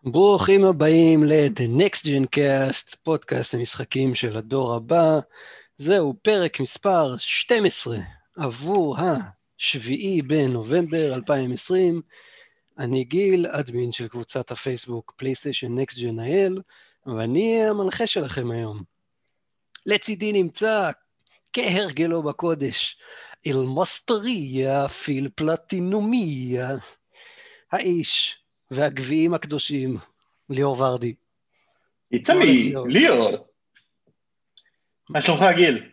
ברוכים הבאים ל-The Next Gen Cast, פודקאסט המשחקים של הדור הבא. זהו פרק מספר 12 עבור ה-7 בנובמבר 2020. אני גיל, אדמין של קבוצת הפייסבוק פלייסטיישן Next Gen IL, ואני המנחה שלכם היום. לצידי נמצא, כהרגלו בקודש, אל מסטריה פיל פלטינומיה, האיש והגביעים הקדושים, ליאור ורדי. It's me, ליאור. מה שלומך גיל?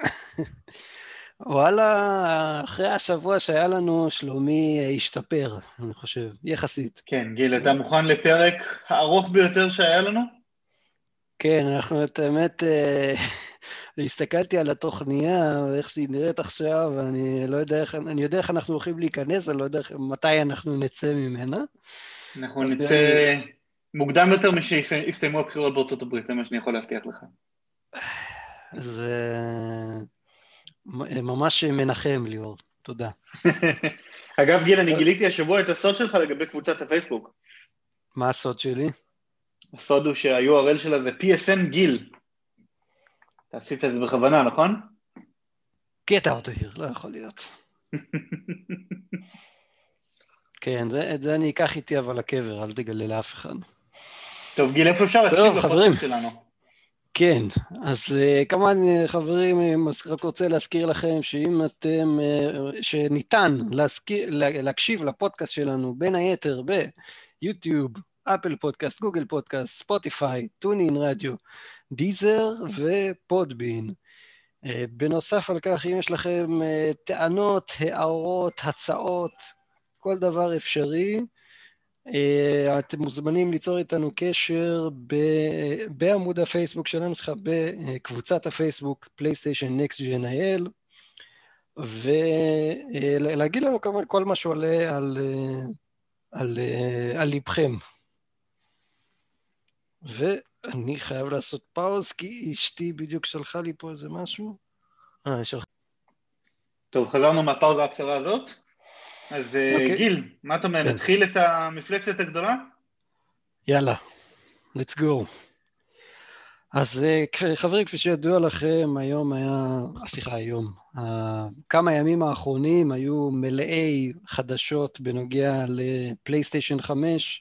וואלה, אחרי השבוע שהיה לנו, שלומי השתפר, אני חושב, יחסית. כן, גיל, אתה מוכן לפרק הארוך ביותר שהיה לנו? כן, אנחנו את האמת, הסתכלתי על התוכניה, ואיך שהיא נראית עכשיו, ואני לא יודע איך, אני יודע איך אנחנו הולכים להיכנס, אני לא יודע מתי אנחנו נצא ממנה. אנחנו נצא מוקדם יותר משהסתיימו הבחירות בארצות הברית, זה מה שאני יכול להבטיח לך. זה ממש מנחם, ליאור, תודה. אגב גיל, אני גיליתי השבוע את הסוד שלך לגבי קבוצת הפייסבוק. מה הסוד שלי? הסוד הוא שה-URL שלה זה PSN גיל. אתה עשית את זה בכוונה, נכון? Get out of here, לא יכול להיות. כן, את זה אני אקח איתי אבל לקבר, אל תגלה לאף אחד. טוב גיל, איפה אפשר להקשיב לפודקאסט שלנו? כן, אז כמובן חברים, רק רוצה להזכיר לכם שאם אתם, שניתן להקשיב לפודקאסט שלנו בין היתר ביוטיוב, אפל פודקאסט, גוגל פודקאסט, ספוטיפיי, טונין רדיו, דיזר ופודבין. בנוסף על כך, אם יש לכם טענות, הערות, הצעות, כל דבר אפשרי, אתם מוזמנים ליצור איתנו קשר בעמוד הפייסבוק שלנו, בקבוצת הפייסבוק פלייסטיישן Next Gen IL, ולהגיד לנו כמובן כל מה שעולה על לבכם. ואני חייב לעשות פאוז, כי אשתי בדיוק שלחה לי פה איזה משהו. טוב, חזרנו מהפאוזה הקצרה הזאת. אז גיל, מה אתה אומר? נתחיל את המפלצת הגדולה? יאללה, let's go. אז חברים, כפי שידוע לכם, כמה ימים האחרונים היו מלאי חדשות בנוגע לפלייסטיישן 5.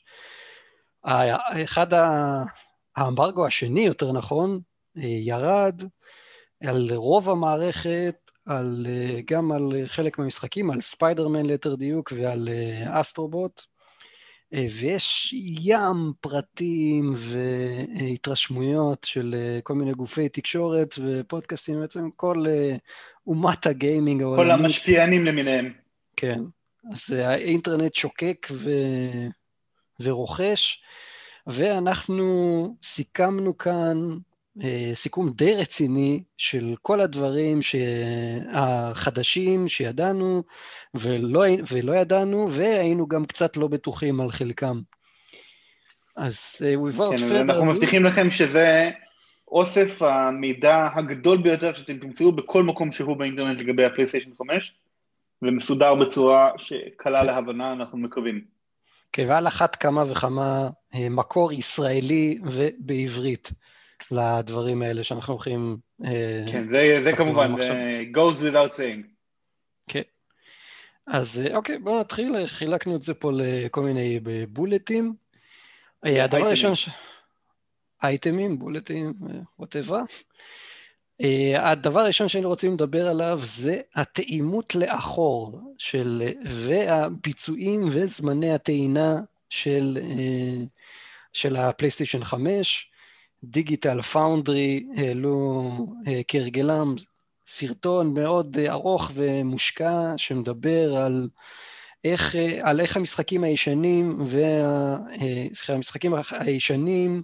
האמברגו השני, יותר נכון, ירד על רוב המערכת, גם על חלק מהמשחקים, על ספיידרמן ליתר דיוק ועל אסטרובוט. ויש ים פרטים והתרשמויות של כל מיני גופי תקשורת ופודקאסטים, בעצם כל אומת הגיימינג העולמית. כל המשפיענים למיניהם. כן, אז האינטרנט שוקק ורוכש, ואנחנו סיכמנו כאן סיכום די רציני של כל הדברים החדשים שידענו ולא ידענו, והיינו גם קצת לא בטוחים על חלקם. אז אנחנו מבטיחים לכם שזה אוסף המידע הגדול ביותר שאתם תמצאו בכל מקום שהוא באינטרנט לגבי הפלייסטיישן 5, ומסודר בצורה שקלה להבנה, אנחנו מקווים. כן, ועל אחת כמה וכמה מקור ישראלי ובעברית לדברים האלה שאנחנו הולכים... כן, זה כמובן, זה goes without saying. כן. אז אוקיי, בואו נתחיל, חילקנו את זה פה לכל מיני בולטים. הדבר הראשון... אייטמים, בולטים, whatever. הדבר הראשון שאני רוצים לדבר עליו זה התאימות לאחור והביצועים וזמני הטעינה של הפלייסטיישן 5. דיגיטל פאונדרי העלו כהרגלם סרטון מאוד ארוך ומושקע שמדבר על איך המשחקים הישנים המשחקים הישנים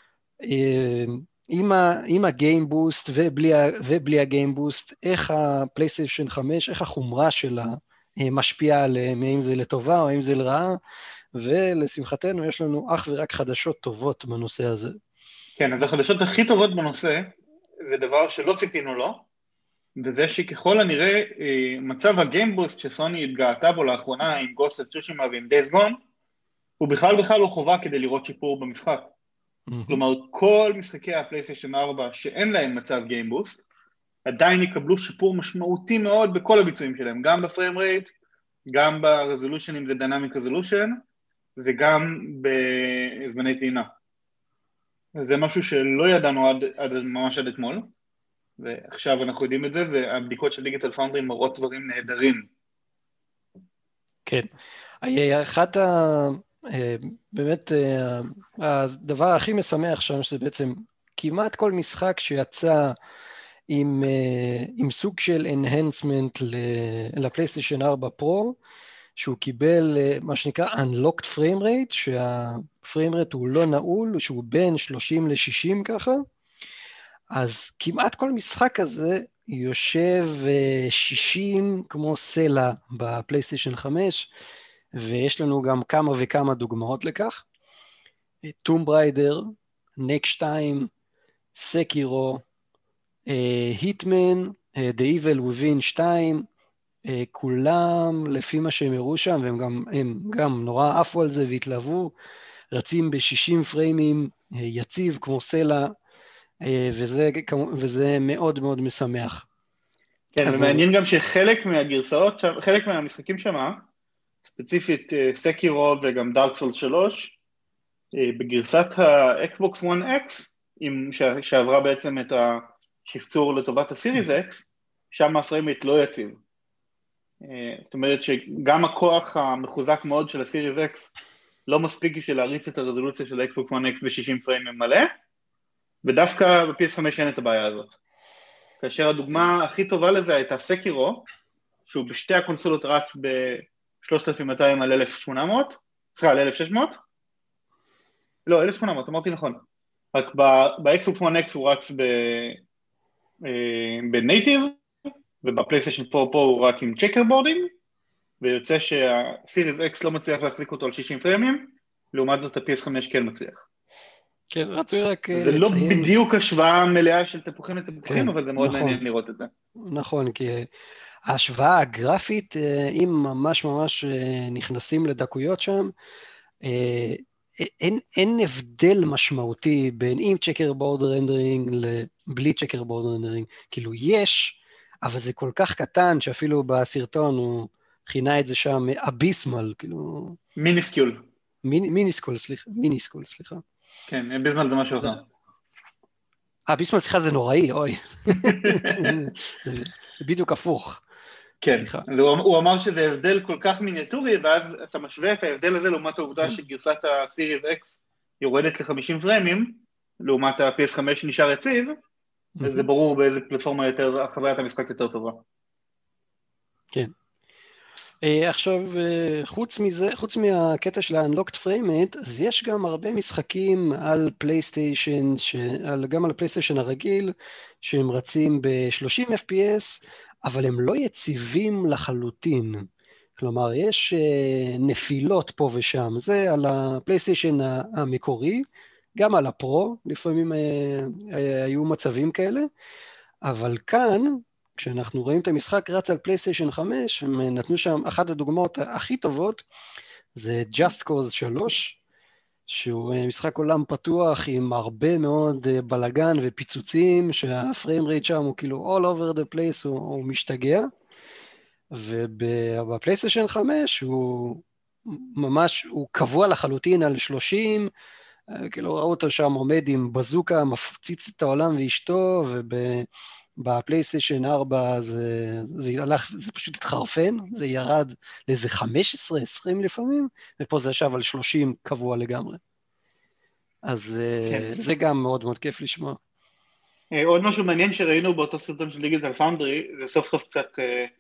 עם הגיימבוסט ובלי הגיימבוסט, איך הפלייסטיישן 5, איך החומרה שלה משפיעה עליהם, האם זה לטובה או האם זה לרעה, ולשמחתנו יש לנו אך ורק חדשות טובות בנושא הזה. כן, אז החדשות הכי טובות בנושא, זה דבר שלא ציפינו לו, וזה שככל הנראה מצב הגיימבוסט שסוני התגאתה בו לאחרונה עם גוסט אוף טשושימה ועם דייז גון, הוא בכלל לא חובה כדי לראות שיפור במשחק. כלומר, כל משחקי הפלייסטיישן 4 שאין להם מצב גיימבוסט, עדיין יקבלו שיפור משמעותי מאוד בכל הביצועים שלהם, גם בפריים רייט, גם ברזולושן, אם זה דינמיק רזולושן, וגם בזמני טעינה. זה משהו שלא ידענו ממש עד אתמול, ועכשיו אנחנו יודעים את זה, והבדיקות של דיגיטל פאונדרי מראות דברים נהדרים. כן. אחת באמת, הדבר הכי משמח שם, שזה בעצם כמעט כל משחק שיצא עם סוג של enhancement לפלייסטיישן 4 פרו, שהוא קיבל מה שנקרא unlocked frame rate, שהפריים רייט הוא לא נעול, שהוא בין 30 ל-60 ככה, אז כמעט כל משחק כזה יושב 60 כמו סלע בפלייסטיישן 5, ויש לנו גם כמה וכמה דוגמאות לכך. טום בריידר, נק 2, סקירו, היטמן, The Evil Within 2, כולם לפי מה שהם הראו שם, והם גם נורא עפו על זה והתלהבו, רצים ב-60 פריימים, יציב כמו סלע, וזה מאוד מאוד משמח. כן, ומעניין גם שחלק מהגרסאות, חלק מהמשחקים שם, ספציפית סקירו וגם דארק סולס 3, בגרסת האקסבוקס 1X, שעברה בעצם את השפצור לטובת הסיריז X, שם הפריימית לא יציב. זאת אומרת שגם הכוח המחוזק מאוד של הסיריז X לא מספיק בשביל להריץ את הרזולוציה של האקסבוקס 1X ב-60 פריימים מלא, ודווקא ב-PS5 אין את הבעיה הזאת. כאשר הדוגמה הכי טובה לזה הייתה סקירו, שהוא בשתי הקונסולות רץ ב-3200 על 1800, סליחה, על 1600? לא, 1800, אמרתי נכון. רק ב-Xbox One X הוא רץ בנייטיב, ובפלייסטיישן 4 פה הוא רץ עם צ'קרבורדינג, ויוצא שהסיריס X לא מצליח להחזיק אותו על 60 פריימים, לעומת זאת ה-PS5 כן מצליח. כן, רצוי רק לציין. זה לא בדיוק השוואה מלאה של תפוחים לתפוחים, אבל זה מאוד מעניין לראות את זה. נכון, כי ההשוואה הגרפית, אם ממש ממש נכנסים לדקויות שם, אין הבדל משמעותי בין עם צ'קרבורד רנדרינג לבלי צ'קרבורד רנדרינג. כאילו יש, אבל זה כל כך קטן שאפילו בסרטון הוא כינה את זה שם אביסמל, כאילו... מיניסקול. מיניסקול, סליחה. כן, אביסמל זה משהו אחר. אביסמל, סליחה, זה נוראי, אוי. זה בדיוק הפוך. כן, הוא אמר שזה הבדל כל כך מיניאטורי, ואז אתה משווה את ההבדל הזה לעומת העובדה שגרסת הסיריס X יורדת ל-50 פריימים, לעומת ה-PS5 נשאר יציב, וזה ברור באיזה פלטפורמה יותר, חוויית המשחק יותר טובה. כן. עכשיו, חוץ מהקטע של ה-Unlocked Frame, אז יש גם הרבה משחקים על פלייסטיישן, גם על הפלייסטיישן הרגיל, שהם רצים ב-30 FPS, אבל הם לא יציבים לחלוטין. כלומר, יש נפילות פה ושם. זה על הפלייסטיישן המקורי, גם על הפרו, לפעמים היו מצבים כאלה, אבל כאן, כשאנחנו רואים את המשחק רץ על פלייסטיישן 5, הם נתנו שם אחת הדוגמאות הכי טובות, זה Just Cause 3, שהוא משחק עולם פתוח עם הרבה מאוד בלגן ופיצוצים, שהפריים רייט שם הוא כאילו all over the place, הוא משתגע, ובפלייסטיישן 5 הוא ממש, הוא קבוע לחלוטין על 30, כאילו ראו אותו שם עומד עם בזוקה, מפציץ את העולם ואשתו, ובפלייסטיישן 4 זה פשוט התחרפן, זה ירד לאיזה 15-20 לפעמים, ופה זה ישב על 30 קבוע לגמרי. אז כן. זה גם מאוד מאוד כיף לשמוע. עוד משהו מעניין שראינו באותו סרטון של דיגיטל פאונדרי, זה סוף סוף קצת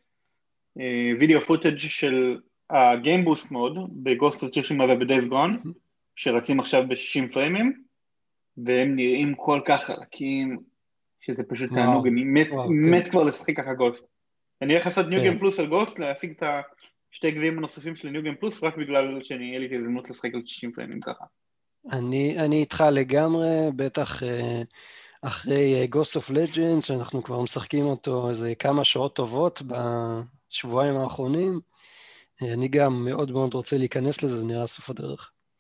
וידאו פוטאג' של ה-Game Boost Mode ב-Ghost of Tsushima וב-Days Gone, שרצים עכשיו ב-60 פריימים, והם נראים כל כך חלקים, שזה פשוט תענוג, אני מת כבר לשחק ככה גוסט. אני הולך לעשות ניו גיים פלוס על גוסט, להשיג את השתי גביעים הנוספים של ניו גיים פלוס, רק בגלל שאני אהיה לי הזדמנות לשחק על 60 פריימים ככה. אני איתך לגמרי, בטח אחרי Ghost of Legends, שאנחנו כבר משחקים אותו איזה כמה שעות טובות בשבועיים האחרונים, אני גם מאוד מאוד רוצה להיכנס לזה, זה נראה סוף הדרך.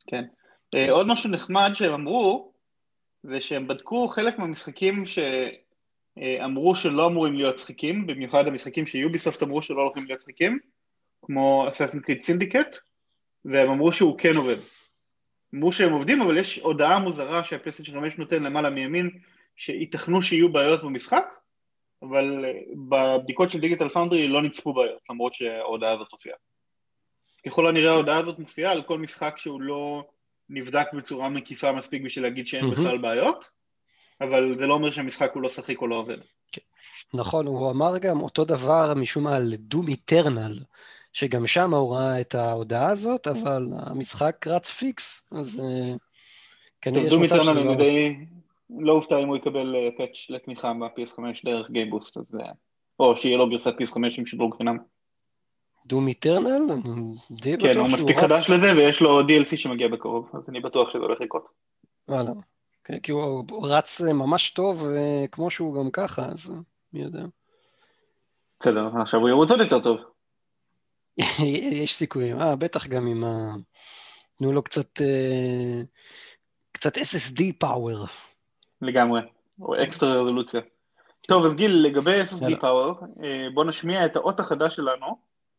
כן. עוד משהו נחמד שהם אמרו, זה שהם בדקו חלק מהמשחקים שאמרו שלא אמורים להיות שחיקים, במיוחד המשחקים שיוביסופט אמרו שלא הולכים להיות שחיקים, כמו Assassin's Creed Syndicate, והם אמרו שהוא כן עובד. אמרו שהם עובדים, אבל יש הודעה מוזרה שהפלייסטיישן 5 נותן למעלה מימין, שיתכנו שיהיו בעיות במשחק, אבל בבדיקות של דיגיטל פאונדרי לא נצפו בעיות, למרות שההודעה הזאת הופיעה. ככל הנראה ההודעה הזאת מופיעה על כל משחק שהוא לא נבדק בצורה מקיפה מספיק בשביל להגיד שאין בכלל בעיות, אבל זה לא אומר שהמשחק הוא לא שחיק או לא עובד. נכון, הוא אמר גם אותו דבר משום מה על דום איטרנל, שגם שם הוא ראה את ההודעה הזאת, אבל המשחק רץ פיקס, אז כנראה יש דום מצב איטרנל שזה לא... אני די לא הופתע אם הוא יקבל פאץ' לתמיכה ב-PS5 דרך גיימבוסט, או שיהיה לו גרסת PS5 עם שדרוג חינם. דום איטרנל? אני די כן, בטוח הוא שהוא מספיק רץ... חדש לזה ויש לו DLC שמגיע בקרוב, אז אני בטוח שזה הולך לקרות. וואלה, כי הוא רץ ממש טוב, כמו שהוא גם ככה, אז מי יודע. בסדר, עכשיו הוא ירוץ עוד יותר טוב. יש סיכויים, בטח גם עם ה... תנו לו קצת SSD power. לגמרי, או אקסטרה רזולוציה. טוב, אז גיל, לגבי SSD יאללה. power, בוא נשמיע את האות החדש שלנו,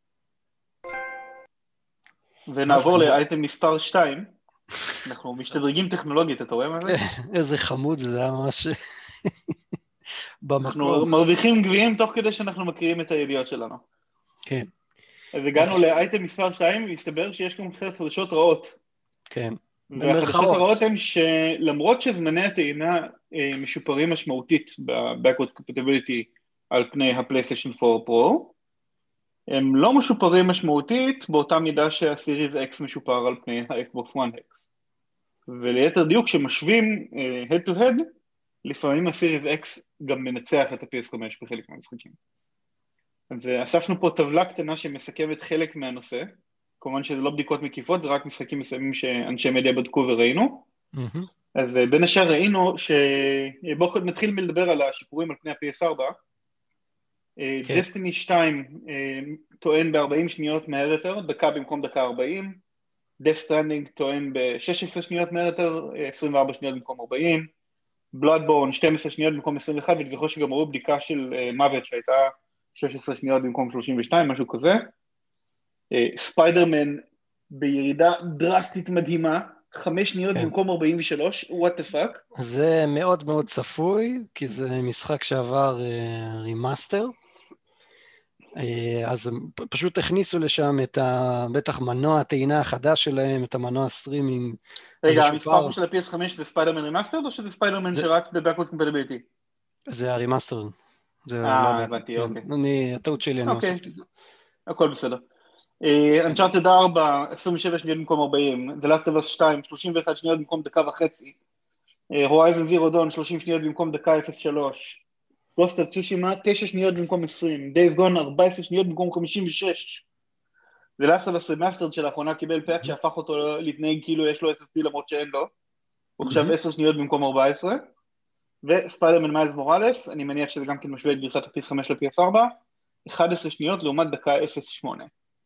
ונעבור לאייטם מספר 2. אנחנו משתדרגים טכנולוגית, אתה רואה מה זה? איזה חמוד, זה היה ממש אנחנו במקום. מרוויחים גביעים תוך כדי שאנחנו מכירים את הידיעות שלנו. כן. אז הגענו לאייטם מספר 2, והסתבר שיש גם חדשות רעות. כן. והחדשות הרעות הן שלמרות שזמני הטעינה משופרים משמעותית ב-Backward Compatibility על פני הפלייסטיישן 4 Pro, הם לא משופרים משמעותית באותה מידה שהסיריז X משופר על פני ה-Xbox One X. וליתר דיוק, כשמשווים head to head, לפעמים הסיריז X גם מנצח את ה-PS5 בחלק מהמשחקים. אז אספנו פה טבלה קטנה שמסכמת חלק מהנושא, כמובן שזה לא בדיקות מקיפות, זה רק משחקים מסוימים שאנשי מדיה בדקו וראינו. אז בין השאר ראינו בואו נתחיל מלדבר על השיפורים על פני ה-PS4. דסטיני 2 טוען ב-40 שניות מהר יותר, דקה במקום דקה 40. Death Stranding טוען ב-16 שניות מהר יותר, 24 שניות במקום 40. Bloodborne 12 שניות במקום 21, ואני זוכר שגם ראו בדיקה של מוות שהייתה 16 שניות במקום 32, משהו כזה. ספיידרמן בירידה דרסטית מדהימה, 5 שניות במקום 43, what the fuck. זה מאוד מאוד צפוי, כי זה משחק שעבר רימאסטר, אז פשוט הכניסו לשם את בטח מנוע הטעינה החדש שלהם, את המנוע סטרימינג. רגע, המספר של ה-PS5 זה ספיידרמן רימאסטר, או שזה ספיידרמן שרץ ב-Backward Compatibility? זה הרימאסטר. הבנתי, אוקיי. הטעות שלי, אני הוספתי את זה. הכל בסדר. Uncharted 4, 27 שניות במקום 40, The Last of Us 2, 31 שניות במקום דקה וחצי, Horizon Zero Dawn, 30 שניות במקום דקה 03, Ghost of Tsushima, 9 שניות במקום 20, Days Gone, 14 שניות במקום 56, The Last of Us Remastered שלאחרונה קיבל פאץ' שהפך אותו להתנהג כאילו יש לו SSD למרות שאין לו, הוא עכשיו 10 שניות במקום 14, וספיידרמן מיילס מוראלס, אני מניח שזה גם כן משווה את גרסת ה-PS5 ל-PS4, 11 שניות לעומת דקה 08.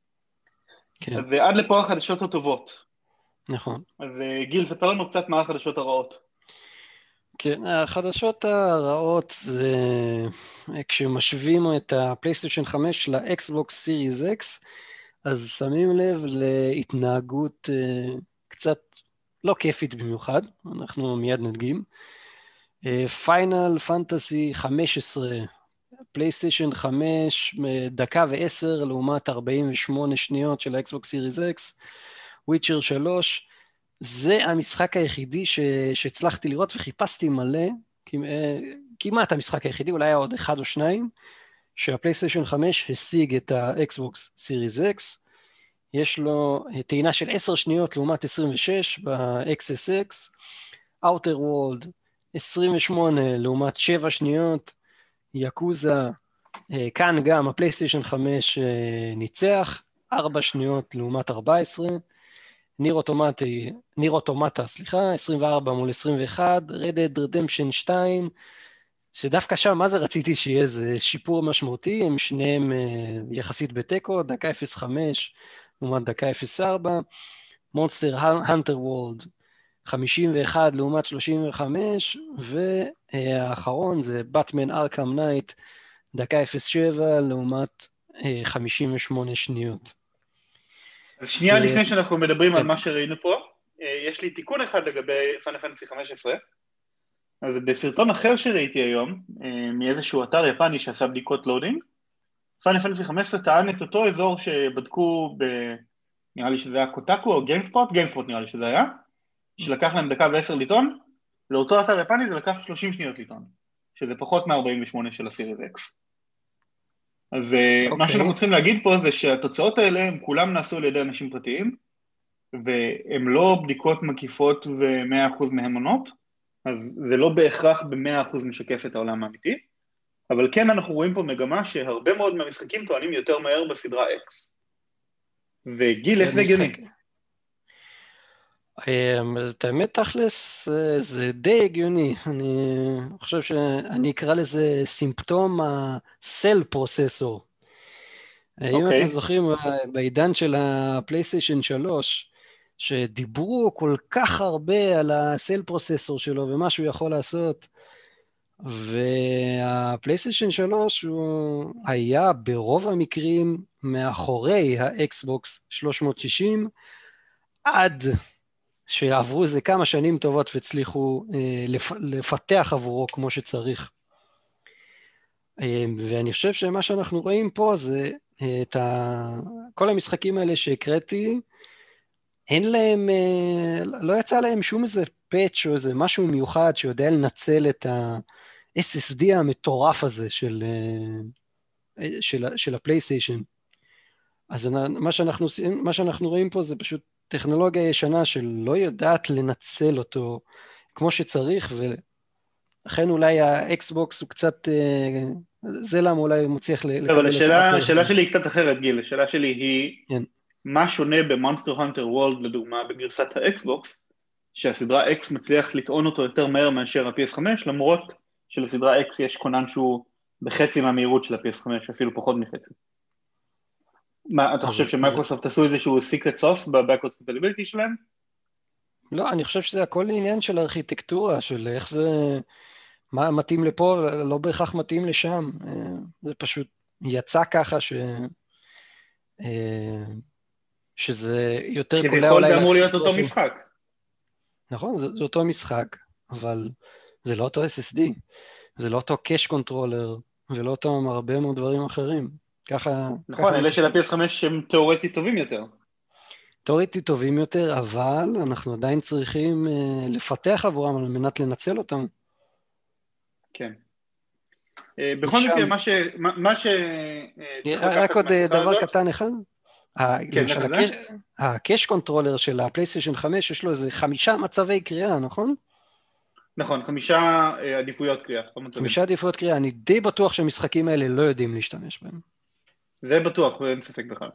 כן. אז עד לפה החדשות הטובות. נכון. אז גיל, ספר לנו קצת מה החדשות הרעות. כן, החדשות הרעות זה כשמשווים את הפלייסטיישן 5 לאקסבוקס סיריס אקס, אז שמים לב להתנהגות קצת לא כיפית במיוחד, אנחנו מיד נדגים. פיינל פנטסי 15, פלייסטיישן 5, דקה ו10 לעומת 48 שניות של האקסבוקס סיריס אקס, וויצ'ר 3, זה המשחק היחידי שהצלחתי לראות וחיפשתי מלא, כמעט המשחק היחידי, אולי היה עוד אחד או שניים, שהפלייסטיישן 5 השיג את האקסבוקס סיריס אקס, יש לו טעינה של 10 שניות לעומת 26 ב-XSX, Outer World 28 לעומת 7 שניות, יקוזה, כאן גם הפלייסטיישן 5 ניצח, 4 שניות לעומת 14, ניר אוטומטה, 24 מול 21, Red Dead Redemption 2, שדווקא שם, מה זה רציתי שיהיה איזה שיפור משמעותי, הם שניהם יחסית בטקו, דקה 0.5 לעומת דקה 0.4, מונסטר הנטר וולד 51 לעומת 35, והאחרון זה באטמן ארכם נייט, דקה 07 לעומת 58 שניות. אז שנייה לפני שאנחנו מדברים על מה שראינו פה, יש לי תיקון אחד לגבי פאנל פנטסי 15, אז בסרטון אחר שראיתי היום, מאיזשהו אתר יפני שעשה בדיקות לודינג, פאנל פנטסי 15 טען את אותו אזור שבדקו נראה לי שזה היה קוטקו או גיימספוט נראה לי שזה היה, שלקח להם דקה ו10 לטעון, לאותו אתר יפני זה לקח 30 שניות לטעון, שזה פחות מ-48 של הסיריז X. אז מה שאנחנו צריכים להגיד פה זה שהתוצאות האלה הם כולם נעשו על ידי אנשים פרטיים, והם לא בדיקות מקיפות ו100% מהימנות, אז זה לא בהכרח ב100% משקף את העולם האמיתי, אבל כן אנחנו רואים פה מגמה שהרבה מאוד מהמשחקים טוענים יותר מהר בסדרה X. וגיל, איך זה הגיוני? את האמת תכלס זה די הגיוני, אני חושב שאני אקרא לזה סימפטום הסל פרוססור. אם אתם זוכרים בעידן של הפלייסטיישן 3, שדיברו כל כך הרבה על הסל פרוססור שלו ומה שהוא יכול לעשות, והפלייסטיישן 3 הוא היה ברוב המקרים מאחורי האקסבוקס 360, עד שעברו איזה כמה שנים טובות והצליחו לפתח עבורו כמו שצריך. ואני חושב שמה שאנחנו רואים פה זה את כל המשחקים האלה שהקראתי, אין להם, לא יצא להם שום איזה פאץ' או איזה משהו מיוחד שיודע לנצל את ה-SSD המטורף הזה של הפלייסטיישן. אז מה שאנחנו רואים פה זה פשוט טכנולוגיה ישנה שלא יודעת לנצל אותו כמו שצריך, ולכן אולי האקסבוקס הוא קצת, זה למה אולי הוא מצליח לקבל אבל השאלה שלי היא קצת אחרת, גיל. השאלה שלי היא, מה שונה במונסטר הנטר וולד, לדוגמה, בגרסת האקסבוקס, שהסדרה X מצליח לטעון אותו יותר מהר מאשר ה-PS5, למרות שלסדרה X יש כונן שהוא בחצי מהמהירות של ה-PS5, אפילו פחות מחצי. מה, אתה חושב שמייקרוסופט עשו איזשהו סיקרט סוס ב-Backward Compatibility שלהם? לא, אני חושב שזה הכל עניין של ארכיטקטורה, של איך זה, מה מתאים לפה, לא בהכרח מתאים לשם. זה פשוט יצא ככה שזה יותר קולה אולי... כביכול זה אמור להיות אותו משחק. נכון, זה אותו משחק, אבל זה לא אותו SSD, זה לא אותו קאש קונטרולר, ולא אותו הרבה מאוד דברים אחרים. ככה... נכון, אלה של ה-PS5 שהם תיאורטית טובים יותר. תיאורטית טובים יותר, אבל אנחנו עדיין צריכים לפתח עבורם על מנת לנצל אותם. כן. בכל מקרה, מה ש... רק עוד דבר קטן אחד. הקאש קונטרולר של הפלייסטיישן 5 יש לו איזה 5 מצבי קריאה, נכון? נכון, 5 עדיפויות קריאה. 5 עדיפויות קריאה, אני די בטוח שהמשחקים האלה לא יודעים להשתמש בהם. זה בטוח, ואין ספק בכלל.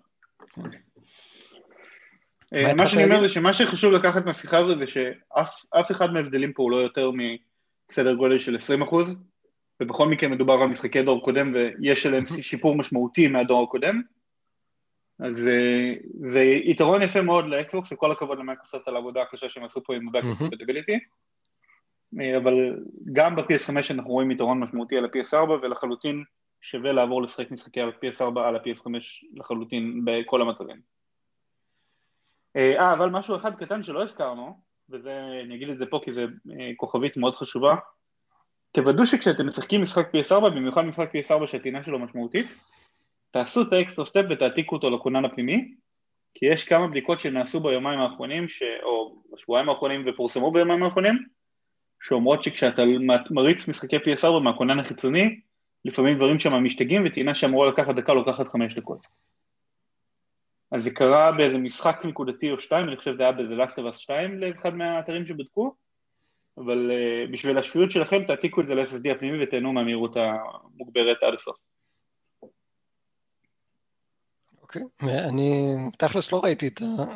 מה שאני אומר זה שמה שחשוב לקחת מהשיחה הזו זה שאף אחד מההבדלים פה הוא לא יותר מסדר גודל של 20%, ובכל מקרה מדובר על משחקי דור קודם ויש עליהם שיפור משמעותי מהדור הקודם, אז זה יתרון יפה מאוד לאקסבוקס, וכל הכבוד למייקרוסופט על העבודה הקשה שהם עשו פה עם ה-Backward Compatibility, אבל גם ב-PS5 אנחנו רואים יתרון משמעותי על ה-PS4, ולחלוטין שווה לעבור לשחק משחקי על ה-PS4 על ה-PS5 לחלוטין בכל המצבים. אבל משהו אחד קטן שלא הזכרנו, וזה, אני אגיד את זה פה כי זה כוכבית מאוד חשובה, תוודאו שכשאתם משחקים משחק PS4, במיוחד משחק PS4 שהטעינה שלו משמעותית, תעשו את האקסטרה סטפ ותעתיקו אותו לכונן הפנימי, כי יש כמה בדיקות שנעשו ביומיים האחרונים, או בשבועיים האחרונים ופורסמו ביומיים האחרונים, שאומרות שכשאתה מריץ משחקי PS4 מהכונן החיצוני, לפעמים דברים שם משתגעים, וטעינה שאמורה לקחת דקה לוקחת 5 דקות. אז זה קרה באיזה משחק נקודתי או 2, אני חושב זה היה באיזה Last of Us 2 לאחד מהאתרים שבדקו, אבל בשביל השפיות שלכם תעתיקו את זה ל-SSD הפנימי ותהנו מהמהירות המוגברת עד הסוף. אוקיי, אני תכלס לא ראיתי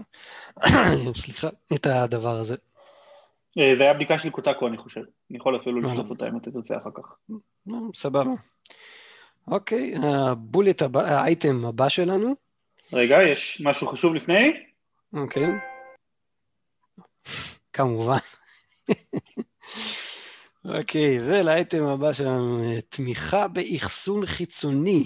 את הדבר הזה. זה היה בדיקה של קוטקו אני חושב, אני יכול אפילו לשלוף אותה אם אתה תרצה אחר כך. סבבה. אוקיי, הבולט, האייטם הבא שלנו. רגע, יש משהו חשוב לפני? אוקיי. כמובן. אוקיי, ולאייטם הבא שלנו, תמיכה באחסון חיצוני,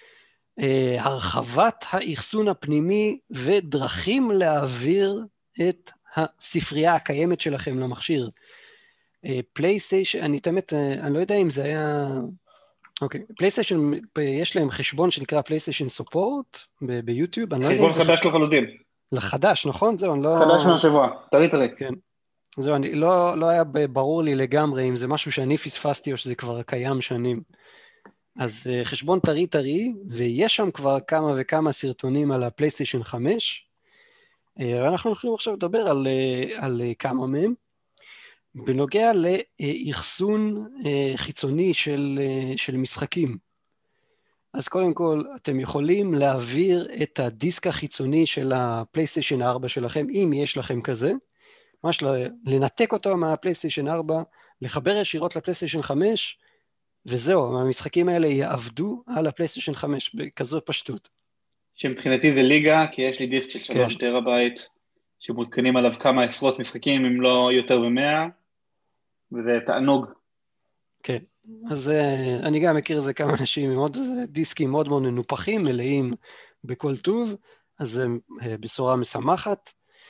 הרחבת האחסון הפנימי ודרכים להעביר את הספרייה הקיימת שלכם למכשיר. פלייסטיישן, אני לא יודע אם זה היה... אוקיי, פלייסטיישן, יש להם חשבון שנקרא פלייסטיישן סופורט ביוטיוב. חשבון חדש לחלוטין. לחדש, נכון? זהו, אני לא... חדש מהשבוע, טרי. כן. זהו, לא היה ברור לי לגמרי אם זה משהו שאני פספסתי או שזה כבר קיים שנים. אז חשבון טרי, ויש שם כבר כמה וכמה סרטונים על הפלייסטיישן 5, ואנחנו הולכים עכשיו לדבר על כמה מהם, בנוגע לאחסון חיצוני של משחקים. אז קודם כל, אתם יכולים להעביר את הדיסק החיצוני של הפלייסטיישן 4 שלכם, אם יש לכם כזה, ממש לנתק אותו מהפלייסטיישן 4, לחבר ישירות לפלייסטיישן 5, וזהו, המשחקים האלה יעבדו על הפלייסטיישן 5 בכזו פשטות. שמבחינתי זה ליגה, כי יש לי דיסק של 3 טראבייט, שמותקנים עליו כמה עשרות משחקים, אם לא יותר ב100, וזה תענוג. כן, אז אני גם מכיר זה כמה אנשים עם עוד דיסקים מאוד מאוד מנופחים, מלאים בכל טוב, אז זה בשורה משמחת.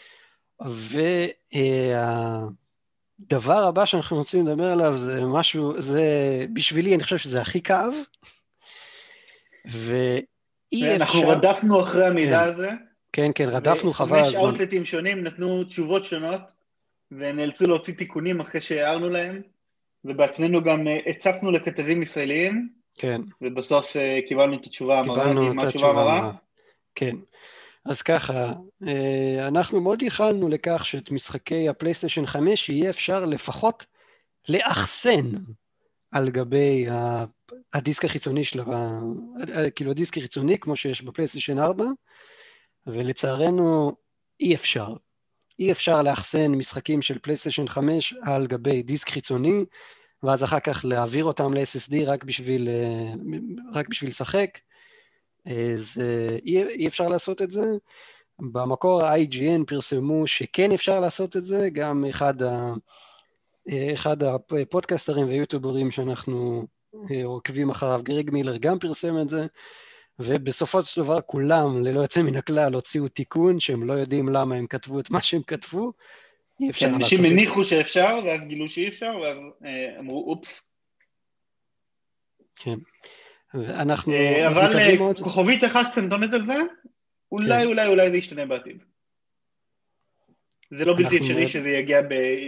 והדבר הבא שאנחנו רוצים לדבר עליו זה משהו, זה בשבילי אני חושב שזה הכי כאב, ואי אפשר... אנחנו רדפנו אחרי המידע הזה. כן, רדפנו חבל הזמן. 5 אאוטלטים שונים נתנו תשובות שונות, ונאלצו להוציא תיקונים אחרי שהערנו להם, ובעצמנו גם הצפנו לכתבים ישראליים, כן. ובסוף קיבלנו את התשובה המרה, מה התשובה המרה? כן. אז ככה, אנחנו מאוד ייחלנו לכך שאת משחקי הפלייסטיישן 5 יהיה אפשר לפחות לאחסן על גבי הדיסק החיצוני כאילו הדיסק החיצוני כמו שיש בפלייסטיישן 4, ולצערנו אי אפשר. אי אפשר לאחסן משחקים של פלייסטיישן 5 על גבי דיסק חיצוני, ואז אחר כך להעביר אותם ל-SSD רק בשביל לשחק. אז אי אפשר לעשות את זה. במקור ה-IGN פרסמו שכן אפשר לעשות את זה, גם אחד הפודקאסטרים ויוטיוברים שאנחנו עוקבים אחריו, גרג מילר, גם פרסם את זה, ובסופו של דבר כולם ללא יוצא מן הכלל הוציאו תיקון שהם לא יודעים למה הם כתבו את מה שהם כתבו. אי אפשר לעשות את זה. אנשים הניחו שאפשר ואז גילו שאי אפשר ואז אמרו אופס. כן. אנחנו אבל כוכבית אחת קטנטונת על זה, אולי זה ישתנה בעתיד. זה לא בלתי אפשרי שזה יגיע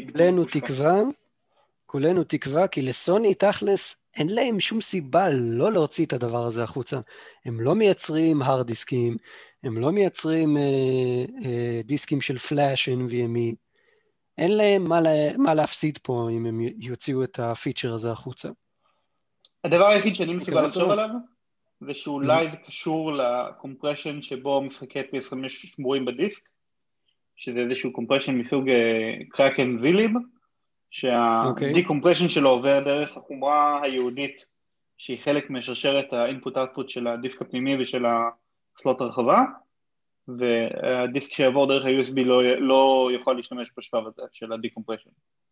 כולנו תקווה, כי לסוני תכלס אין להם שום סיבה לא להוציא את הדבר הזה החוצה. הם לא מייצרים הרד דיסקים, הם לא מייצרים דיסקים של פלאש, NVMe, אין להם מה להפסיד פה אם הם יוציאו את הפיצ'ר הזה החוצה. הדבר היחיד שאני מסוגל לחשוב עליו, זה שאולי זה קשור לקומפרשן שבו משחקי PS5 שמורים בדיסק, שזה איזשהו קומפרשן מסוג קראקן זיליב, שהדיקומפרשן שלו עובר דרך החומרה היהודית, שהיא חלק משרשרת האינפוט-אוטפוט של הדיסק הפנימי ושל הסלוט הרחבה, והדיסק שיעבור דרך ה-USB לא יכול להשתמש בשבב הזה של הדיקומפרשן.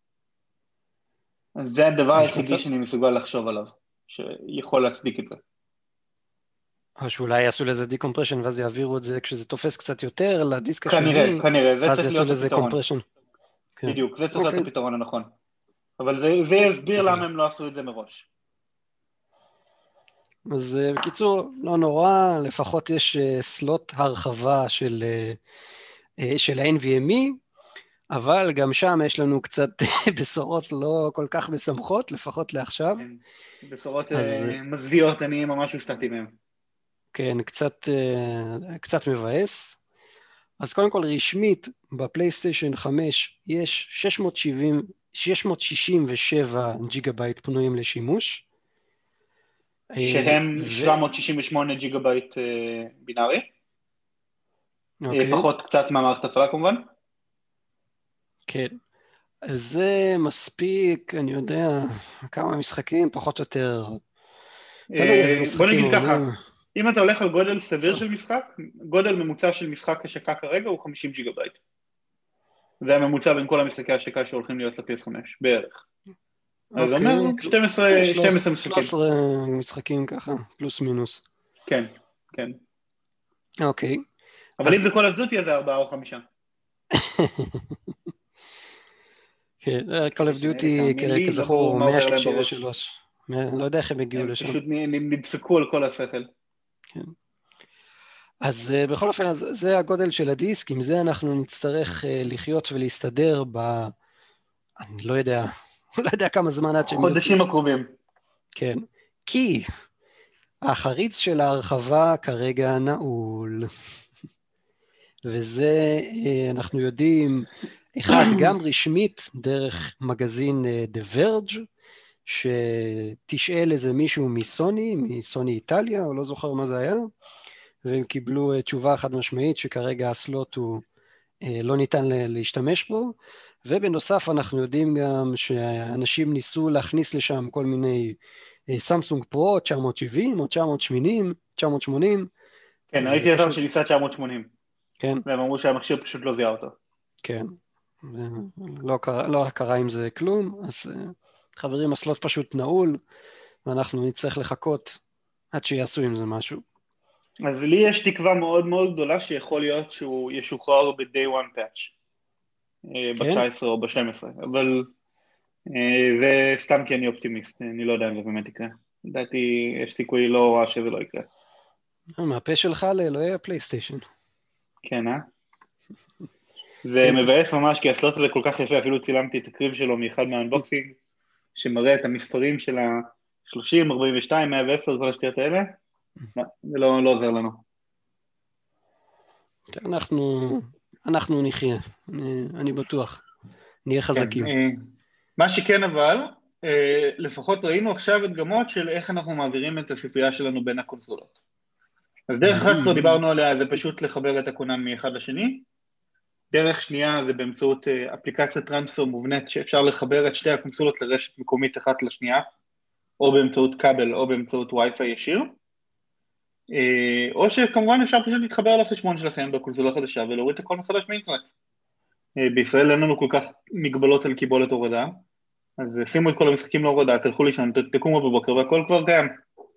אז זה הדבר היחידי שאני מסוגל לחשוב עליו, שיכול להצדיק את זה. או שאולי יעשו לזה דיקומפרשן, ואז יעבירו את זה כשזה תופס קצת יותר לדיסק השני, כנראה, זה אז צריך יעשו להיות לזה הפתרון. קומפרשן. בדיוק, זה צריך להיות הפתרון הנכון. אבל זה יסביר למה הם לא עשו את זה מראש. אז בקיצור, לא נורא, לפחות יש סלוט הרחבה של ה-NVMe, אבל גם שם יש לנו קצת בשורות לא כל כך משמחות, לפחות לעכשיו. בשורות מזוויעות, אני ממש הופתעתי מהם. כן, קצת מבאס. אז קודם כל רשמית, בפלייסטיישן 5 יש 667 ג'יגה בייט פנויים לשימוש. שהם 768 ג'יגה בייט בינארי. פחות קצת מהמערכת הפעלה כמובן. כן. זה מספיק, אני יודע, כמה משחקים, פחות או יותר. בוא נגיד ככה, אם אתה הולך על גודל סביר של משחק, גודל ממוצע של משחק השקה כרגע הוא 50 ג'יגה בייט. זה הממוצע בין כל המשחקי ההשקה שהולכים להיות ל-PS5, בערך. אז זה אומר אוקיי, 12 משחקים. 13 משחקים ככה, פלוס מינוס. כן, כן. אוקיי. אבל אם זה כל הזוטי, אז זה 4 או 5. כן, Call of Duty, כזכור, מה עובר להם בראש. 133. לא יודע איך הם הגיעו הם לשם. פשוט נדפקו על כל השכל. כן. אז בכל אופן, זה הגודל של הדיסק, עם זה אנחנו נצטרך לחיות ולהסתדר אני לא יודע, לא יודע כמה זמן עד שהם יוצאים. חודשים הקרובים. כן, כי החריץ של ההרחבה כרגע נעול, וזה אנחנו יודעים, אחד, גם רשמית דרך מגזין The Verge, שתשאל איזה מישהו מסוני איטליה, או לא זוכר מה זה היה, והם קיבלו תשובה חד משמעית שכרגע הסלוט הוא לא ניתן להשתמש בו, ובנוסף אנחנו יודעים גם שאנשים ניסו להכניס לשם כל מיני סמסונג פרו 970 או 980. כן, ראיתי אתר שניסה 980. כן. והם אמרו שהמכשיר פשוט לא זיהה אותו. כן. לא קרה עם זה כלום, אז חברים, הסלוט פשוט נעול, ואנחנו נצטרך לחכות עד שיעשו עם זה משהו. אז לי יש תקווה מאוד מאוד גדולה שיכול להיות שהוא ישוחרר ב-day one patch, ב-19 או ב-12, אבל זה סתם כי אני אופטימיסט, אני לא יודע אם זה באמת יקרה. לדעתי יש סיכוי לא רע שזה לא יקרה. מהפה שלך לאלוהי הפלייסטיישן. כן, זה מבאס ממש, כי הסלוט הזה כל כך יפה, אפילו צילמתי את הקריב שלו מאחד מהאנבוקסינג, שמראה את המספרים של ה-30, 42, 110, כל השטויות האלה. זה לא עוזר לנו. אנחנו נחיה, אני בטוח, נהיה חזקים. מה שכן אבל, לפחות ראינו עכשיו הדגמות של איך אנחנו מעבירים את הספרייה שלנו בין הקונסולות. אז דרך אחת כבר דיברנו עליה, זה פשוט לחבר את הכונן מאחד לשני. דרך שנייה זה באמצעות אפליקציית טרנספר מובנית, שאפשר לחבר את שתי הקונסולות לרשת מקומית אחת לשנייה, או באמצעות כבל או באמצעות וי-פיי ישיר. או שכמובן אפשר פשוט להתחבר לחשבון שלכם בקונסולה החדשה ולהוריד את הכל מחדש מאינטרנט. בישראל אין לנו כל כך מגבלות על קיבולת הורדה, אז שימו את כל המשחקים להורדה, תלכו לישון, תקומו בבוקר והכל כבר קיים.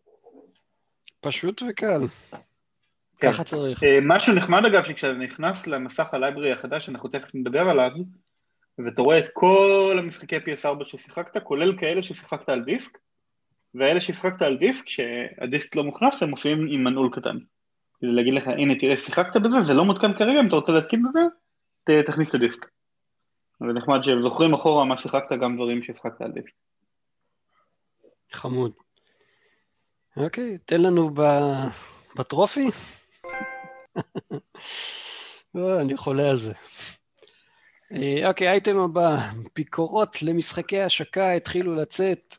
פשוט וקל. כן. ככה צריך. משהו נחמד אגב, שכשאתה נכנס למסך הלייברי החדש, שאנחנו תכף נדבר עליו, ואתה רואה את כל המשחקי PS4 ששיחקת, כולל כאלה ששיחקת על דיסק, ואלה ששיחקת על דיסק, שהדיסק לא מוכנס, הם מופיעים עם מנעול קטן. כדי להגיד לך, הנה תראה, שיחקת בזה, זה לא מותקן כרגע, אם אתה רוצה להתקין בזה, תכניס את הדיסק. זה נחמד שזוכרים אחורה מה שיחקת, גם דברים ששיחקת על דיסק. חמוד. אוקיי, תן לנו בטרופי. אני חולה על זה. אוקיי, אייטם הבא, ביקורות למשחקי השקה התחילו לצאת,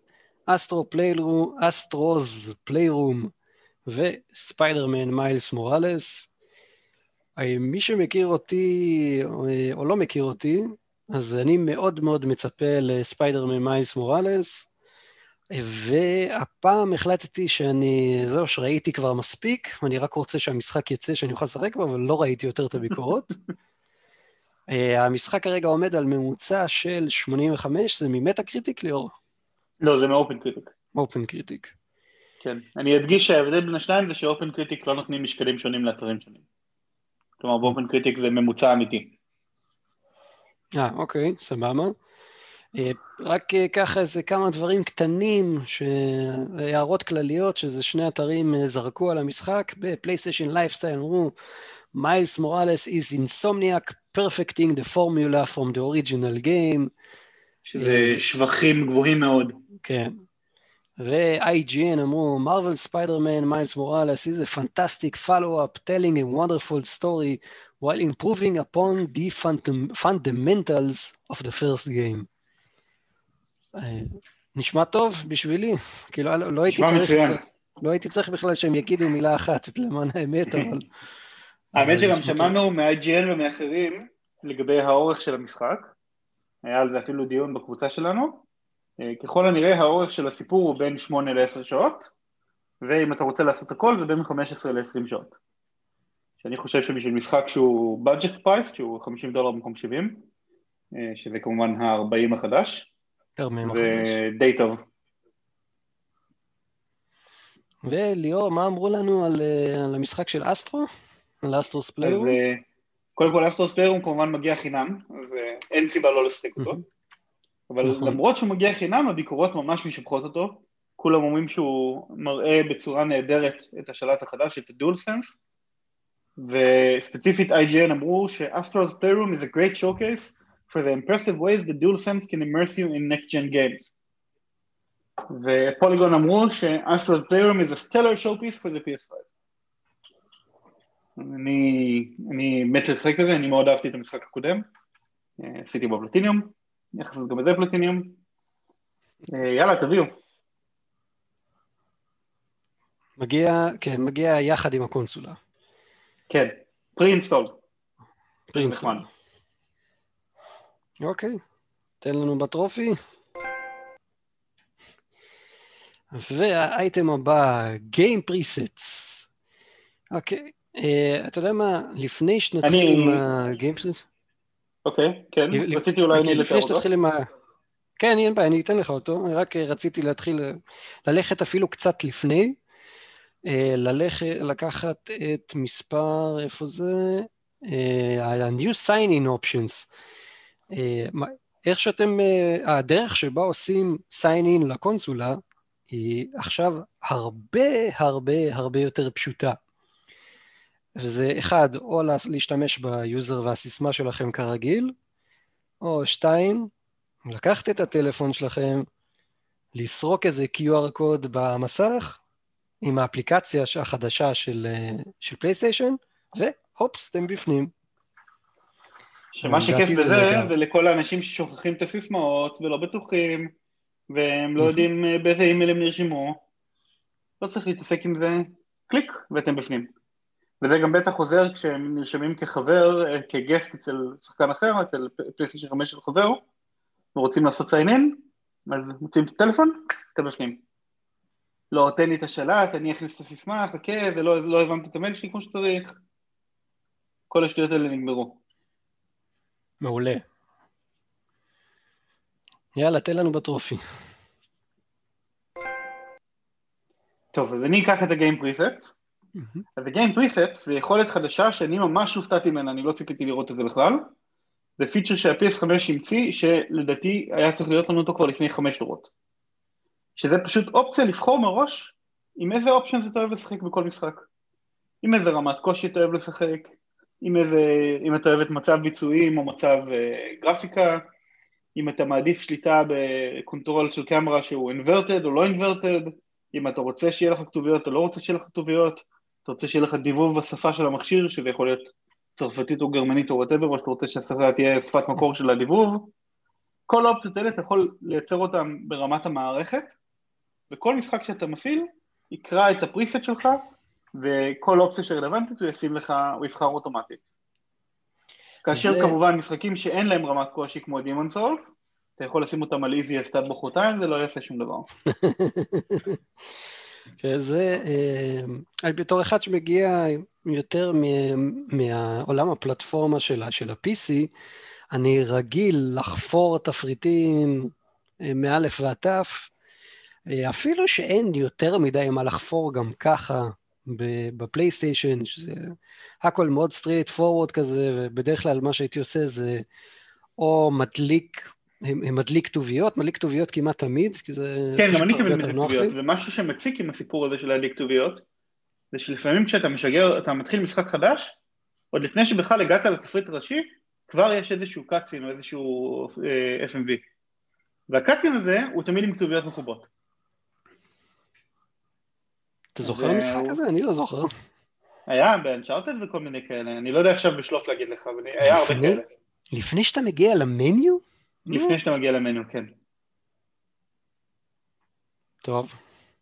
אסטרוז פליירום וספיידרמן מיילס מוראלס. מי שמכיר אותי או לא מכיר אותי, אז אני מאוד מאוד מצפה לספיידרמן מיילס מוראלס, והפעם החלטתי זהו שראיתי כבר מספיק, ואני רק רוצה שהמשחק יצא שאני אוכל לשחק בו, אבל לא ראיתי יותר את הביקורות. המשחק כרגע עומד על ממוצע של 85, זה ממטה קריטיק ליאור? לא, זה מאופן קריטיק. אופן קריטיק. כן, אני אדגיש שההבדל בין השניים זה שאופן קריטיק לא נותנים משקלים שונים לאתרים שונים. כלומר, באופן קריטיק זה ממוצע אמיתי. אוקיי, סבבה. רק ככה איזה כמה דברים קטנים, הערות כלליות, שזה שני אתרים זרקו על המשחק, בפלייסטיישן לייפסטייל אמרו, מיילס מוראלס is Insomniac perfecting the formula from the original game. שזה שבחים גבוהים מאוד. כן. ו-IGN אמרו, Marvel Spider-Man Miles Morales is a fantastic follow-up telling a wonderful story while improving upon the fundamentals of the first game. נשמע טוב בשבילי, כאילו לא הייתי צריך בכלל שהם יגידו מילה אחת למען האמת, אבל... האמת שגם שמענו מ-IGN ומאחרים לגבי האורך של המשחק, היה על זה אפילו דיון בקבוצה שלנו, ככל הנראה האורך של הסיפור הוא בין 8 ל-10 שעות, ואם אתה רוצה לעשות הכל זה בין 15 ל-20 שעות. שאני חושב שבשביל משחק שהוא budget price, שהוא $50 במקום 70, שזה כמובן ה-40 החדש, תרמם החדש. ודי טוב. וליאור, מה אמרו לנו על המשחק של אסטרו? על אסטרוס אז פליירום? קודם כל אסטרוס פליירום כמובן מגיע חינם, אז אין סיבה לא לשחק אותו. אבל נכון. למרות שהוא מגיע חינם, הביקורות ממש משבחות אותו. כולם אומרים שהוא מראה בצורה נהדרת את השלט החדש, את ה-DualSense, וספציפית IGN אמרו ש-Astro's Playroom is a great showcase for the impressive ways the DualSense can immerse you in next-gen games. ופוליגון אמרו ש-Astro's Playroom is a stellar showpiece for the PS5. אני מת לשחק בזה, אני מאוד אהבתי את המשחק הקודם, עשיתי בו פלטיניום, יחסית גם בזה פלטיניום, יאללה תביאו. מגיע יחד עם הקונסולה. כן, פרי-אינסטול. פרי-אינסטול. אוקיי, תן לנו בטרופי. והאייטם הבא, Game Presets. אוקיי, אתה יודע מה, לפני שנתחיל עם ה-Game Presets? אוקיי, כן, רציתי אולי אני לתאר אותו. כן, אין בעיה, אני אתן לך אותו, רק רציתי ללכת אפילו קצת לפני, לקחת את מספר, איפה זה? ה-New Sign-in Options. איך שאתם, הדרך שבה עושים Sign-in לקונסולה, היא עכשיו הרבה יותר פשוטה. וזה אחד, או להשתמש ביוזר והסיסמה שלכם כרגיל, או שתיים, לקחת את הטלפון שלכם, לסרוק איזה QR קוד במסך, עם האפליקציה החדשה של פלייסטיישן, והופס, אתם בפנים. שמה שכיף בזה, זה לכל האנשים ששוכחים את הסיסמאות, ולא בטוחים, והם לא יודעים באיזה אימייל הם נרשמו, לא צריך להתעסק עם זה, קליק, ואתם בפנים. וזה גם בטח עוזר כשהם נרשמים כחבר, כגסט אצל שחקן אחר, אצל פלייסטיישן 5 של חבר, ורוצים לעשות סיין-אין, אז מוצאים את הטלפון, אתם בפנים. לא, תן לי את השלט, אני אכניס את הסיסמה, חכה, זה לא הבנתי את המייל שלי כמו שצריך. כל השטויות האלה נגמרו. מעולה. יאללה, תן לנו בטרופי. טוב, אז אני אקח את ה-Game Presets. אז ה-Game Presets זה יכולת חדשה שאני ממש הופתעתי ממנה, אני לא ציפיתי לראות את זה בכלל. זה פיצ'ר שה-PS5 המציא, שלדעתי היה צריך להיות לנו אותו כבר לפני 5 דורות. שזה פשוט אופציה לבחור מראש עם איזה אופשן אתה אוהב לשחק בכל משחק. עם איזה רמת קושי אתה אוהב לשחק, אם אתה אוהב את מצב ביצועים או מצב גרפיקה, אם אתה מעדיף שליטה בקונטרול של קמרה שהוא inverted או לא inverted, אם אתה רוצה שיהיה לך כתוביות או לא רוצה שיהיה לך כתוביות, אתה רוצה שיהיה לך דיבוב בשפה של המכשיר, שזה יכול להיות צרפתית או גרמנית או whatever, או שאתה רוצה שהשפה תהיה שפת מקור של הדיבוב. כל האופציות האלה אתה יכול לייצר אותם ברמת המערכת, וכל משחק שאתה מפעיל יקרא את הפריסט שלך, וכל אופציה שרלוונטית הוא ישים לך, הוא יבחר אוטומטית. כאשר כמובן משחקים שאין להם רמת קושי כמו Demon's Souls, אתה יכול לשים אותם על easy הסטאט בחרתיים, זה לא יעשה שום דבר. זה, בתור אחד שמגיע יותר מהעולם הפלטפורמה של ה-PC, אני רגיל לחפור תפריטים מאלף ועד תף, אפילו שאין יותר מדי מה לחפור גם ככה בפלייסטיישן, שזה הכל מאוד סטרייט פורוורד כזה, ובדרך כלל מה שהייתי עושה זה או מדליק כתוביות כמעט תמיד, כי זה כן, גם אני כמעט מדליק כתוביות, ומשהו שמציק עם הסיפור הזה של להדליק כתוביות, זה שלפעמים כשאתה אתה מתחיל משחק חדש, עוד לפני שבכלל הגעת לתפריט הראשי, כבר יש איזשהו קאצין או איזשהו FMV. והקאצין הזה הוא תמיד עם כתוביות מחובות. אתה זוכר המשחק הזה? אני לא זוכר. היה באנצ'ארטד וכל מיני כאלה, אני לא יודע עכשיו בשלוף להגיד לך, אבל היה הרבה כאלה. לפני שאתה מגיע למניו? לפני שאתה מגיע למניו, כן. טוב.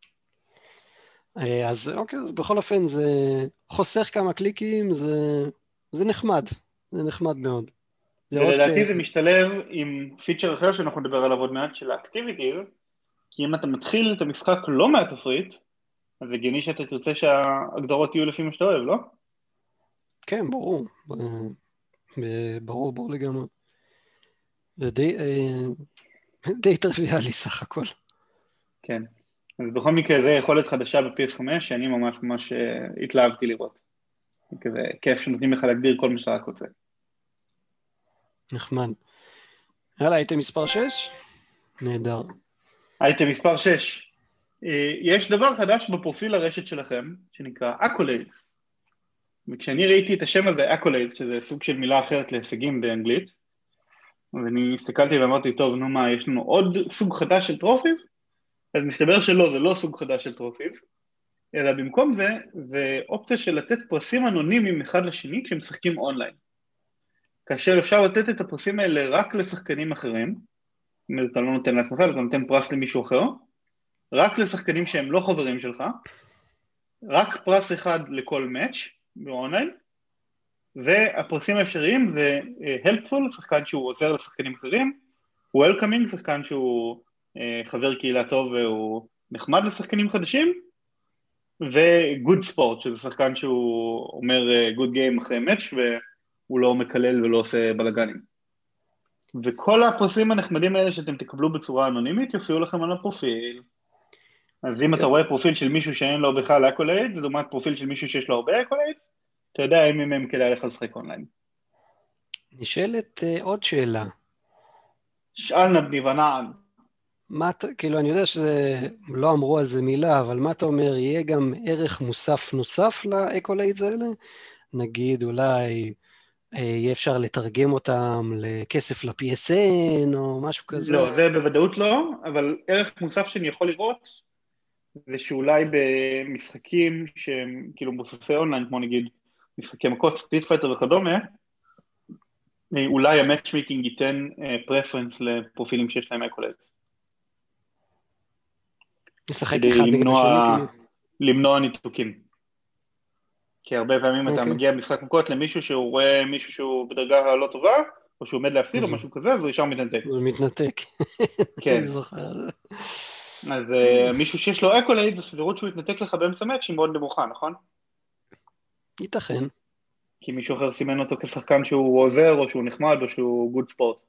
אז אוקיי, אז בכל אופן זה חוסך כמה קליקים, זה נחמד, זה נחמד מאוד. ולדעתי זה משתלב עם פיצ'ר אחר שאנחנו נדבר עליו עוד מעט של האקטיביטיז, כי אם אתה מתחיל את המשחק לא מהתפריט, אז הגיוני שאתה תרצה שההגדרות יהיו לפי מה שאתה אוהב, לא? כן, ברור. ברור לגמרי. זה די טריוויאלי סך הכל. כן. אז בכל מקרה, זה יכולת חדשה ב-PS5, שאני ממש ממש התלהבתי לראות. כזה כיף שנותנים לך להגדיר כל מה שאתה רק רוצה. נחמד. יאללה, הייתם מספר 6? נהדר. אייטם מספר 6. יש דבר חדש בפרופיל הרשת שלכם, שנקרא Accolades. וכשאני ראיתי את השם הזה, Accolades, שזה סוג של מילה אחרת להישגים באנגלית, אז אני הסתכלתי ואמרתי, טוב, נו מה, יש לנו עוד סוג חדש של טרופיז? אז מסתבר שלא, זה לא סוג חדש של טרופיז, אלא במקום זה, זה אופציה של לתת פרסים אנונימיים אחד לשני כשהם משחקים אונליין. כאשר אפשר לתת את הפרסים האלה רק לשחקנים אחרים, זאת אומרת, אתה לא נותן לעצמך, אתה נותן פרס למישהו אחר, רק לשחקנים שהם לא חברים שלך, רק פרס אחד לכל מאץ' באונליין, והפרסים האפשריים זה helpful, שחקן שהוא עוזר לשחקנים אחרים, welcoming, שחקן שהוא חבר קהילה טוב והוא נחמד לשחקנים חדשים, ו-good sport, שזה שחקן שהוא אומר good game אחרי מאץ' והוא לא מקלל ולא עושה בלגנים. וכל הפרסים הנחמדים האלה שאתם תקבלו בצורה אנונימית יופיעו לכם על הפרופיל. אז אם אתה רואה פרופיל של מישהו שאין לו בכלל אקוליידס, זה דומת פרופיל של מישהו שיש לו הרבה אקוליידס, אתה יודע אם הם כדאי לך לשחק אונליין. נשאלת עוד שאלה. שאלנה בני ונען. כאילו אני יודע שלא אמרו על זה מילה, אבל מה אתה אומר, יהיה גם ערך מוסף נוסף לאקוליידס האלה? נגיד אולי יהיה אפשר לתרגם אותם לכסף ל-PSN או משהו כזה? לא, זה בוודאות לא, אבל ערך מוסף שאני יכול לראות, זה שאולי במשחקים שהם כאילו מבוססי אונליין, כמו נגיד משחקי מכות, סטריט פייטר וכדומה, אולי המאצ'מייקינג ייתן פרפרנס לפרופילים שיש להם אקוליידס. נשחק אחד נגד השני? למנוע ניתוקים. כי הרבה פעמים אתה מגיע במשחק מכות למישהו שהוא רואה מישהו שהוא בדרגה לא טובה, או שהוא עומד להפסיד או משהו כזה, אז הוא ישר מתנתק. הוא מתנתק. כן. אז מישהו שיש לו אקולייד, הסבירות שהוא יתנתק לך באמצע מאץ' היא מאוד נמוכה, נכון? ייתכן. כי מישהו אחר סימן אותו כשחקן שהוא עוזר, או שהוא נחמד, או שהוא גוד ספורט.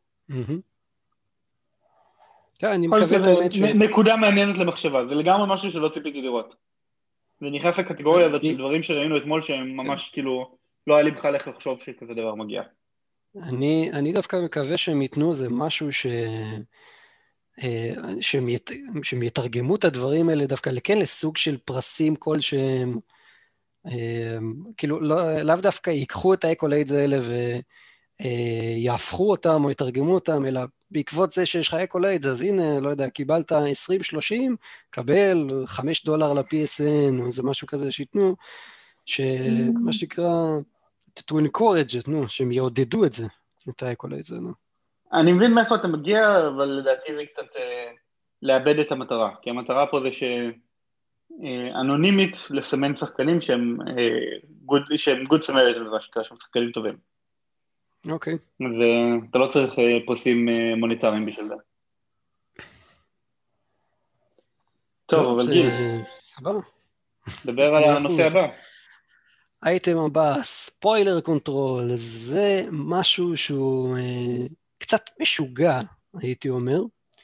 אני מקווה את האמת נקודה מעניינת למחשבה, זה לגמרי משהו שלא ציפיתי לראות. זה נכנס לקטגוריה הזאת של דברים שראינו אתמול שהם ממש כאילו, לא היה לי בכלל איך לחשוב שכזה דבר מגיע. אני דווקא מקווה שהם ייתנו זה משהו שהם יתרגמו את הדברים האלה דווקא כן לסוג של פרסים כלשהם, כאילו לאו דווקא ייקחו את האקוליידס האלה ויהפכו אותם או יתרגמו אותם, אלא בעקבות זה שיש לך אקוליידס, אז הנה, לא יודע, קיבלת 20-30, קבל $5 ל-PSN, או זה משהו כזה שיתנו, שמה שנקרא, to encourage it, שהם יעודדו את זה, את האקוליידס האלה. אני מבין מאיפה אתה מגיע, אבל לדעתי זה קצת לאבד את המטרה, כי המטרה פה זה אנונימית לסמן שחקנים שהם good Samaritan, שהם שחקנים טובים. אוקיי. אז אתה לא צריך פרסים מוניטריים בשביל זה. טוב, אבל גיל. סבבה. דבר על הנושא הבא. האייטם הבא, ספוילר קונטרול, זה משהו שהוא קצת משוגע, הייתי אומר.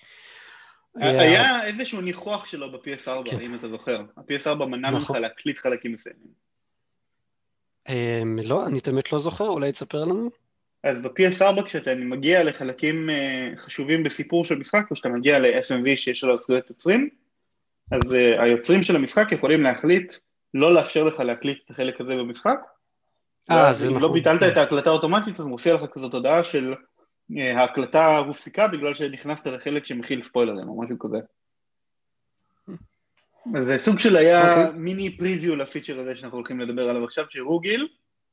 היה איזשהו ניחוח שלו ב-PS4, אם אתה זוכר. ה-PS4 מנע ממך להקליט חלקים מסוימים. לא, אני תמיד לא זוכר, אולי תספר לנו. אז ב-PS4 כשאתה מגיע לחלקים חשובים בסיפור של משחק, או שאתה מגיע ל-FMV שיש לו זכויות יוצרים, אז היוצרים של המשחק יכולים להחליט לא לאפשר לך להקליט את החלק הזה במשחק. זה נכון. אם לא ביטלת את ההקלטה האוטומטית, אז מופיע לך כזאת הודעה של ההקלטה הופסקה בגלל שנכנסת לחלק שמכיל ספוילרים או משהו כזה. אז זה סוג של היה מיני פריוויו לפיצ'ר הזה שאנחנו הולכים לדבר עליו עכשיו, שהוא גיל.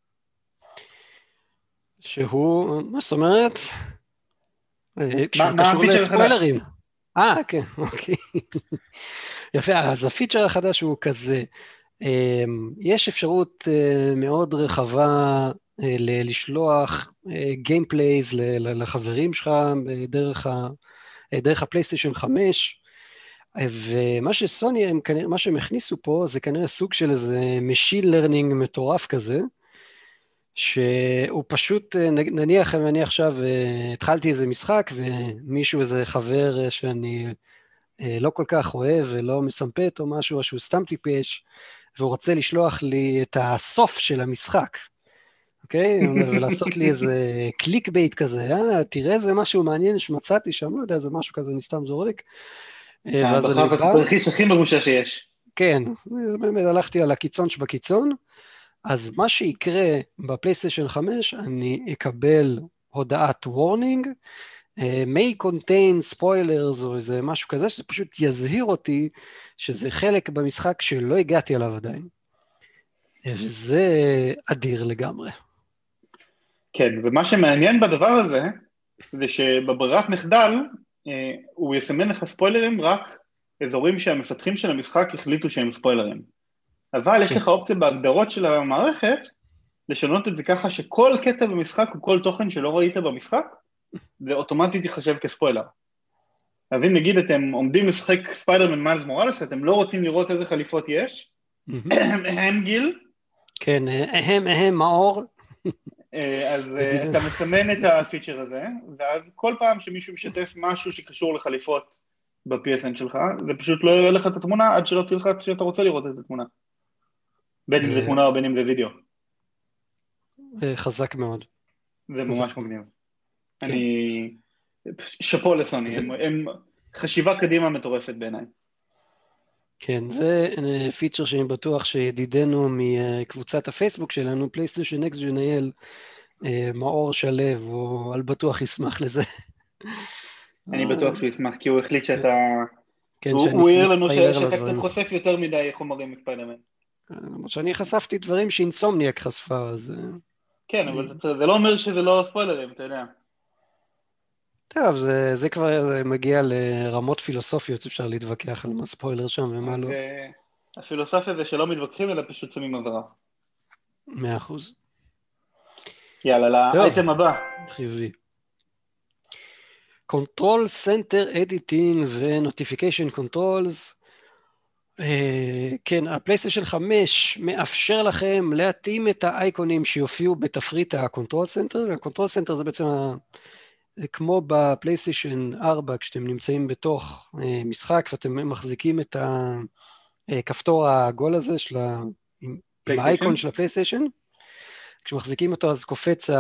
שהוא, מה זאת אומרת? מה הפיצ'ר החדש? כן, אוקיי. יפה, אז הפיצ'ר החדש הוא כזה, יש אפשרות מאוד רחבה לשלוח גיימפלייז לחברים שלך דרך הפלייסטיישן 5, ומה שסוני, מה שהם הכניסו פה, זה כנראה סוג של איזה machine learning מטורף כזה, שהוא פשוט, נניח אני עכשיו התחלתי איזה משחק, ומישהו, איזה חבר שאני לא כל כך אוהב ולא מסמפת או משהו, או שהוא סתם טיפש, והוא רוצה לשלוח לי את הסוף של המשחק, אוקיי? ולעשות לי איזה קליק בייט כזה, תראה איזה משהו מעניין שמצאתי שם, לא יודע, זה משהו כזה, אני סתם זורק, ואז אני בחרת את בא, התרחיש הכי מרושע שיש. כן, באמת הלכתי על הקיצון שבקיצון, אז מה שיקרה בפלייסטיישן 5, אני אקבל הודעת וורנינג, may contain spoilers או איזה משהו כזה, שזה פשוט יזהיר אותי שזה חלק במשחק שלא הגעתי אליו עדיין. וזה אדיר לגמרי. כן, ומה שמעניין בדבר הזה, זה שבברירת מחדל, הוא יסמן לך ספוילרים רק אזורים שהמפתחים של המשחק החליטו שהם ספוילרים. אבל יש כן. לך אופציה בהגדרות של המערכת, לשנות את זה ככה שכל קטע במשחק או כל תוכן שלא ראית במשחק, זה אוטומטית ייחשב כספוילר. אז אם נגיד אתם עומדים לשחק ספיידרמן מיילס מוראלס, אתם לא רוצים לראות איזה חליפות יש, הם גיל. כן, מאור. אז אתה מסמן את הפיצ'ר הזה, ואז כל פעם שמישהו משתף משהו שקשור לחליפות ב-PSN שלך, זה פשוט לא יראה לך את התמונה עד שלא תלחץ שאתה רוצה לראות את התמונה. בין אם זה תמונה או בין אם זה וידאו. חזק מאוד. זה ממש מגניב. אני שפו לסוני, הם חשיבה קדימה מטורפת בעיניי. כן, זה פיצ'ר שאני בטוח שידידנו מקבוצת הפייסבוק שלנו, פלייסטיישן נקסט ג'ן מאור שלב, הוא על בטוח ישמח לזה. אני בטוח שהוא ישמח, כי הוא החליט שאתה... כן, הוא העיר לנו שאתה קצת חושף יותר מדי חומרים מספיידרמן. למרות שאני חשפתי דברים שאינסומניאק חשפה, אז... כן, אבל זה לא אומר שזה לא ספוילרים, אתה יודע. טוב, זה כבר מגיע לרמות פילוסופיות, אפשר להתווכח על מה ספוילר שם ומה לא. הפילוסופיה זה שלא מתווכחים, אלא פשוט שמים אזהרה. 100%. יאללה, לאייטם הבא. חיובי. Control Center Editing ו-Notification Controls. כן, הפלייסטיישן 5 מאפשר לכם להתאים את האייקונים שיופיעו בתפריט ה-Control Center, וה-Control Center זה בעצם זה כמו בפלייסטיישן 4, כשאתם נמצאים בתוך משחק, ואתם מחזיקים את הכפתור העגול הזה עם האייקון של הפלייסטיישן, כשמחזיקים אותו אז קופץ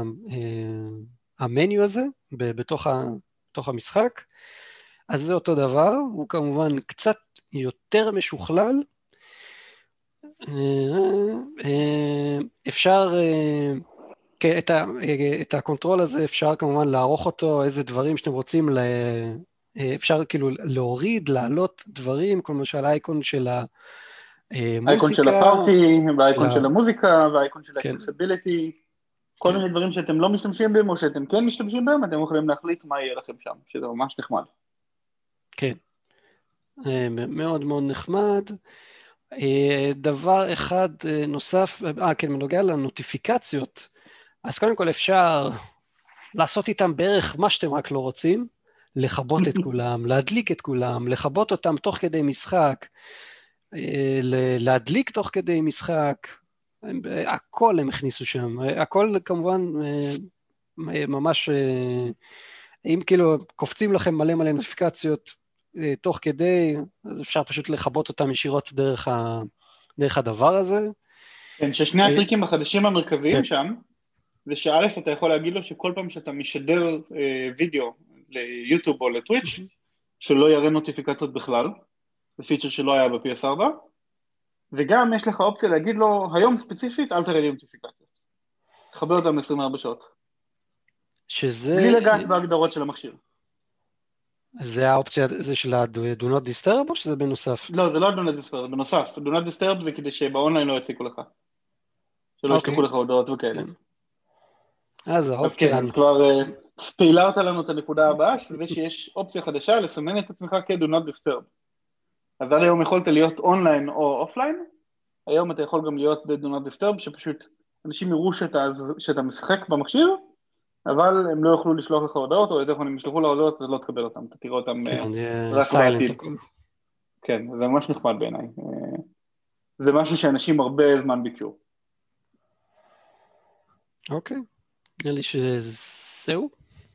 המניו הזה בתוך המשחק, אז זה אותו דבר, הוא כמובן קצת יותר משוכלל, אפשר, את הקונטרול הזה אפשר כמובן לערוך אותו, איזה דברים שאתם רוצים, אפשר כאילו להוריד, לעלות דברים, כל למשל האייקון של המוזיקה, האייקון של הפארטי, והאייקון של המוזיקה, והאייקון של האקססיביליטי, כל מיני דברים שאתם לא משתמשים בהם, או שאתם כן משתמשים בהם, אתם יכולים להחליט מה יהיה לכם שם, שזה ממש נחמד. כן, מאוד מאוד נחמד. דבר אחד נוסף, כן, בנוגע לנוטיפיקציות, אז קודם כל אפשר לעשות איתם בערך מה שאתם רק לא רוצים, לכבות את כולם, להדליק את כולם, לכבות אותם תוך כדי משחק, להדליק תוך כדי משחק, הכל הם הכניסו שם, הכל כמובן ממש, אם כאילו קופצים לכם מלא מלא נוטיפיקציות תוך כדי, אז אפשר פשוט לכבות אותם ישירות דרך הדבר הזה. כן, ששני הטריקים החדשים המרכזיים שם, זה שא' אתה יכול להגיד לו שכל פעם שאתה משדר וידאו ליוטיוב או לטוויץ', שלא יראה נוטיפיקציות בכלל, זה פיצ'ר שלא היה ב-PS4, וגם יש לך אופציה להגיד לו, היום ספציפית, אל תראה לי נוטיפיקציות. תחבר אותם ל-24 שעות. בלי לגעת בהגדרות של המכשיר. זה האופציה, זה של ה-Do Not Disturb או שזה בנוסף? לא, זה לא Do Not Disturb, זה בנוסף. Do Not Disturb זה כדי שבאונליין לא יציקו לך. שלא ישלחו לך הודעות וכאלה. אז האופציה... אז כבר ספיילרת לנו את הנקודה הבאה, שזה שיש אופציה חדשה לסמן את עצמך כ-Do Not Disturb. אז עד היום יכולת להיות אונליין או אופליין, היום אתה יכול גם להיות ב-Do Not Disturb, שפשוט אנשים יראו שאתה משחק במכשיר, אבל הם לא יוכלו לשלוח לך הודעות, או יותר נכון, הם ישלחו להודעות, אז לא תקבל אותם, אתה תראה אותם רק בעתיד. כן, זה ממש נחמד בעיניי. זה משהו שאנשים הרבה זמן ביקשו. אוקיי, נראה לי שזהו.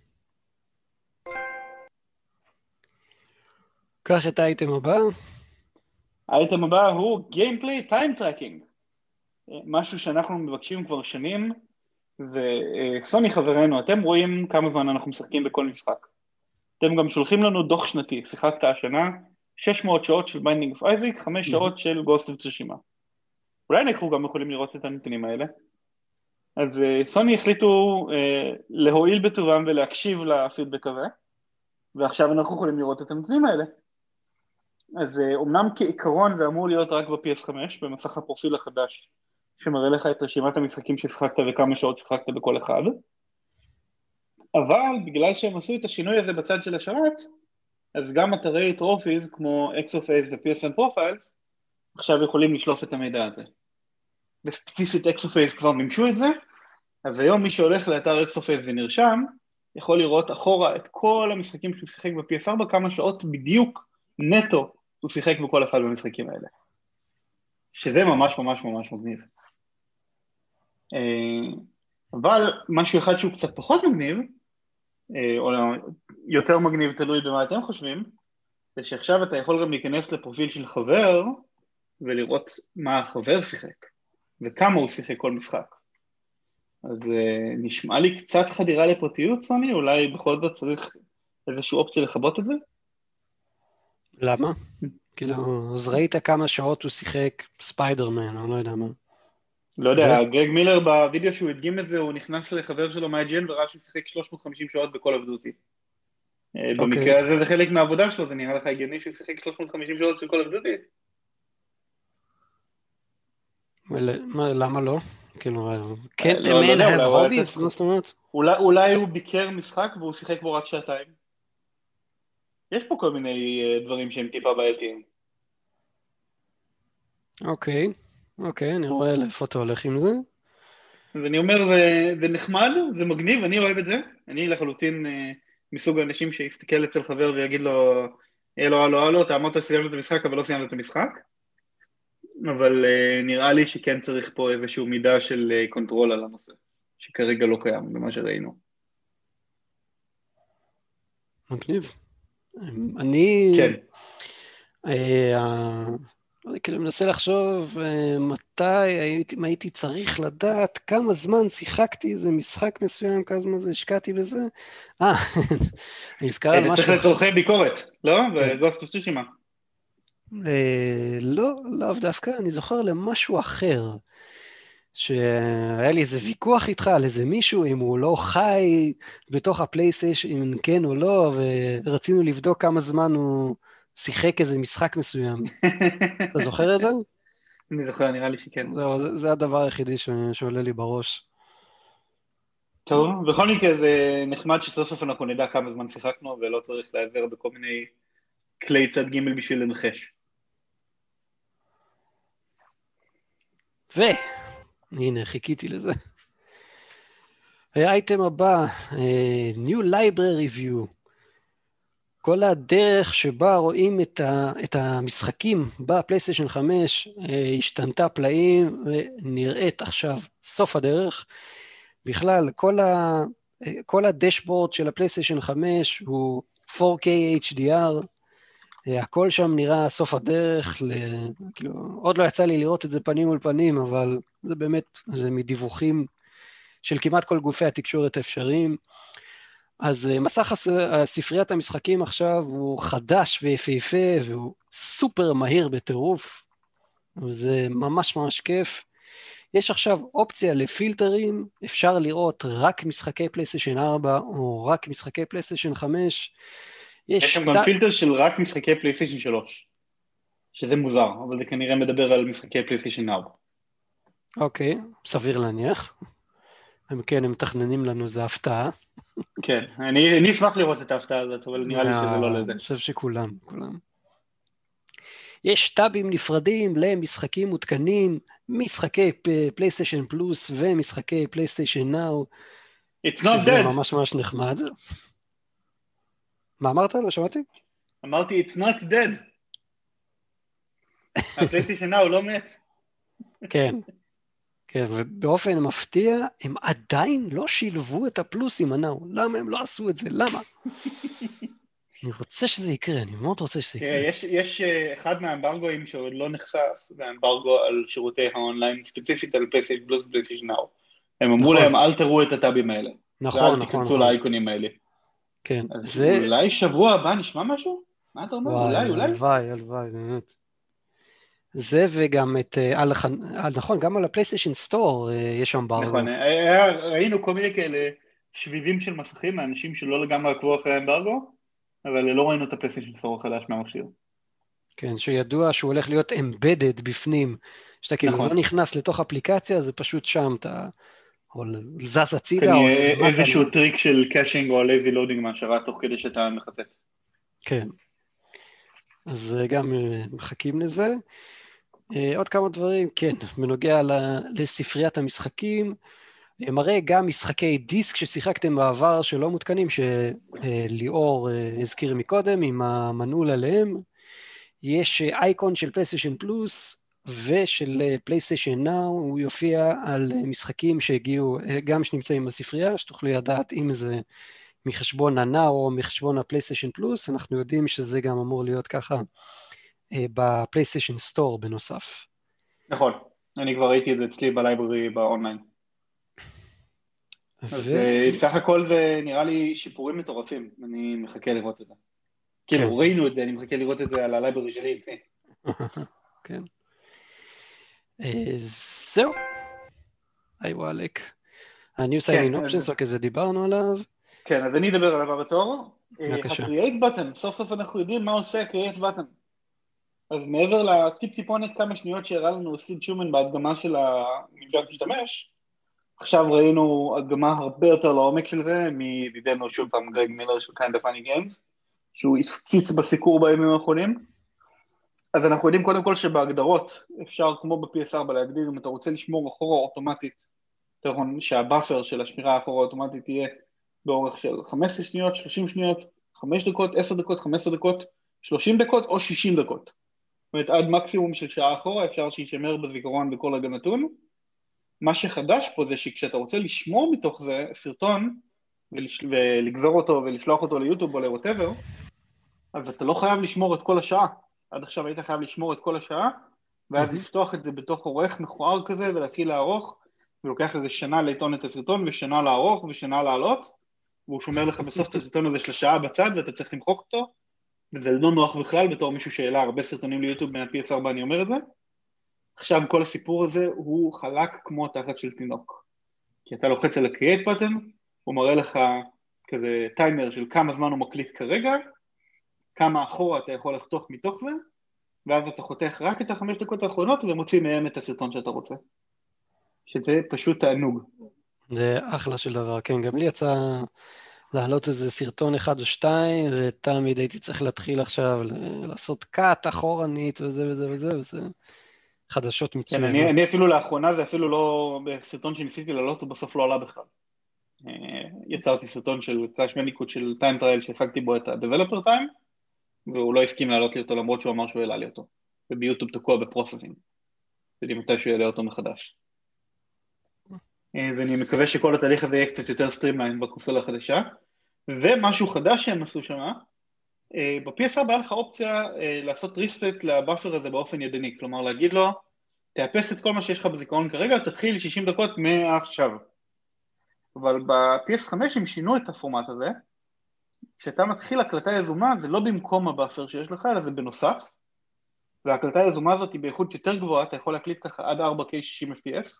קח את האייטם הבא. האייטם הבא הוא Gameplay Time Tracking. משהו שאנחנו מבקשים כבר שנים, וסוני חברנו, אתם רואים כמה זמן אנחנו משחקים בכל משחק. אתם גם שולחים לנו דוח שנתי, שיחקת השנה, 600 שעות של Binding of Isaac, 5 שעות של Ghost of Tsushima. אולי אנחנו גם יכולים לראות את הנתונים האלה. אז סוני החליטו להועיל בטובם ולהקשיב לפידבק הזה, ועכשיו אנחנו יכולים לראות את הנתונים האלה. אז אומנם כעיקרון זה אמור להיות רק ב-PS5, במסך הפרופיל החדש, שמראה לך את רשימת המשחקים ששחקת וכמה שעות שחקת בכל אחד, אבל בגלל שהם עשו את השינוי הזה בצד של השרת, אז גם אתרי טרופיז כמו Exoface ו-PSN Profiles, עכשיו יכולים לשלוף את המידע הזה. בספציפית Exoface כבר מימשו את זה, אז היום מי שהולך לאתר Exoface ונרשם, יכול לראות אחורה את כל המשחקים שהוא שיחק ב-PS4, כמה שעות בדיוק נטו הוא שיחק בכל אחד במשחקים האלה. שזה ממש ממש ממש מגניב. אבל משהו אחד שהוא קצת פחות מגניב, או יותר מגניב תלוי במה אתם חושבים, זה שעכשיו אתה יכול גם להיכנס לפרופיל של חבר, ולראות מה החבר שיחק, וכמה הוא שיחק כל משחק. אז נשמע לי קצת חדירה לפרטיות, סוני, אולי בכל זאת צריך איזושהי אופציה לחבות את זה? למה? כאילו, אז ראית כמה שעות הוא שיחק ספיידרמן, אני לא יודע מה. לא יודע, גרג מילר בווידאו שהוא הדגים את זה, הוא נכנס לחבר שלו מהג'ן וראה שהוא שיחק 350 שעות בכל עבדותי. במקרה הזה זה חלק מהעבודה שלו, זה נראה לך הגיוני שהוא שיחק 350 שעות של כל עבדותי? למה לא? כאילו, can't a man have hobbies? מה זאת אומרת? אולי הוא ביקר משחק והוא שיחק בו רק שעתיים. יש פה כל מיני דברים שהם טיפה בעייתיים. אוקיי, אני רואה לאיפה אתה הולך עם זה. ואני אומר, זה נחמד, זה מגניב, אני אוהב את זה. אני לחלוטין מסוג האנשים שיסתכל אצל חבר ויגיד לו, הלו, אתה אמרת שסיימת את המשחק, אבל לא סיימת את המשחק. אבל נראה לי שכן צריך פה איזשהו מידה של קונטרול על הנושא, שכרגע לא קיים במה שראינו. מגניב. אני... כן. כאילו מנסה לחשוב מתי הייתי צריך לדעת כמה זמן שיחקתי איזה משחק מסוים, כמה זמן זה השקעתי בזה. אני אזכר על משהו. אתה צריך לצורכי ביקורת, לא? וגוסט אוף צושימה. לא דווקא, אני זוכר למשהו אחר, שהיה לי איזה ויכוח איתך על איזה מישהו, אם הוא לא חי בתוך הפלייסטיישן, אם כן או לא, ורצינו לבדוק כמה זמן הוא שיחק איזה משחק מסוים. אתה זוכר את זה? אני זוכר, נראה לי שכן. זה הדבר היחידי שעולה לי בראש. טוב, בכל מקרה זה נחמד שסוף סוף אנחנו נדע כמה זמן שיחקנו, ולא צריך להיעזר בכל מיני כלי צד ג' בשביל לנחש. הנה, חיכיתי לזה. האייטם הבא, New Library View. כל הדרך שבה רואים את המשחקים בפלייסטיישן 5 השתנתה פלאים ונראית עכשיו סוף הדרך. בכלל, כל הדשבורד של הפלייסטיישן 5 הוא 4K HDR, הכל שם נראה סוף הדרך, כאילו, עוד לא יצא לי לראות את זה פנים מול פנים, אבל זה באמת, זה מדיווחים של כמעט כל גופי התקשורת האפשריים. אז מסך ספריית המשחקים עכשיו הוא חדש ויפהפה, והוא סופר מהיר בטירוף, וזה ממש ממש כיף. יש עכשיו אופציה לפילטרים, אפשר לראות רק משחקי פלייסטיישן 4, או רק משחקי פלייסטיישן 5, יש שם גם פילטר של רק משחקי פלייסטיישן 3, שזה מוזר, אבל זה כנראה מדבר על משחקי פלייסטיישן 4. אוקיי, סביר להניח. כן, הם מתכננים לנו איזה הפתעה. כן, אני אשמח לראות את ההפתעה הזאת, אבל נראה לי שזה לא לזה. אני חושב שכולם. יש טאבים נפרדים למשחקים מותקנים, משחקי פלייסטיישן פלוס ומשחקי פלייסטיישן נאו. It's not שזה dead. ממש ממש נחמד. מה אמרת? לא שמעתי? אמרתי, it's not dead. הפלייסטיישן נאו לא מת. כן. כן, ובאופן מפתיע, הם עדיין לא שילבו את הפלוס עם הנאו. למה הם לא עשו את זה? למה? אני רוצה שזה יקרה, אני מאוד רוצה שזה יקרה. תראה, יש אחד מהאמברגואים שעוד לא נחשף, זה האמברגו על שירותי האונליין, ספציפית על פלייסטיישן פלוס ופלייסטיישן נאו. הם אמרו נכון, להם, אל תראו את הטאבים האלה, ואל נכון, נכון, תיכנסו נכון. לאייקונים האלה. כן, אז זה, אולי שבוע הבא נשמע משהו? מה אתה אומר? וואי, אולי? הלוואי, הלוואי, באמת. זה וגם את, נכון, גם על הפלייסטיישן סטור יש אמברגו. נכון, ראינו כל מיני כאלה שביבים של מסכים מאנשים שלא לגמרי עקבו אחרי האמברגו, אבל לא ראינו את הפלייסטיישן סטור החדש מהמכשיר. כן, שידוע שהוא הולך להיות embedded בפנים, שאתה כאילו נכון. לא נכנס לתוך אפליקציה, זה פשוט שם, אתה או זז הצידה או כנראה למטה. איזשהו טריק של קאשינג או לייזי לודינג מהשארה תוך כדי שאתה מחטט. כן, אז גם מחכים לזה. עוד כמה דברים, כן, בנוגע לספריית המשחקים, מראה גם משחקי דיסק ששיחקתם בעבר שלא מותקנים, שליאור הזכיר מקודם, עם המנעול עליהם. יש אייקון של פלייסטיישן פלוס ושל פלייסטיישן נאו, הוא יופיע על משחקים שהגיעו, גם שנמצאים בספרייה, שתוכלו לדעת אם זה מחשבון הנאו או מחשבון הפלייסטיישן פלוס, אנחנו יודעים שזה גם אמור להיות ככה בפלייסטיישן סטור בנוסף. נכון, אני כבר ראיתי את זה אצלי בלייברי באונליין. אז סך הכל זה נראה לי שיפורים מטורפים, אני מחכה לראות את זה. כאילו, ראינו את זה, אני מחכה לראות את זה על הלייברי שלי אצלי. כן. זהו. היי וואלק. ה-New Signing Options, אוקיי, זה דיברנו עליו. כן, אז אני אדבר עליו בתור. בבקשה. ה-Create Button, סוף סוף אנחנו יודעים מה עושה ה-Create Button. אז מעבר לטיפ-טיפונת כמה שניות שהראה לנו סיד שומן בהדגמה של הממשק משתמש, עכשיו ראינו הדגמה הרבה יותר לעומק של זה, מידידנו שוב פעם גרג מילר של Kind of Funny Games, שהוא הפציץ בסיקור בימים האחרונים. אז אנחנו יודעים קודם כל שבהגדרות אפשר כמו ב-PS4 להגדיר אם אתה רוצה לשמור אחורה אוטומטית, שהבאפר של השמירה האחורה אוטומטית תהיה באורך של 15 שניות, 30 שניות, 5 דקות, 10 דקות, 15 דקות, 30 דקות או 60 דקות. זאת אומרת, עד מקסימום של שעה אחורה אפשר שישמר בזיכרון בכל רגע נתון. מה שחדש פה זה שכשאתה רוצה לשמור מתוך זה סרטון, ולגזור אותו ולשלוח אותו ליוטיוב או ל-whatever, אז אתה לא חייב לשמור את כל השעה. עד עכשיו היית חייב לשמור את כל השעה, ואז לפתוח את זה בתוך עורך מכוער כזה ולהתחיל לערוך, ולוקח לזה שנה לטעון את הסרטון, ושנה לערוך, ושנה לעלות, והוא שומר לך בסוף את הסרטון הזה של השעה בצד, ואתה צריך למחוק אותו, וזה לא נוח בכלל, בתור מישהו שהעלה הרבה סרטונים ליוטיוב מה-PS4, אני אומר את זה. עכשיו כל הסיפור הזה הוא חלק כמו תחת של תינוק. כי אתה לוחץ על ה-Create button, הוא מראה לך כזה טיימר של כמה זמן הוא מקליט כרגע, כמה אחורה אתה יכול לחתוך מתוך זה, ואז אתה חותך רק את 5 דקות האחרונות ומוציא מהם את הסרטון שאתה רוצה. שזה פשוט תענוג. זה אחלה של דבר, כן, גם לי יצא להעלות איזה סרטון אחד או שתיים, ותמיד הייתי צריך להתחיל עכשיו לעשות קאט אחורנית וזה וזה וזה, וזה חדשות מצוינות. כן, אני אפילו לאחרונה, זה אפילו לא בסרטון שניסיתי לעלות, הוא בסוף לא עלה בכלל. יצרתי סרטון של קראש בנדיקוט של טיים טרייל שהפקתי בו את ה-Developer Time, והוא לא הסכים להעלות לי אותו למרות שהוא אמר שהוא העלה לי אותו. וביוטיוב תקוע בפרוססינג. יודעים מתי שהוא יעלה אותו מחדש. אז אני מקווה שכל התהליך הזה יהיה קצת יותר סטרימליין בקונסולה החדשה. ומשהו חדש שהם עשו שמה, ב-PS4 היה לך אופציה לעשות ריסט לבאפר הזה באופן ידני, כלומר להגיד לו, תאפס את כל מה שיש לך בזיכרון כרגע, תתחיל 60 דקות מעכשיו. אבל ב-PS5 הם שינו את הפורמט הזה, כשאתה מתחיל הקלטה יזומה, זה לא במקום הבאפר שיש לך, אלא זה בנוסף, וההקלטה היזומה הזאת היא באיכות יותר גבוהה, אתה יכול להקליט ככה עד 4K 60 FPS,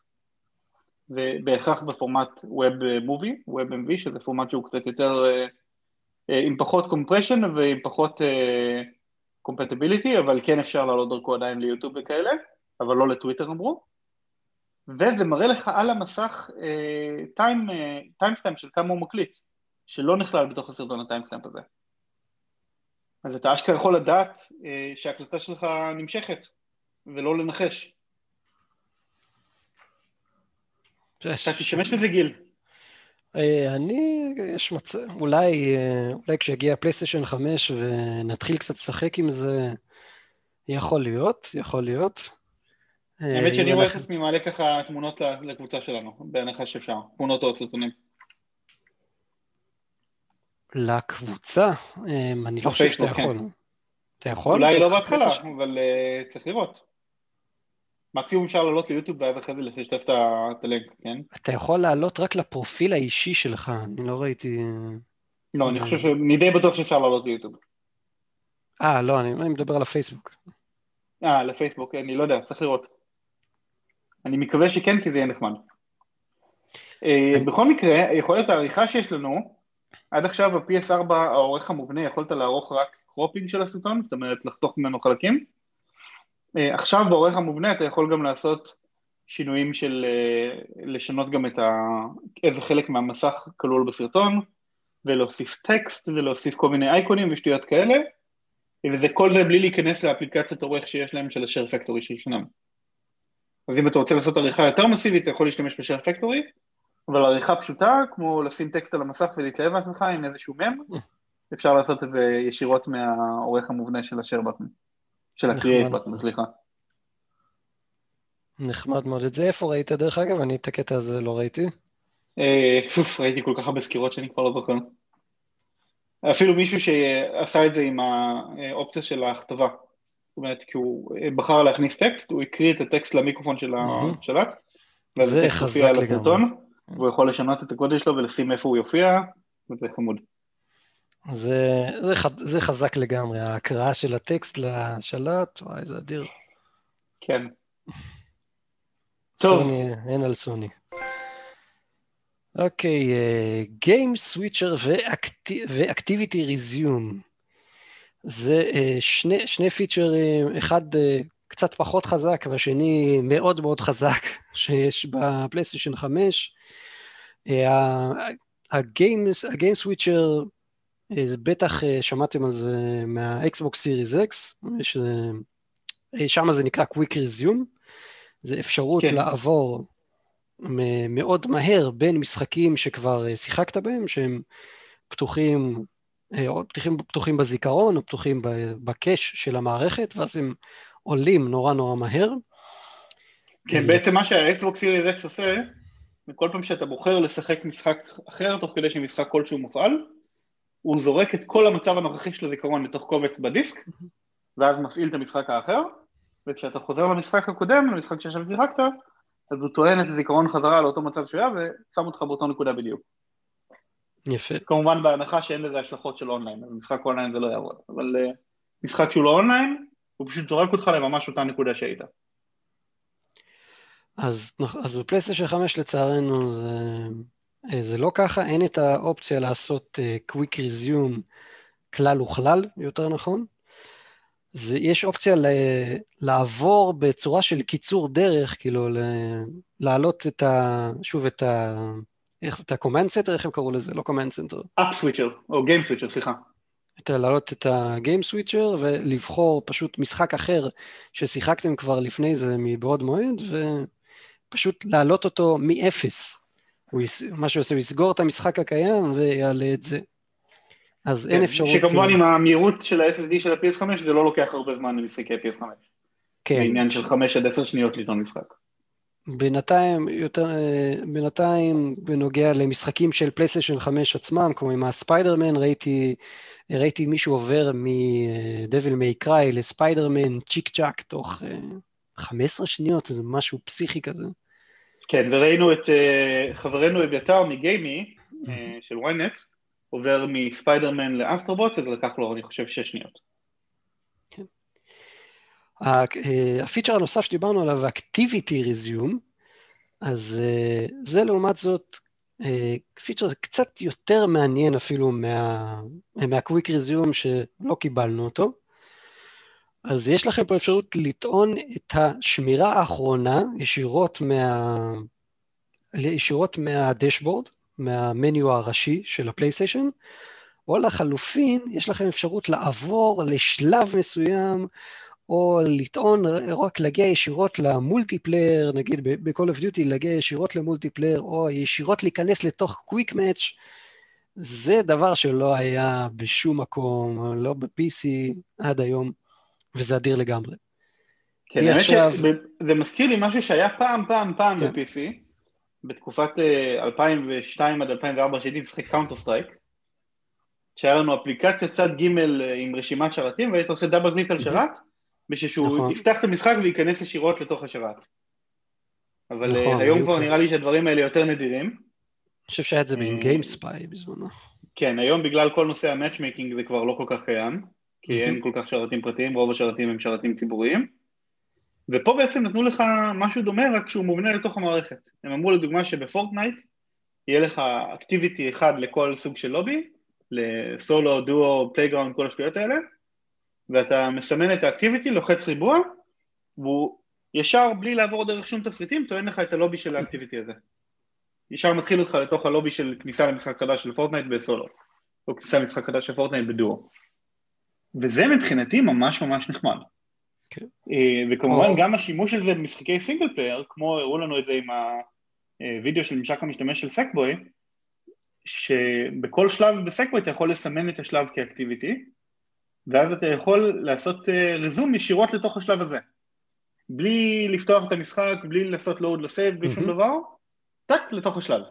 ובהכרח בפורמט Web Movie, Web MV, שזה פורמט שהוא קצת יותר, עם פחות compression ועם פחות compatibility, אבל כן אפשר לעלות דרכו עדיין ליוטיוב וכאלה, אבל לא לטוויטר אמרו, וזה מראה לך על המסך טיימסטמפ של כמה הוא מקליט, שלא נכלל בתוך הסרטון הטיימסטמפ הזה. אז אתה אשכרה יכול לדעת שההקלטה שלך נמשכת, ולא לנחש. אתה תשתמש בזה גיל. יש מצב, אולי כשיגיע פלייסטיישן 5 ונתחיל קצת לשחק עם זה, יכול להיות. האמת אם שאני רואה את אנחנו... עצמי מעלה ככה תמונות לקבוצה שלנו, בהנחה שאפשר, תמונות או סרטונים. לקבוצה, אני לא חושב שאתה בפייסבוק, כן. יכול. אתה יכול? אולי לא דרך בהתחלה, הפלייסטיישן? אבל צריך לראות. מקסימום אפשר לעלות ליוטיוב ואז אחרי זה לשתף את הלינק, כן? אתה יכול לעלות רק לפרופיל האישי שלך, אני לא ראיתי... לא, אני חושב שאני די בטוח שאפשר לעלות ליוטיוב. לא, אני מדבר על הפייסבוק. לפייסבוק, אני לא יודע, צריך לראות. אני מקווה שכן, כי זה יהיה נחמד. בכל מקרה, יכולת העריכה שיש לנו, עד עכשיו ב-PS4 העורך המובנה יכולת לערוך רק קרופינג של הסרטון, זאת אומרת לחתוך ממנו חלקים. עכשיו בעורך המובנה אתה יכול גם לעשות שינויים של לשנות גם איזה חלק מהמסך כלול בסרטון, ולהוסיף טקסט ולהוסיף כל מיני אייקונים ושטויות כאלה, כל זה בלי להיכנס לאפליקציית עורך שיש להם של ה-Share Factory של שנם. אז אם אתה רוצה לעשות עריכה יותר מסיבית, אתה יכול להשתמש ב-Share Factory, אבל עריכה פשוטה, כמו לשים טקסט על המסך ולהתלהב מעצמך עם איזשהו מם, אפשר לעשות את זה ישירות מהעורך המובנה של ה-Share Button, של ה-Create Button, סליחה. נחמד מאוד. את זה איפה ראית דרך אגב? אני את הקטע הזה לא ראיתי. ראיתי כל כך הרבה סקירות שאני כבר לא זוכר. אפילו מישהו שעשה את זה עם האופציה של ההכתבה. זאת אומרת, כי הוא בחר להכניס טקסט, הוא הקריא את הטקסט למיקרופון של השלט, ואז זה הטקסט הופיע חזק על לגמרי. הסרטון, והוא יכול לשנות את הגודל שלו ולשים איפה הוא יופיע, וזה חמוד. זה חזק לגמרי, ההקראה של הטקסט לשלט, וואי, זה אדיר. כן. טוב. סוני, אין על סוני. אוקיי, Game Switcher ו-Activity Resume. זה שני פיצ'רים, אחד קצת פחות חזק, והשני מאוד מאוד חזק, שיש בפלייסטיישן 5. ה-Game Switcher, בטח שמעתם על זה מה-Xbox Series X, שם זה נקרא Quick Resume, זה אפשרות כן. לעבור מאוד מהר בין משחקים שכבר שיחקת בהם, שהם פתוחים בזיכרון, או פתוחים בקש של המערכת, ואז הם עולים נורא נורא מהר. כן, בעצם מה שה-Xbox Series X עושה, וכל פעם שאתה בוחר לשחק משחק אחר, תוך כדי שמשחק כלשהו מופעל, הוא זורק את כל המצב הנוכחי של הזיכרון לתוך קובץ בדיסק, ואז מפעיל את המשחק האחר, וכשאתה חוזר למשחק הקודם, למשחק שעכשיו שיחקת, אז הוא טוען את הזיכרון חזרה לאותו מצב שהיה, ושם אותך באותו נקודה בדיוק. יפה. כמובן בהנחה שאין לזה השלכות של אונליין, אז משחק אונליין זה לא יעבוד, אבל משחק שהוא לא אונליין, הוא פשוט זורק אותך לממש אותה נקודה שהיית. אז בפלייסטיישן 5 לצערנו זה לא ככה, אין את האופציה לעשות Quick Resume כלל וכלל, יותר נכון. יש אופציה לעבור בצורה של קיצור דרך, כאילו להעלות שוב את ה-Command Center, איך הם קראו לזה? לא Command Center. App Switcher, או Game Switcher, סליחה. להעלות את ה-Game Switcher ולבחור פשוט משחק אחר ששיחקתם כבר לפני זה מבעוד מועד, ופשוט להעלות אותו מאפס. מה שהוא עושה, הוא יסגור את המשחק הקיים ויעלה את זה. אז אין אפשרות... שכמובן עם המהירות של ה-SSD של ה-PS5 זה לא לוקח הרבה זמן למשחקי PS5. כן. זה עניין של 5 עד 10 שניות לטעון משחק. בינתיים בנוגע למשחקים של פלייסטיישן 5 עצמם, כמו עם הספיידרמן, ראיתי מישהו עובר מדביל מיי קריי לספיידרמן צ'יק צ'אק תוך 15 שניות, זה משהו פסיכי כזה. כן, וראינו את חברנו אביתר מגיימי של ynet, עובר מספיידרמן לאסטרובוט, וזה לקח לו, אני חושב, 6 שניות. כן. הפיצ'ר הנוסף שדיברנו עליו, Activity Resume, אז זה לעומת זאת, פיצ'ר קצת יותר מעניין אפילו מה-Quick Resume שלא קיבלנו אותו. אז יש לכם פה אפשרות לטעון את השמירה האחרונה ישירות מהדשבורד, מהמניו הראשי של הפלייסטיישן, או לחלופין, יש לכם אפשרות לעבור לשלב מסוים, או לטעון רק להגיע ישירות למולטיפלייר, נגיד ב-Call of Duty, להגיע ישירות למולטיפלייר, או ישירות להיכנס לתוך קוויק מאץ', זה דבר שלא היה בשום מקום, לא ב-PC עד היום, וזה אדיר לגמרי. כן, האמת שזה מזכיר לי משהו שהיה פעם כן. ב-PC, בתקופת 2002 עד 2004 שהייתי משחק קאונטר סטרייק, שהיה לנו אפליקציה צד ג' עם רשימת שרתים, והיית עושה דאבל קליק על שרת, בשביל שהוא נכון. יפתח את המשחק וייכנס ישירות לתוך השרת. אבל נכון, היום היו כבר כאלה. נראה לי שהדברים האלה יותר נדירים. אני חושב שהיה את זה עם גיימספיי בזמנו. כן, היום בגלל כל נושא המאצ'מייקינג זה כבר לא כל כך קיים, כי אין כל כך שרתים פרטיים, רוב השרתים הם שרתים ציבוריים, ופה בעצם נתנו לך משהו דומה, רק שהוא מובנה לתוך המערכת. הם אמרו לדוגמה שבפורטנייט יהיה לך אקטיביטי אחד לכל סוג של לובי, לסולו, דואו, פלייגראונד, כל השטויות האלה, ואתה מסמן את האקטיביטי, לוחץ ריבוע, והוא ישר בלי לעבור דרך שום תפריטים, טוען לך את הלובי של האקטיביטי הזה. ישר מתחיל אותך לתוך הלובי של כניסה למשחק חדש של פורטנייט בסולו, או כניסה למשחק חדש של פורטנייט בדואו. וזה מבחינתי ממש ממש נחמד. כן. וכמובן גם השימוש של זה במשחקי סינגל פלייר, כמו הראו לנו את זה עם הווידאו של ממשק המשתמש של סקבוי, שבכל שלב בסקבוי אתה יכול לסמן את השלב כאקטיביטי, ואז אתה יכול לעשות ריזום ישירות לתוך השלב הזה. בלי לפתוח את המשחק, בלי לעשות לואוד לסייב, בלי שום דבר, טק לתוך השלב.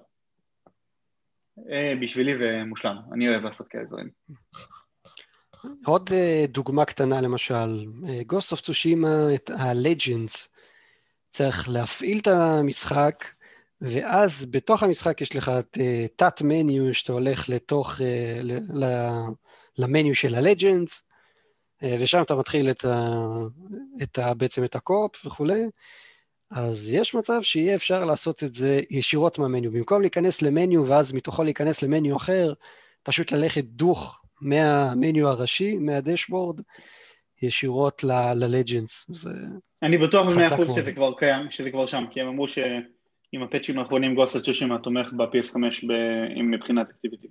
בשבילי זה מושלם, אני אוהב לעשות כאלה דברים. עוד דוגמה קטנה למשל, Ghost of Tsushima, את ה-Legends, צריך להפעיל את המשחק, ואז בתוך המשחק יש לך את תת מניו שאתה הולך לתוך, למניו של ה-Legends, ושם אתה מתחיל בעצם את הקופ וכולי, אז יש מצב שיהיה אפשר לעשות את זה ישירות מהמניו, במקום להיכנס למניו ואז מתוכו להיכנס למניו אחר, פשוט ללכת דוך מהמניו הראשי, מהדשבורד, ישירות ל-Legends. אני בטוח ב-100% שזה כבר קיים, שזה כבר שם, כי הם אמרו שעם הפאצ'ים האחרונים Ghost of Tsushima תומך ב-PS5 מבחינת אקטיביטיב.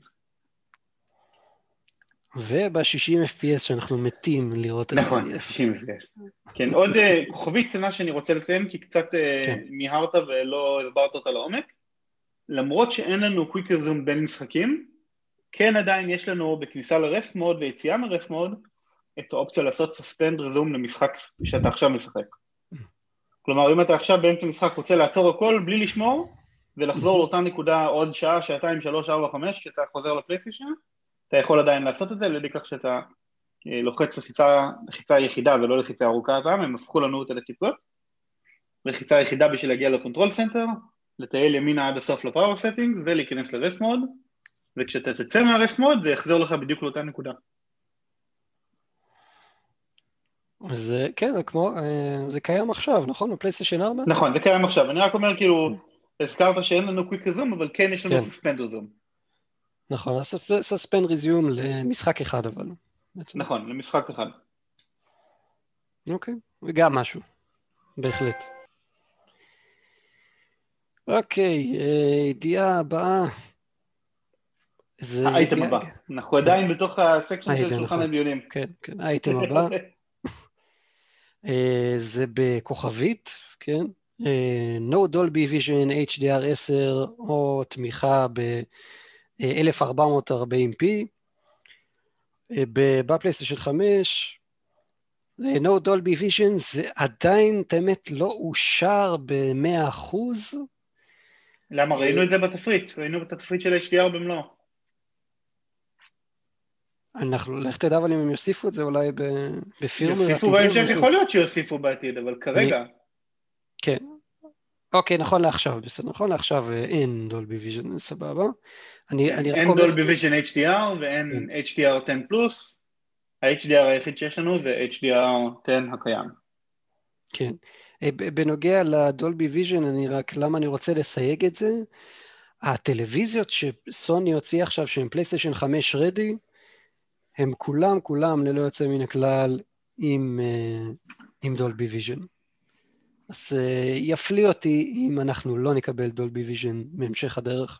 וב-60 FPS שאנחנו מתים לראות את זה. נכון, 60 FPS. כן, עוד כוכבית קטנה שאני רוצה לציין, כי קצת מיהרת ולא הסברת אותה לעומק. למרות שאין לנו קוויק רזום בין משחקים, כן עדיין יש לנו בכניסה לרסט מוד ויציאה מרסט מוד, את האופציה לעשות סספנד רזום למשחק שאתה עכשיו משחק. כלומר, אם אתה עכשיו באמצע משחק רוצה לעצור הכל בלי לשמור, ולחזור לאותה נקודה עוד שעה, שעתיים, 3, 4, 5, כשאתה חוזר לפלייסטיישן, אתה יכול עדיין לעשות את זה, לידי כך שאתה לוחץ לחיצה יחידה ולא לחיצה ארוכה הזם, הם הפכו לנו את הלחיצות, לחיצה יחידה בשביל להגיע לקונטרול סנטר, לטייל ימינה עד הסוף לפאוור סטינג, ולהיכנס לרסט מוד, וכשאתה תצא מהרסט מוד, זה יחזור לך בדיוק לאותה נקודה. זה, כן, זה קיים עכשיו, נכון? בפלייסטיישן 4? נכון, זה קיים עכשיו. אני רק אומר, כאילו, הזכרת שאין לנו קוויק רזום, אבל כן יש לנו סספנד רזום. נכון, סספנד רזום למשחק אחד, אבל. נכון, למשחק אחד. אוקיי, וגם משהו, בהחלט. אוקיי, ידיעה הבאה. האייטם הבא. אנחנו עדיין בתוך הסקשן של שולחן הדיונים. כן, כן, האייטם הבא. זה בכוכבית, כן? No Dolby Vision HDR10 או תמיכה ב-1440p בפלייסטיישן 5. No Dolby Vision זה עדיין באמת לא אושר ב-100%. למה? ראינו את זה בתפריט, ראינו את התפריט של HDR במלוא. אנחנו, לך תדע, אבל אם הם יוסיפו את זה אולי בפירמר. יוסיפו בהמשך, יכול להיות שיוסיפו בעתיד, אבל כרגע. כן. אוקיי, נכון לעכשיו, בסדר, נכון לעכשיו אין דולבי ויז'ן, סבבה. אין דולבי ויז'ן HDR ואין HDR 10 פלוס. ה-HDR היחיד שיש לנו זה HDR 10 הקיים. כן. בנוגע לדולבי ויז'ן, למה אני רוצה לסייג את זה? הטלוויזיות שסוני הוציא עכשיו, שהן פלייסטיישן 5 רדי, הם כולם ללא יוצא מן הכלל עם דולבי ויז'ן. אז יפליא אותי אם אנחנו לא נקבל דולבי ויז'ן בהמשך הדרך.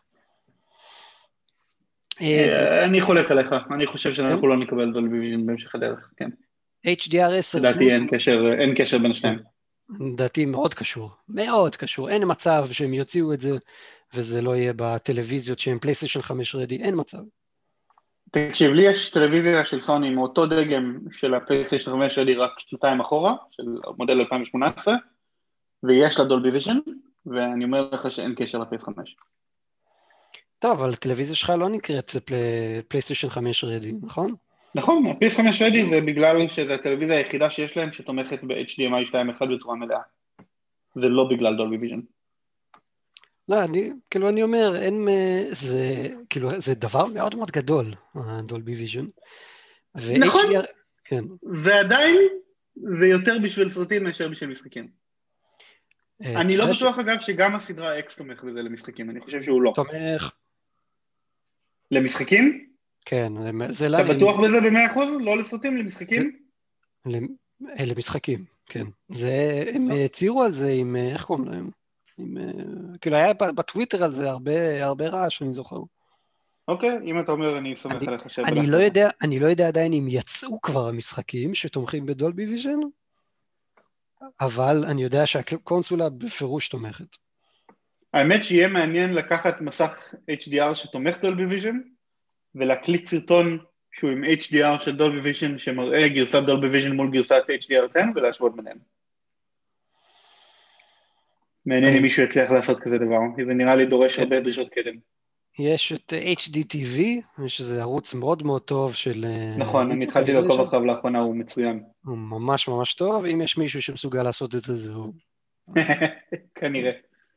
אני חולק עליך, אני חושב שאנחנו לא נקבל דולבי ויז'ן בהמשך הדרך, כן. HDR10 לדעתי אין קשר בין השניים. לדעתי מאוד קשור, אין מצב שהם יוציאו את זה, וזה לא יהיה בטלוויזיות שהם פלייסטיישן 5 רדי, אין מצב. תקשיב, לי יש טלוויזיה של סוני עם אותו דגם של הפלייסטיישן 5 שלי רק שנתיים אחורה, של מודל 2018, ויש לה דולבי ויז'ן, ואני אומר לך שאין קשר לפייס 5. טוב, אבל הטלוויזיה שלך לא נקראת פלייסטיישן 5 רדי, נכון? נכון, הפייס 5 רדי זה בגלל שזו הטלוויזיה היחידה שיש להם שתומכת ב-HDMI 2.1 בצורה מלאה. זה לא בגלל דולבי ויז'ן. לא, אני אומר, זה דבר מאוד מאוד גדול, הדולבי ויז'ן. נכון, כן. ועדיין זה יותר בשביל סרטים מאשר בשביל משחקים. אני לא בטוח אגב שגם הסדרה X תומך בזה למשחקים, אני חושב שהוא לא. תומך. למשחקים? כן, אתה בטוח בזה ב100%? לא לסרטים, למשחקים? למשחקים, כן. הם הצהירו על זה עם, איך קוראים להם? כאילו היה בטוויטר על זה הרבה רעש, אני זוכר. אוקיי, אם אתה אומר, אני סומך עליך שבדקת. אני לא יודע עדיין אם יצאו כבר המשחקים שתומכים בדולבי ויז'ן, אבל אני יודע שהקונסולה בפירוש תומכת. האמת שיהיה מעניין לקחת מסך HDR שתומך דולבי ויז'ן, ולהקליט סרטון שהוא עם HDR של דולבי ויז'ן, שמראה גרסת דולבי ויז'ן מול גרסת HDR10, ולהשוות ביניהם. מעניין אם מישהו יצליח לעשות כזה דבר, כי זה נראה לי דורש הרבה דרישות קדם. יש את HDTV, יש איזה ערוץ מאוד מאוד טוב של... נכון, אני התחלתי לעקוב אחריו לאחרונה, הוא מצוין. הוא ממש ממש טוב, אם יש מישהו שמסוגל לעשות את זה, זהו. כנראה.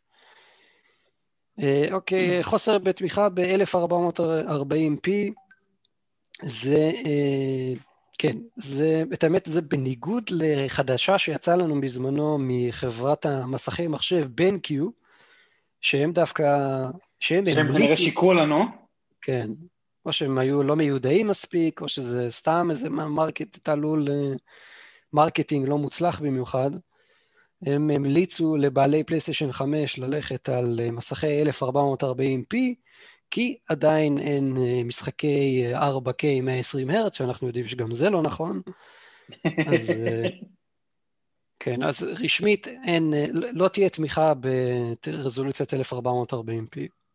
אוקיי, חוסר בתמיכה ב-1440p, זה, כן, את האמת זה בניגוד לחדשה שיצא לנו בזמנו מחברת המסכי מחשב BenQ, שהם דווקא, שהם כנראה שיקרו לנו. כן, או שהם היו לא מיודעים מספיק, או שזה סתם איזה תעלול מרקטינג לא מוצלח במיוחד, הם המליצו לבעלי פלייסטיישן 5 ללכת על מסכי 1440p, כי עדיין אין משחקי 4K 120 הרץ, שאנחנו יודעים שגם זה לא נכון. אז כן, אז רשמית לא תהיה תמיכה ברזולוציית 1440p.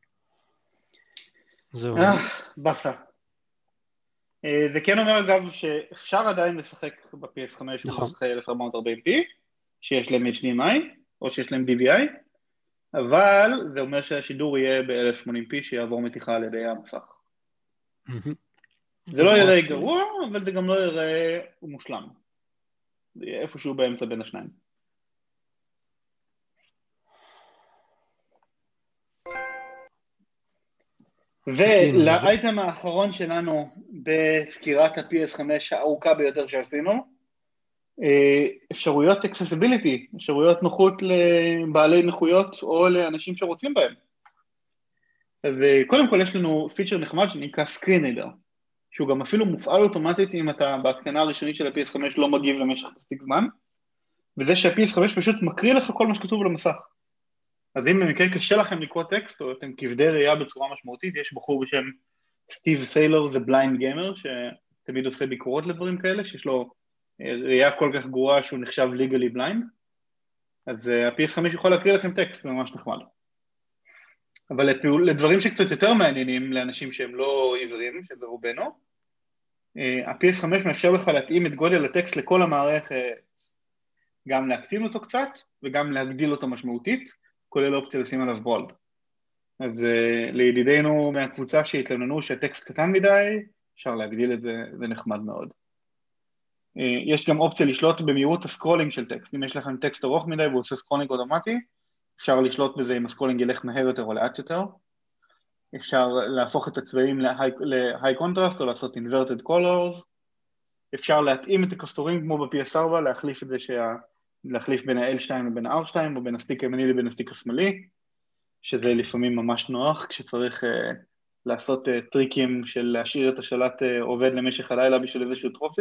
זהו. בסה. זה כן אומר אגב שאפשר עדיין לשחק ב-PS5 במסכי 1440p, שיש להם HDMI, או שיש להם DVI, אבל זה אומר שהשידור יהיה ב-1080p שיעבור מתיחה על ידי המסך. זה לא יראה גרוע, אבל זה גם לא יראה מושלם. זה יהיה איפשהו באמצע בין השניים. ולאייטם האחרון שלנו בסקירת ה-PS5 הארוכה ביותר שעשינו, אפשרויות accessibility, אפשרויות נוחות לבעלי נכויות או לאנשים שרוצים בהם. אז קודם כל יש לנו פיצ'ר נחמד שנקרא screen reader, שהוא גם אפילו מופעל אוטומטית אם אתה בהתקנה הראשונית של ה-PS5 לא מגיב למשך מספיק זמן, וזה שה-PS5 פשוט מקריא לך כל מה שכתוב על המסך. אז אם במקרה קשה לכם לקרוא טקסט, או אתם כבדי ראייה בצורה משמעותית, יש בחור בשם סטיב סיילור, זה בליינד גיימר, שתמיד עושה ביקורות לדברים כאלה, שיש לו ראייה כל כך גרועה שהוא נחשב legally blind, אז ה-PS5 יכול להקריא לכם טקסט, זה ממש נחמד. אבל לדברים שקצת יותר מעניינים לאנשים שהם לא עיוורים, שזה רובנו, ה-PS5 מאפשר לך להתאים את גודל הטקסט לכל המערכת, גם להקטין אותו קצת, וגם להגדיל אותו משמעותית, כולל אופציה לשים עליו בולד. אז לידידינו מהקבוצה שהתלוננו שהטקסט קטן מדי, אפשר להגדיל את זה, זה נחמד מאוד. יש גם אופציה לשלוט במהירות הסקרולינג של טקסט, אם יש לכם טקסט ארוך מדי והוא עושה סקרולינג אוטומטי, אפשר לשלוט בזה אם הסקרולינג ילך מהר יותר או לאט יותר, אפשר להפוך את הצבעים ל-high contrast או לעשות inverted colors, אפשר להתאים את הכפתורים כמו ב-PS4, להחליף בין ה-L2 לבין ה-R2 או בין הסטיק הימני לבין הסטיק השמאלי, שזה לפעמים ממש נוח כשצריך לעשות טריקים של להשאיר את השלט עובד למשך הלילה בשביל איזשהו טרופי.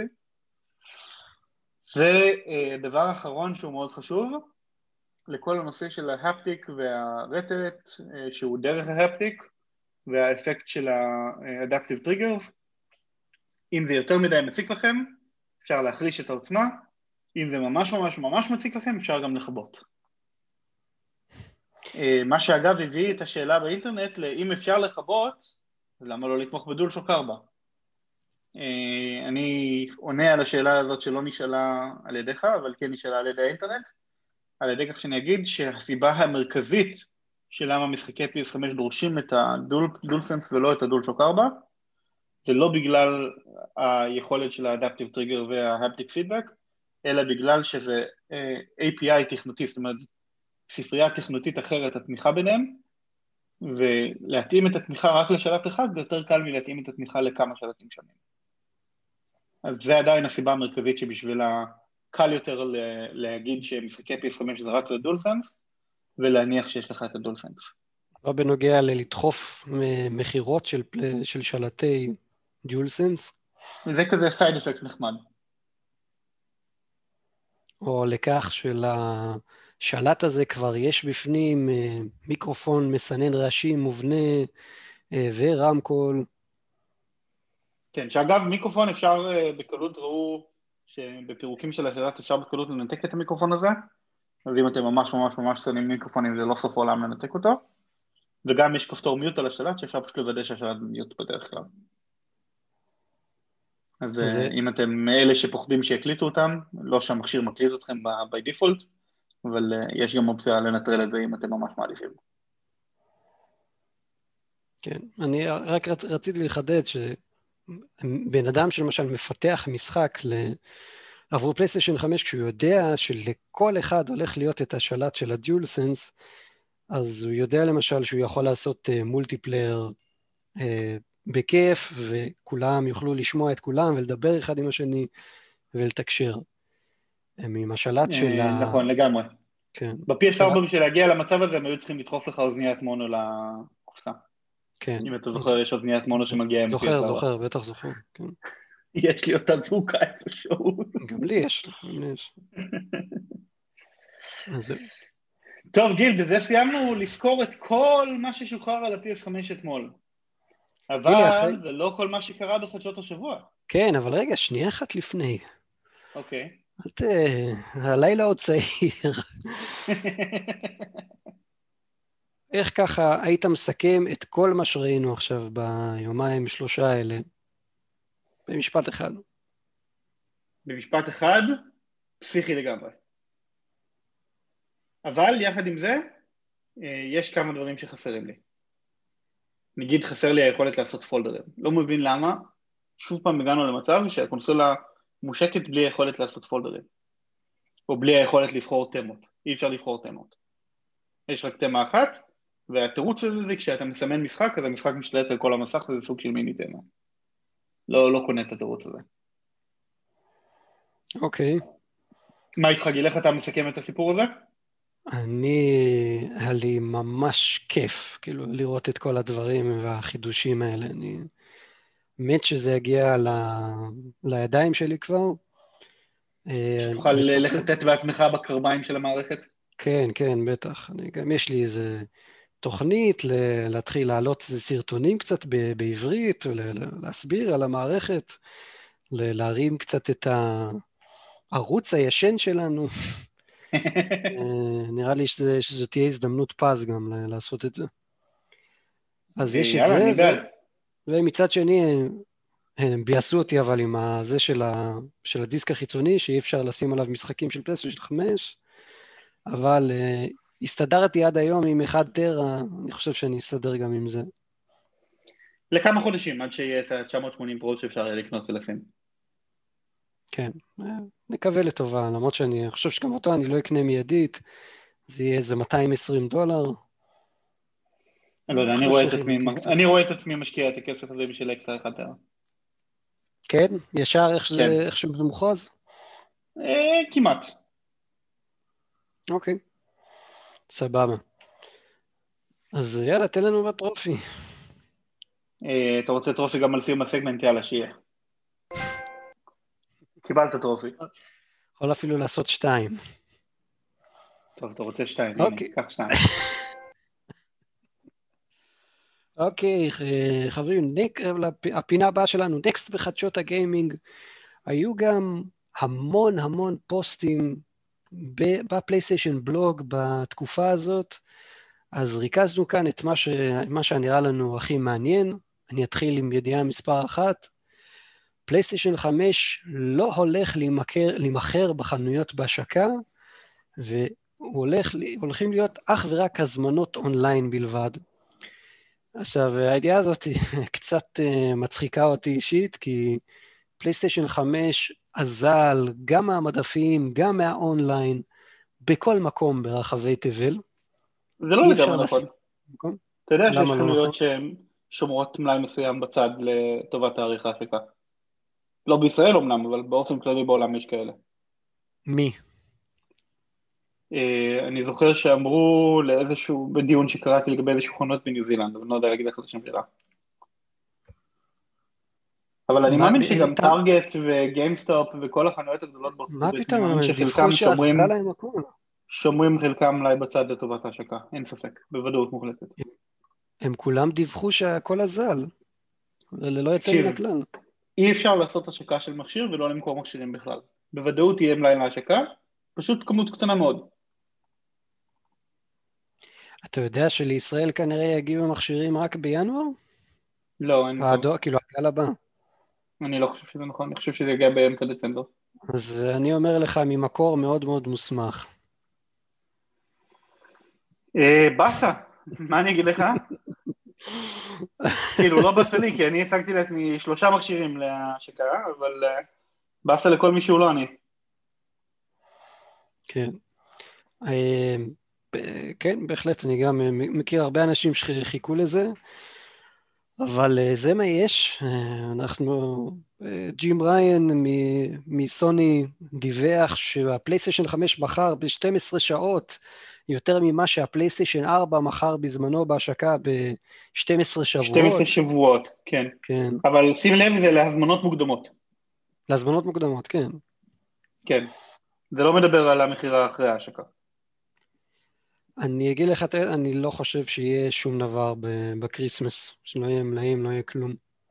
ודבר אחרון שהוא מאוד חשוב, לכל הנושא של ההפטיק והרטט, שהוא דרך ההפטיק, והאפקט של ה-adaptive triggers, אם זה יותר מדי מציק לכם, אפשר להחליש את העוצמה, אם זה ממש ממש ממש מציק לכם, אפשר גם לכבות. מה שאגב הביא את השאלה באינטרנט, אם אפשר לכבות, אז למה לא לתמוך בדולשוק 4? אני עונה על השאלה הזאת שלא נשאלה על ידיך, אבל כן נשאלה על ידי האינטרנט, על ידי כך שאני אגיד שהסיבה המרכזית של למה משחקי PS5 דורשים את הדולסנס ולא את הדולשוק 4, זה לא בגלל היכולת של האדפטיב טריגר וההפטיק פידבק, אלא בגלל שזה API תכנותי, זאת אומרת, ספרייה תכנותית אחרת, התמיכה ביניהם, ולהתאים את התמיכה רק לשלט אחד, זה יותר קל מלהתאים את התמיכה לכמה שלטים שונים. אז זה עדיין הסיבה המרכזית שבשבילה קל יותר להגיד שמשחקי PS5 זה רק לדולסנס, ולהניח שיש לך את הדולסנס. מה בנוגע ללדחוף מחירות של שלטי דולסנס? זה כזה סייד אפקט נחמד. או לכך שלשלט הזה כבר יש בפנים מיקרופון מסנן רעשים מובנה ורמקול. כן, שאגב מיקרופון אפשר בקלות, ראו שבפירוקים של השלט אפשר בקלות לנתק את המיקרופון הזה, אז אם אתם ממש ממש ממש שונאים מיקרופונים זה לא סוף העולם לנתק אותו, וגם יש כפתור מיוט על השלט שאפשר פשוט לוודא שהשלט מיוט בדרך כלל. אז אם אתם מאלה שפוחדים שיקליטו אותם, לא שהמכשיר מקליט אתכם by default, אבל יש גם אופציה לנטרל את זה אם אתם ממש מעדיפים. כן, אני רק רציתי לחדד שבן אדם שלמשל מפתח משחק עבור פלייסטיישן 5, כשהוא יודע שלכל אחד הולך להיות את השלט של הדיולסנס, אז הוא יודע למשל שהוא יכול לעשות מולטיפלייר בכיף, וכולם יוכלו לשמוע את כולם ולדבר אחד עם השני ולתקשר. עם השלט של נכון, לגמרי. כן. ב-PS4 בשביל להגיע למצב הזה, הם היו צריכים לדחוף לך אוזניית מונו לקופסה. כן. אם אתה זוכר, יש אוזניית מונו שמגיעה עם PS4. זוכר, בטח זוכר, כן. יש לי אותה זרוקה איפשהו. גם לי יש. טוב גיל, בזה סיימנו לזכור את כל מה ששוחרר על ה-PS5 אתמול. אבל זה לא כל מה שקרה בחדשות השבוע. כן, אבל רגע, שנייה אחת לפני. אוקיי. הלילה עוד צעיר. איך ככה היית מסכם את כל מה שראינו עכשיו ביומיים שלושה האלה? במשפט אחד. במשפט אחד, פסיכי לגמרי. אבל יחד עם זה, יש כמה דברים שחסרים לי. נגיד חסר לי היכולת לעשות פולדרים. לא מבין למה, שוב פעם הגענו למצב שהקונסולה מושקת בלי היכולת לעשות פולדרים. או בלי היכולת לבחור תמות. אי אפשר לבחור תמות. יש רק תמה אחת, והתירוץ הזה זה כשאתה מסמן משחק, אז המשחק משתלט על כל המסך, וזה סוג של מיני תמה. לא קונה את התירוץ הזה. אוקיי. מה איתך גיל, איך אתה מסכם את הסיפור הזה? היה לי ממש כיף, כאילו, לראות את כל הדברים והחידושים האלה. אני מת שזה יגיע לידיים שלי כבר. שתוכל לחטט בעצמך בקרביים של המערכת? כן, כן, בטח. גם יש לי איזה תוכנית להתחיל להעלות סרטונים קצת בעברית, להסביר על המערכת, להרים קצת את הערוץ הישן שלנו. נראה לי שזו תהיה הזדמנות פז גם לעשות את זה. אז יש את זה, ומצד שני, הם ביאסו אותי אבל עם זה של הדיסק החיצוני, שאי אפשר לשים עליו משחקים של פלייסטיישן 5, אבל הסתדרתי עד היום עם 1 טרה, אני חושב שאני אסתדר גם עם זה. לכמה חודשים, עד שיהיה את ה-980 פרו שאפשר לקנות ולשים. כן, נקווה לטובה, למרות שאני חושב שגם אותו אני לא אקנה מיידית, זה יהיה איזה $220. אני לא יודע, אני רואה את עצמי משקיע את הכסף הזה בשביל אקסטרה 1 טרה. כן? ישר איך שזה מוכרז? כמעט. אוקיי, סבבה. אז יאללה, תן לנו בטרופי. אתה רוצה טרופי גם על סיום הסגמנט? יאללה, שיהיה. קיבלת טרופי. יכול אפילו לעשות 2. טוב, אתה רוצה 2, אוקיי. קח 2. אוקיי, חברים, הפינה הבאה שלנו, נקסט בחדשות הגיימינג, היו גם המון פוסטים בפלייסטיישן בלוג בתקופה הזאת, אז ריכזנו כאן את מה שנראה לנו הכי מעניין. אני אתחיל עם ידיעה מספר 1, פלייסטיישן 5 לא הולך להימכר בחנויות בהשקה, והולכים להיות אך ורק הזמנות אונליין בלבד. עכשיו, הידיעה הזאת קצת מצחיקה אותי אישית, כי פלייסטיישן 5 אזל גם מהמדפים, גם מהאונליין, בכל מקום ברחבי תבל. זה לא לגמרי נכון. מקום? אתה יודע שיש למה לא חנויות נכון? שהן שומרות מלאי מסוים בצד לטובת תאריך ההפקה. לא בישראל אמנם, אבל באופן כללי בעולם יש כאלה. מי? אני זוכר שאמרו לאיזשהו, בדיון שקראתי לגבי איזשהו חנות בניו זילנד, אבל אני לא יודע להגיד לך את השם שלה. אבל אני מאמין שגם טארגט וגיימסטופ וכל החנויות הגדולות בארצות מה הברית, אני פתאום, מאמין הם דיווחו שחלקם שעשה להם הכל. שומרים חלקם מלאי בצד לטובת ההשקה, אין ספק, בוודאות מוחלטת. הם כולם דיווחו שהכל אזל, וללא יוצא מן תקשיב, הכלל. אי אפשר לעשות השקה של מכשיר ולא למכור מכשירים בכלל. בוודאות יהיה מלאי להשקה, פשוט כמות קטנה מאוד. אתה יודע שלישראל כנראה יגיעו מכשירים רק בינואר? לא, אין טוב. כאילו הגל הבא. אני לא חושב שזה נכון, אני חושב שזה יגיע באמצע דצמבר. אז אני אומר לך ממקור מאוד מאוד מוסמך. בסה, מה אני אגיד לך? כאילו לא בסה לי, כי אני הצגתי לעצמי 3 מכשירים להשקה, אבל בסה לכל מי שהוא לא אני. כן. כן, בהחלט, אני גם מכיר הרבה אנשים שחיכו לזה, אבל זה מה יש. ג'ים ריין מסוני דיווח שהפלייסטיישן 5 בחר ב-12 שעות יותר ממה שהפלייסטיישן 4 מחר בזמנו בהשקה ב-12 שבועות. 12 שבועות, כן. כן. אבל שים לב, זה להזמנות מוקדמות. להזמנות מוקדמות, כן. כן. זה לא מדבר על המחירה אחרי ההשקה. אני אגיד לך, אני לא חושב שיהיה שום דבר בקריסמס, שלא יהיה מלאים, לא יהיה כלום.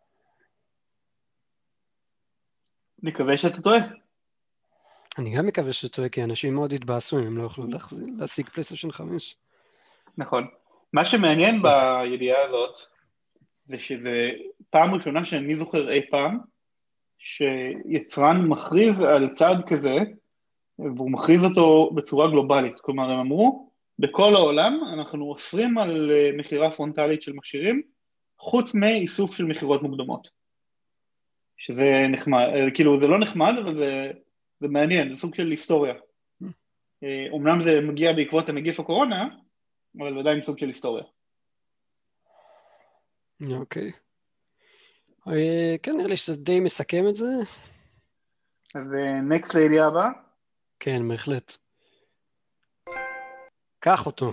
נקווה שאתה טועה. אני גם מקווה שאתה טועה, כי אנשים מאוד התבאסו אם הם לא יוכלו להשיג פלייסטיישן 5. נכון. מה שמעניין בידיעה הזאת, זה שזה פעם ראשונה שאני זוכר אי פעם, שיצרן מכריז על צעד כזה, והוא מכריז אותו בצורה גלובלית. כלומר, הם אמרו, בכל העולם אנחנו אוסרים על מחירה פרונטלית של מכשירים, חוץ מאיסוף של מחירות מוקדמות. שזה נחמד, כאילו זה לא נחמד, אבל זה מעניין, זה סוג של היסטוריה. אומנם זה מגיע בעקבות הנגיף הקורונה, אבל זה עדיין סוג של היסטוריה. אוקיי. כן, נראה לי שזה די מסכם את זה. אז נקסט לידיעה הבאה. כן, בהחלט. קח אותו.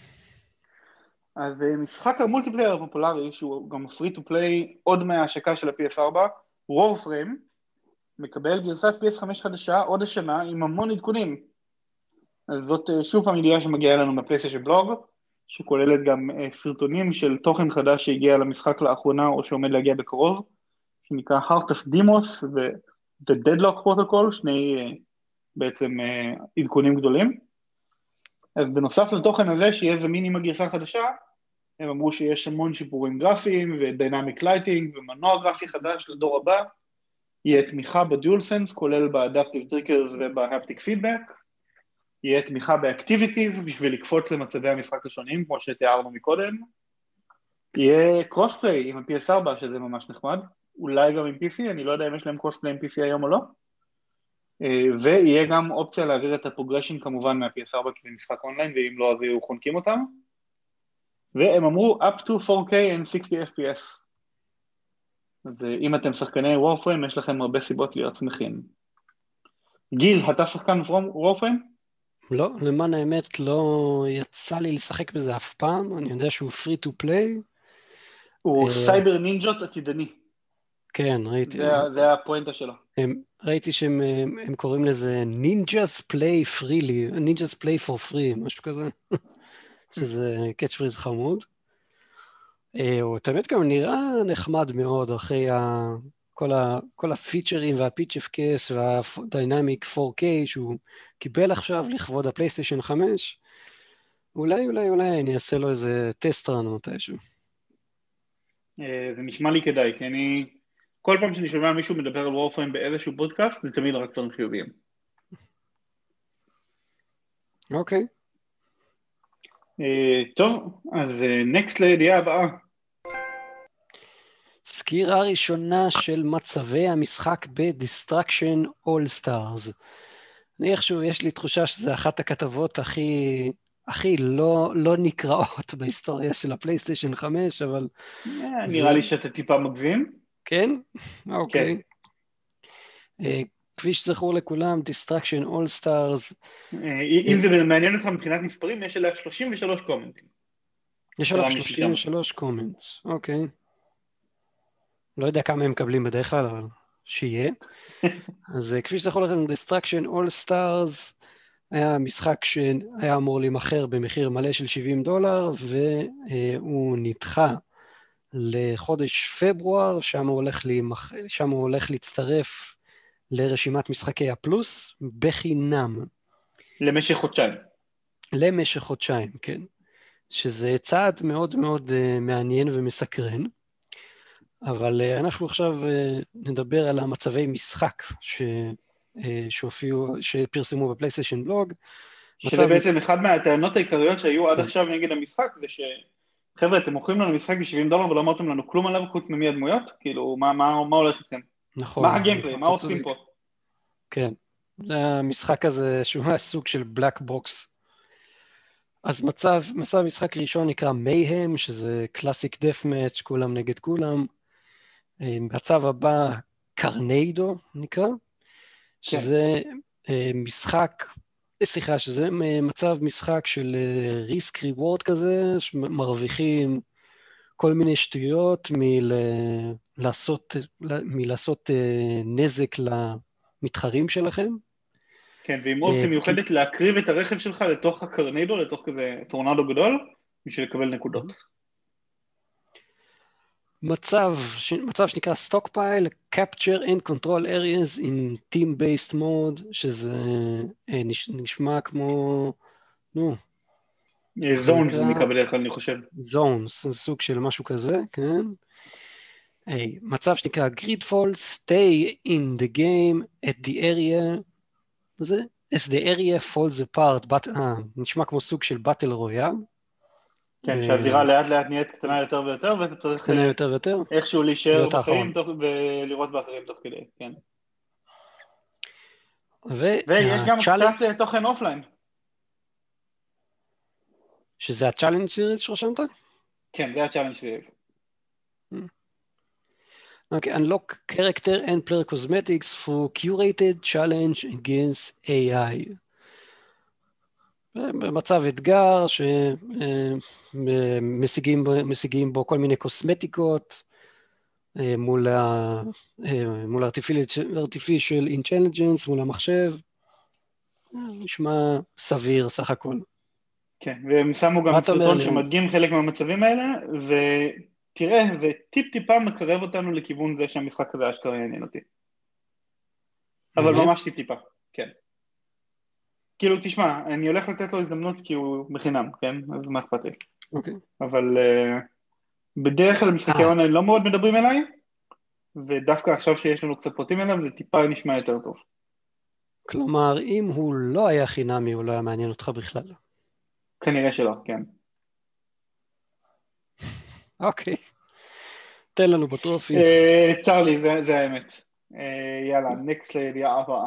אז משחק המולטיפלייר הפופולרי, שהוא גם פרי טו פליי עוד מההשקה של ה-PS4, Warframe, מקבל גרסת PS5 חדשה עוד השנה עם המון עדכונים. אז זאת שוב פעם ידיעה שמגיעה לנו מפלייסטיישן בלוג, שכוללת גם סרטונים של תוכן חדש שהגיע למשחק לאחרונה או שעומד להגיע בקרוב, שנקרא Heart of Demos ו-The Deadlock Protocol, שני בעצם עדכונים גדולים. אז בנוסף לתוכן הזה שיהיה זמין עם הגרסה החדשה, הם אמרו שיש המון שיפורים גרפיים ודינמיק לייטינג ומנוע גרפי חדש לדור הבא, יהיה תמיכה בדיול סנס, כולל באדפטיב טריקרס ובהפטיק פידבק, יהיה תמיכה באקטיביטיז בשביל לקפוץ למצבי המשחק השונים, כמו שתיארנו מקודם, יהיה קרוספליי עם ה-PS4, שזה ממש נחמד, אולי גם עם PC, אני לא יודע אם יש להם קרוספליי עם PC היום או לא, ויהיה גם אופציה להעביר את הפרוגרשן כמובן מה-PS4 כי זה משחק אונליין, ואם לא אז יהיו חונקים אותם, והם אמרו up to 4K and 60 FPS. אז אם אתם שחקני Warframe, יש לכם הרבה סיבות להיות שמחים. גיל, אתה שחקן Warframe? לא, למען האמת לא יצא לי לשחק בזה אף פעם, אני יודע שהוא free to play. הוא סייבר נינג'ות עתידני. כן, ראיתי. זה הפואנטה שלו. ראיתי שהם קוראים לזה Ninjas Play Freely, Ninjas Play for Free, משהו כזה, שזה קאץ' פריז חמוד. הוא תמיד גם נראה נחמד מאוד אחרי כל הפיצ'רים והפיץ' אף קייס והדיינמיק 4K שהוא קיבל עכשיו לכבוד הפלייסטיישן 5. אולי אני אעשה לו איזה טסט רן מתישהו. זה נשמע לי כדאי, כי אני כל פעם שאני שומע מישהו מדבר על וורפריים באיזשהו פודקאסט, זה תמיד רק דברים חיוביים. אוקיי. טוב, אז נקסט לידיעה הבאה. סקירה ראשונה של מצבי המשחק ב-Destruction All Stars. אני איכשהו, יש לי תחושה שזה אחת הכתבות הכי לא נקראות בהיסטוריה של הפלייסטיישן 5, אבל... נראה לי שאתה טיפה מגזים. כן? אוקיי. כן. כפי שזכור לכולם, Destruction All Stars. אם זה מעניין אותך מבחינת מספרים, יש עליה 33 קומנטים. יש עליו 33 קומנטס, אוקיי. לא יודע כמה הם מקבלים בדרך כלל, אבל שיהיה. אז כפי שזכור לכם, Destruction All Stars היה משחק שהיה אמור להימכר במחיר מלא של $70, והוא נדחה לחודש פברואר, שם הוא הולך להצטרף לרשימת משחקי הפלוס בחינם. למשך חודשיים, כן. שזה צעד מאוד מאוד מעניין ומסקרן. אבל אנחנו עכשיו נדבר על המצבי משחק שפרסמו בפלייסטיישן בלוג. שזה בעצם אחד מהטענות העיקריות שהיו עד עכשיו נגד המשחק, זה שחבר'ה, אתם מוכרים לנו משחק ב$70 ולא אמרתם לנו כלום עליו חוץ ממי הדמויות? כאילו, מה הולך איתכם? נכון. מה הגיימפליי? מה עושים פה? כן, זה המשחק הזה שהוא סוג של בלק בוקס. אז מצב משחק ראשון נקרא מייהם, שזה קלאסיק דף מאץ', כולם נגד כולם. בצו הבא קרניידו נקרא, שזה שזה מצב משחק של ריסק ריוורד כזה, שמרוויחים כל מיני שטויות מלעשות נזק למתחרים שלכם. כן, ואימוציה מיוחדת להקריב את הרכב שלך לתוך הקרניידו, לתוך כזה טורנדו גדול, בשביל לקבל נקודות. מצב שנקרא Stockpile, Capture and Control Areas in Team-Based Mode, שזה נשמע כמו, Zones זה נקרא בדרך כלל, אני חושב. Zones, זה סוג של משהו כזה, כן. מצב שנקרא Gridfall, Stay in the game at the area, זה? As the area falls apart, נשמע כמו סוג של Battle Royale. כן, שהזירה לאט לאט נהיית קטנה יותר ויותר, ואתה צריך איכשהו להישאר בחיים ולראות באחרים תוך כדי, כן. ויש גם קצת תוכן אופליין. שזה ה-Challenge Series שרשמת? כן, זה ה-Challenge Series. Okay, unlock character and player cosmetics through curated challenge against AI. במצב אתגר שמשיגים בו כל מיני קוסמטיקות מול artificial intelligence, מול המחשב. נשמע סביר סך הכל. כן, והם שמו גם סרטון שמדגים חלק מהמצבים האלה, ותראה, זה טיפה מקרב אותנו לכיוון זה שהמשחק הזה אשכרה יעניין אותי. אבל ממש טיפה, כן. כאילו, תשמע, אני הולך לתת לו הזדמנות כי הוא בחינם, כן? אז מה אכפת לי? אוקיי. אבל בדרך כלל משחקי אונליין לא מאוד מדברים אליי, ודווקא עכשיו שיש לנו קצת פרטים אליו, זה טיפה נשמע יותר טוב. כלומר, אם הוא לא היה חינמי, הוא לא היה מעניין אותך בכלל. כנראה שלא, כן. אוקיי. תן לנו בטרופי. צר לי, זה האמת. יאללה, נקסט לידיעה הבאה.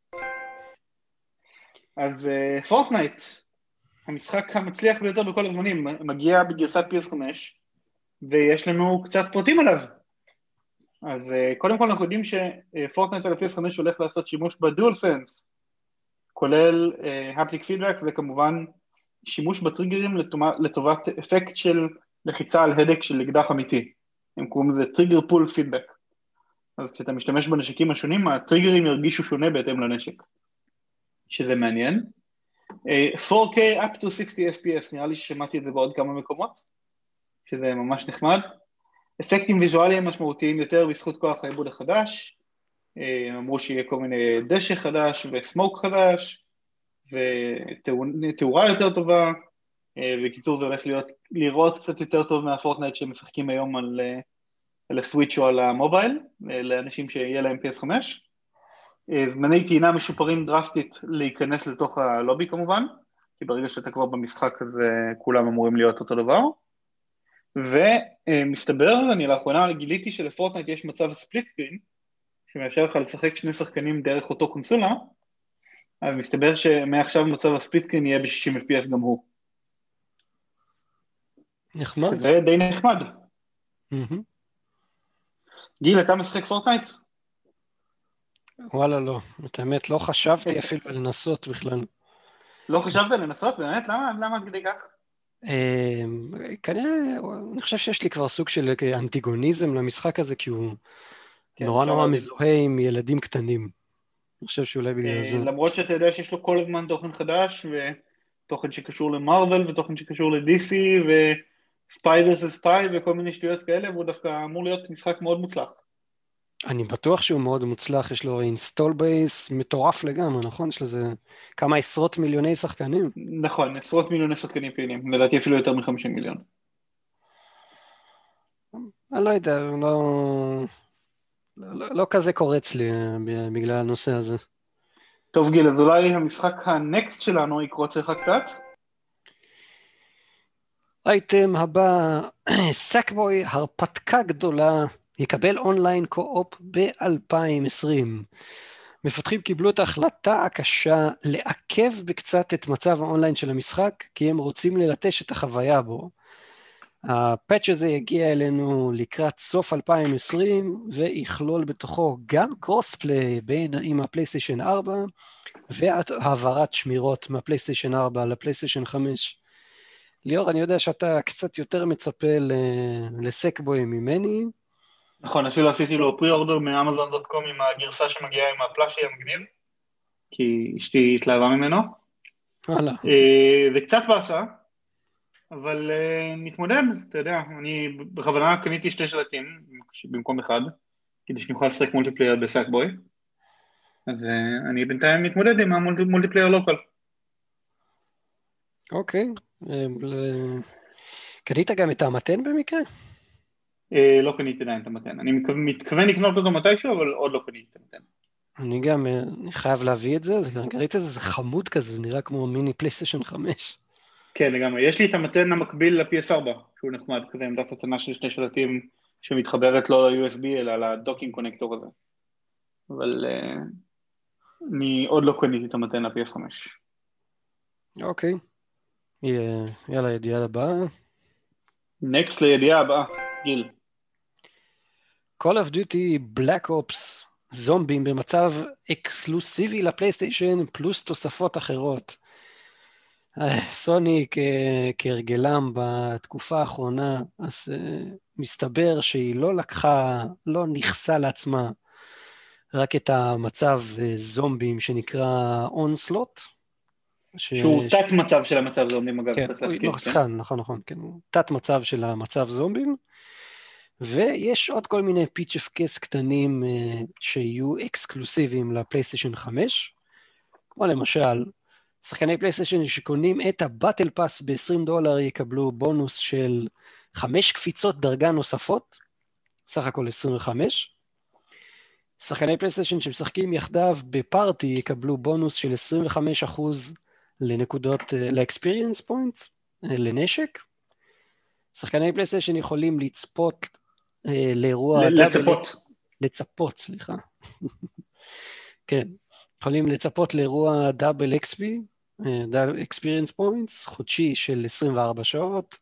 אז פורטנייט, המשחק המצליח ביותר בכל הזמנים, מגיע בגרסת PS5, ויש לנו קצת פרטים עליו. אז קודם כל אנחנו יודעים שפורטנייט על PS5 הולך לעשות שימוש בדואל סנס, כולל הפליק פידבק, וכמובן שימוש בטריגרים לטובת אפקט של לחיצה על הדק של אקדח אמיתי. הם קוראים לזה טריגר פול פידבק. אז כשאתה משתמש בנשקים השונים, הטריגרים ירגישו שונה בהתאם לנשק. שזה מעניין. 4K up to 60 FPS, נראה לי ששמעתי את זה בעוד כמה מקומות, שזה ממש נחמד. אפקטים ויזואליים משמעותיים יותר בזכות כוח העיבוד החדש, אמרו שיהיה כל מיני דשא חדש וסמוק חדש, ותאורה יותר טובה, בקיצור זה הולך לראות קצת יותר טוב מהפורטנייט שמשחקים היום על הסוויץ' או על המובייל, לאנשים שיהיה להם PS5. זמני טעינה משופרים דרסטית להיכנס לתוך הלובי כמובן, כי ברגע שאתה כבר במשחק אז כולם אמורים להיות אותו דבר. ומסתבר, אני לאחרונה גיליתי שלפורטנייט יש מצב ספליט סקרין, שמאפשר לך לשחק שני שחקנים דרך אותו קונסולה, אז מסתבר שמעכשיו מצב הספליט סקרין יהיה ב-60 FPS גם הוא. נחמד. זה די נחמד. Mm-hmm. גיל, אתה משחק פורטנייט? וואלה לא, את האמת לא חשבתי אפילו לנסות בכלל. לא חשבת לנסות? באמת? למה כדי כך? כנראה, אני חושב שיש לי כבר סוג של אנטיגוניזם למשחק הזה, כי הוא כן, נורא נורא מזוהה עם ילדים קטנים. אני חושב שאולי בגלל זה. למרות שאתה יודע שיש לו כל הזמן תוכן חדש, ותוכן שקשור למרוול, ותוכן שקשור ל-DC, וספיי ורסס ספיי, וכל מיני שטויות כאלה, והוא דווקא אמור להיות משחק מאוד מוצלח. אני בטוח שהוא מאוד מוצלח, יש לו אינסטול בייס מטורף לגמרי, נכון? יש לזה כמה עשרות מיליוני שחקנים. נכון, עשרות מיליוני שחקנים פעילים, לדעתי אפילו יותר מ-50 מיליון. אני לא יודע, לא כזה קורץ לי בגלל הנושא הזה. טוב גיל, אז אולי המשחק הנקסט שלנו יקרוץ לך קצת? אייטם הבא, סאקבוי, הרפתקה גדולה, יקבל אונליין קו-אופ ב-2020. מפתחים קיבלו את ההחלטה הקשה לעכב בקצת את מצב האונליין של המשחק, כי הם רוצים ללטש את החוויה בו. הפאץ' הזה יגיע אלינו לקראת סוף 2020, ויכלול בתוכו גם קרוספליי עם הפלייסטיישן 4, והעברת שמירות מהפלייסטיישן 4 לפלייסטיישן 5. ליאור, אני יודע שאתה קצת יותר מצפה לסקבוי ממני. נכון, אפילו עשיתי לו פרי-אורדר מאמזון.קום עם הגרסה שמגיעה עם הפלאשי המגניב, כי אשתי התלהבה ממנו. וואלה. זה קצת בעשה, אבל נתמודד, אתה יודע, אני בכוונה קניתי 2 שלטים במקום אחד, כדי שנוכל לשחק מולטיפלייר בסאקבוי, אז אני בינתיים מתמודד עם המולטיפלייר לוקל. אוקיי. קנית גם את המתן במקרה? לא קניתי עדיין את המתן, אני מתכוון לקנות אותו מתישהו, אבל עוד לא קניתי את המתן. אני גם חייב להביא את זה, ראית את זה, זה חמוד כזה, זה נראה כמו מיני פלייסטיישן 5. כן, לגמרי, יש לי את המתן המקביל ל-PS4, שהוא נחמד, כזה עמדת התנה של 2 שלטים שמתחברת לא ל-USB אלא לדוקינג קונקטור הזה. אבל אני עוד לא קניתי את המתן ל-PS5. אוקיי. יאללה, ידיעה הבאה. נקסט לידיעה הבאה, גיל. Call of Duty Black Ops זומבים במצב אקסקלוסיבי לפלייסטיישן פלוס תוספות אחרות. סוני כהרגלם בתקופה האחרונה, אז מסתבר שהיא לא נכסה לעצמה רק את המצב זומבים שנקרא Onslaught. שהוא תת מצב של המצב זומבים אגב, כן, צריך להזכיר. כן? נכון, כן, הוא תת מצב של המצב זומבים. ויש עוד כל מיני פיץ' אף קייס קטנים שיהיו אקסקלוסיביים לפלייסטיישן 5, כמו למשל, שחקני פלייסטיישן שקונים את הבטל פאס $20 יקבלו בונוס של 5 קפיצות דרגה נוספות, סך הכל 25. שחקני פלייסטיישן שמשחקים יחדיו בפארטי יקבלו בונוס של 25% לנקודות, ל-experience point, לנשק. שחקני פלייסטיישן יכולים לצפות לאירוע... לצפות, סליחה. כן. יכולים לצפות לאירוע דאבל XP, experience points, חודשי של 24 שעות,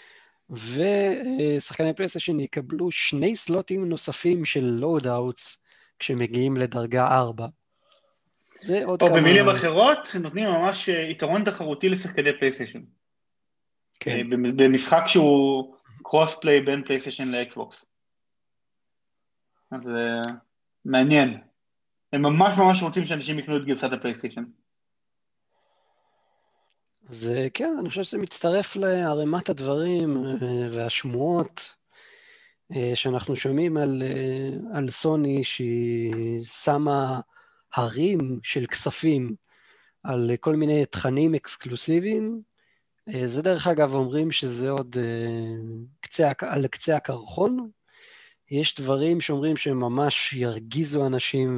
ושחקני פלייסטיישן יקבלו 2 סלוטים נוספים של לואוד-אוטס, כשמגיעים לדרגה 4. זה עוד כמה... במילים אחרות, נותנים ממש יתרון תחרותי לשחקני פלייסטיישן. כן. במשחק שהוא קרוס-פליי בין פלייסטיישן לאקסבוקס. אז מעניין. הם ממש רוצים שאנשים יקנו את גרסת הפלייסטיישן. אז כן, אני חושב שזה מצטרף להרמת הדברים והשמועות שאנחנו שומעים על סוני שהיא שמה הרים של כספים על כל מיני תכנים אקסקלוסיביים. זה דרך אגב אומרים שזה עוד על קצה הקרחון. יש דברים שאומרים שהם ממש ירגיזו אנשים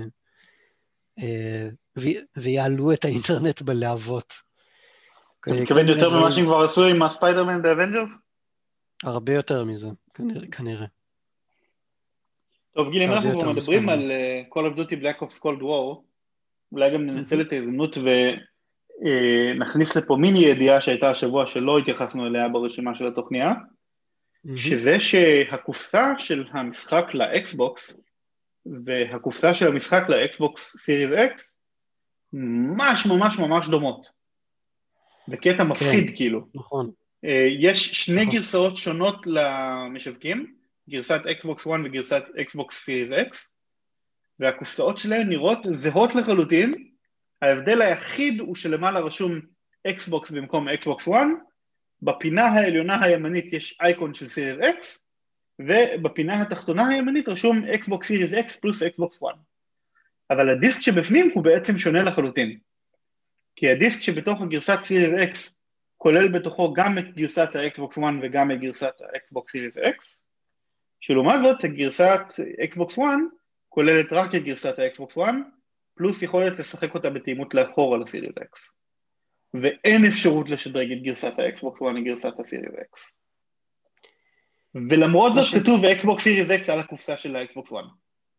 ויעלו את האינטרנט בלהבות. אתה מתכוון יותר ממה שהם כבר עשו עם הספיידרמן באבנג'רס? הרבה יותר מזה, כנראה. טוב, גיל, אם אנחנו כבר מדברים על Call of Duty Black Ops Cold War, אולי גם ננצל את ההזדמנות ונכניס לפה מיני ידיעה שהייתה השבוע שלא התייחסנו אליה ברשימה של התוכניה, שזה שהקופסה של המשחק לאקסבוקס והקופסה של המשחק לאקסבוקס סיריס אקס ממש ממש ממש דומות. בקטע מפחיד כאילו. נכון. יש שני גרסאות שונות למשווקים, גרסת אקסבוקס 1 וגרסת אקסבוקס סיריס אקס, והקופסאות שלהן נראות זהות לחלוטין, ההבדל היחיד הוא שלמעלה רשום אקסבוקס במקום אקסבוקס 1, בפינה העליונה הימנית יש אייקון של סיריס אקס, ובפינה התחתונה הימנית רשום אקסבוקס סיריס אקס פלוס אקסבוקס 1. אבל הדיסק שבפנים הוא בעצם שונה לחלוטין, כי הדיסק שבתוך הגרסת סיריס אקס כולל בתוכו גם את גרסת האקסבוקס 1 וגם את גרסת האקסבוקס סיריס אקס, שלעומת זאת הגרסת אקסבוקס 1 כוללת רק את גרסת האקסבוקס 1, פלוס יכולת לשחק אותה בתאימות לאחור על הסיריס אקס. ואין אפשרות לשדרג את גרסת האקסבוקס 1 לגרסת הסיריס אקס. ולמרות זאת כתוב אקסבוקס סיריס אקס על הקופסה של האקסבוקס 1.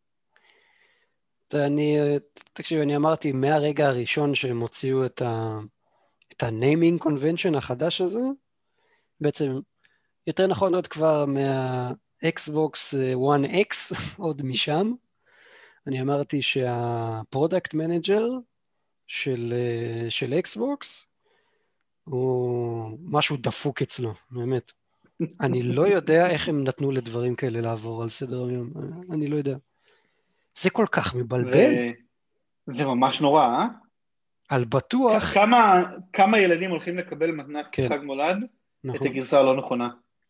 תקשיב, אני אמרתי מהרגע הראשון שהם הוציאו את ה-naming convention החדש הזה, בעצם יותר נכון עוד כבר מה-Xbox One X, עוד משם, אני אמרתי שהפרודקט מנג'ר של אקסבוקס הוא משהו דפוק אצלו, באמת. אני לא יודע איך הם נתנו לדברים כאלה לעבור על סדר היום, אני לא יודע. זה כל כך מבלבל. זה ממש נורא, אה? על בטוח. כמה ילדים הולכים לקבל מתנת חג מולד את הגרסה הלא נכונה?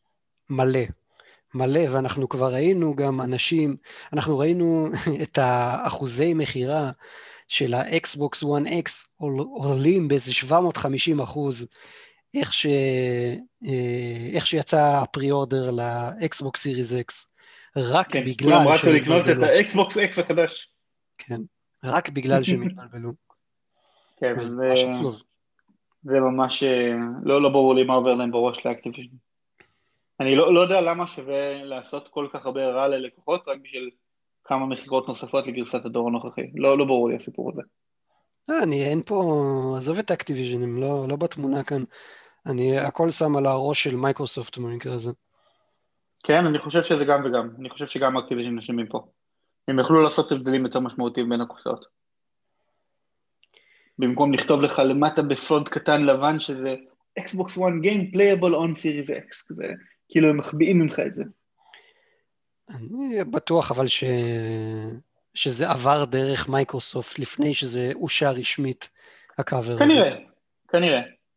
מלא, ואנחנו כבר ראינו גם אנשים, אנחנו ראינו את האחוזי מחירה של האקסבוקס 1X עולים באיזה 750%, איך שיצא הפרי-אורדר לאקסבוקס סיריס אקס, רק בגלל כולם רצו לקנות את האקסבוקס אקס החדש. כן, רק בגלל שהם התבלבלו. כן, זה ממש, לא ברור לי מה עובר להם בראש לאקטיביז'ן. אני לא יודע למה שווה לעשות כל כך הרבה רע ללקוחות, רק בשביל כמה מחירות נוספות לגרסת הדור הנוכחי. לא ברור לי הסיפור הזה. אין פה, עזוב את האקטיביז'ן, הם לא בתמונה כאן. אני הכל שם על הראש של מייקרוסופט במקרה הזה. כן, אני חושב שזה גם וגם. אני חושב שגם האקטיביז'ן נשמים פה. הם יכלו לעשות הבדלים יותר משמעותיים בין הקופסאות. במקום לכתוב לך למטה בפלונט קטן לבן שזה Xbox One Game Playable on Series X, כזה, כאילו הם מחביאים ממך את זה. אני בטוח אבל שזה עבר דרך מייקרוסופט לפני שזה אושר רשמית הקאבר הזה. כנראה.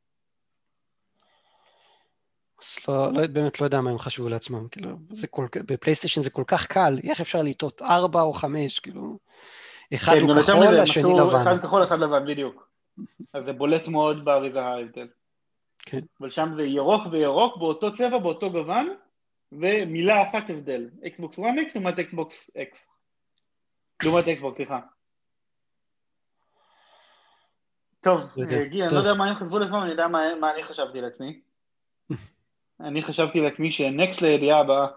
אז באמת לא יודע מה הם חשבו לעצמם, כאילו, בפלייסטיישן זה כל כך קל, איך אפשר לטעות 4 או 5, כאילו, אחד הוא כחול, השני לבן. אחד כחול, אחד לבן, בדיוק. אז זה בולט מאוד באריזה ההבדל. כן. אבל שם זה ירוק וירוק, באותו צבע, באותו גוון, ומילה אחת הבדל. Xbox One X לעומת Xbox X. לעומת Xbox, סליחה. טוב, גיל, אני לא יודע מה הם חשבו לעצמם, אני יודע מה אני חשבתי לעצמי. אני חשבתי לעצמי שנקסט לידיעה הבאה.